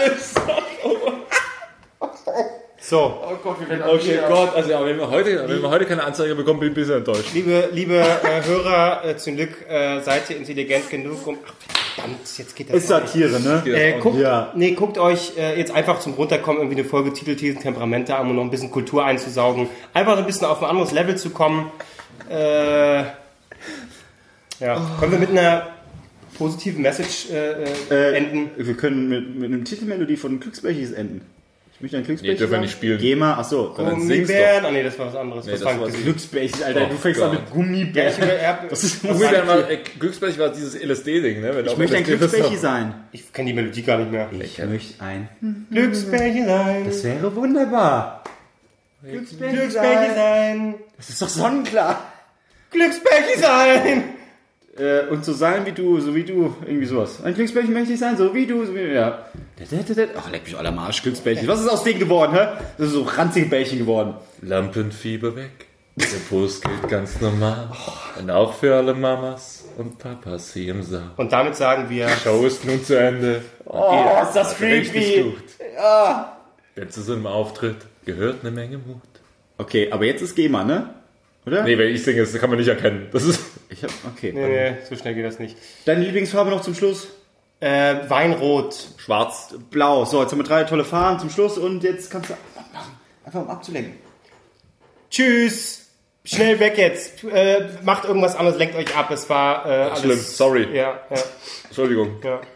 So, Oh Gott, wir werden Okay, Gott, also ja, wenn wir heute keine Anzeige bekommen, bin ich ein bisschen enttäuscht. liebe Hörer, zum Glück seid ihr intelligent genug, um... Ach, verdammt, jetzt geht das Ist Satire, ne? Guckt euch jetzt einfach zum Runterkommen irgendwie eine Folge Titelthesen, Temperamente an und noch ein bisschen Kultur einzusaugen. Einfach ein bisschen auf ein anderes Level zu kommen. Können wir mit einer positiven Message enden? Wir können mit einem Titelmelodie von Glücksbärchis enden. Ich möchte ein Glücksbärchen Nee, dürfen wir sein. nicht spielen. GEMA, achso. Dann singst Gummibären. Ah nee, das war was anderes. Nee, was das war war Glücksbärchen, Alter. Oh du fängst Gott. an mit Gummibärchen. Das ist Gummibären war, Glücksbärchen war dieses LSD-Ding, ne? Wenn Ich möchte ein Glücksbärchen sein. Ich kenne die Melodie gar nicht mehr. Ich möchte ein... Glücksbärchen sein. Das wäre wunderbar. Glücksbärchen sein. Das ist doch sonnenklar. Glücksbärchen sein. Und so sein wie du, so wie du, irgendwie sowas. Ein Glücksbärchen möchte ich sein, so wie du, ja. Ach, leck mich alle am Arsch, Glücksbärchen. Was ist aus denen geworden, hä? Das ist so ranzige Bärchen geworden. Lampenfieber weg. Der Puls geht ganz normal. Und auch für alle Mamas und Papas hier im Saal. Und damit sagen wir... Show ist nun zu Ende. Oh, ist das Richtig creepy. gut. Denn zu so einem Auftritt gehört eine Menge Mut. Okay, aber jetzt ist GEMA, ne? Oder? Nee, wenn ich singe, das kann man nicht erkennen. Das ist Okay. Nee, so schnell geht das nicht. Deine Lieblingsfarbe noch zum Schluss? Weinrot. schwarz. Blau. So, jetzt haben wir 3 tolle Farben zum Schluss und jetzt kannst du machen. Einfach um abzulenken. Tschüss. Schnell weg jetzt. Macht irgendwas anderes, lenkt euch ab. Es war alles... Schlimm, sorry. Ja. Entschuldigung.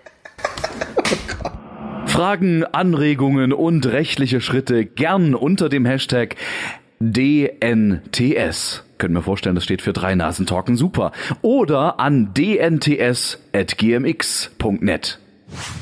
Fragen, Anregungen und rechtliche Schritte gern unter dem Hashtag DNTS. Können wir vorstellen, das steht für 3 Nasen Talken super. Oder an dnts@gmx.net.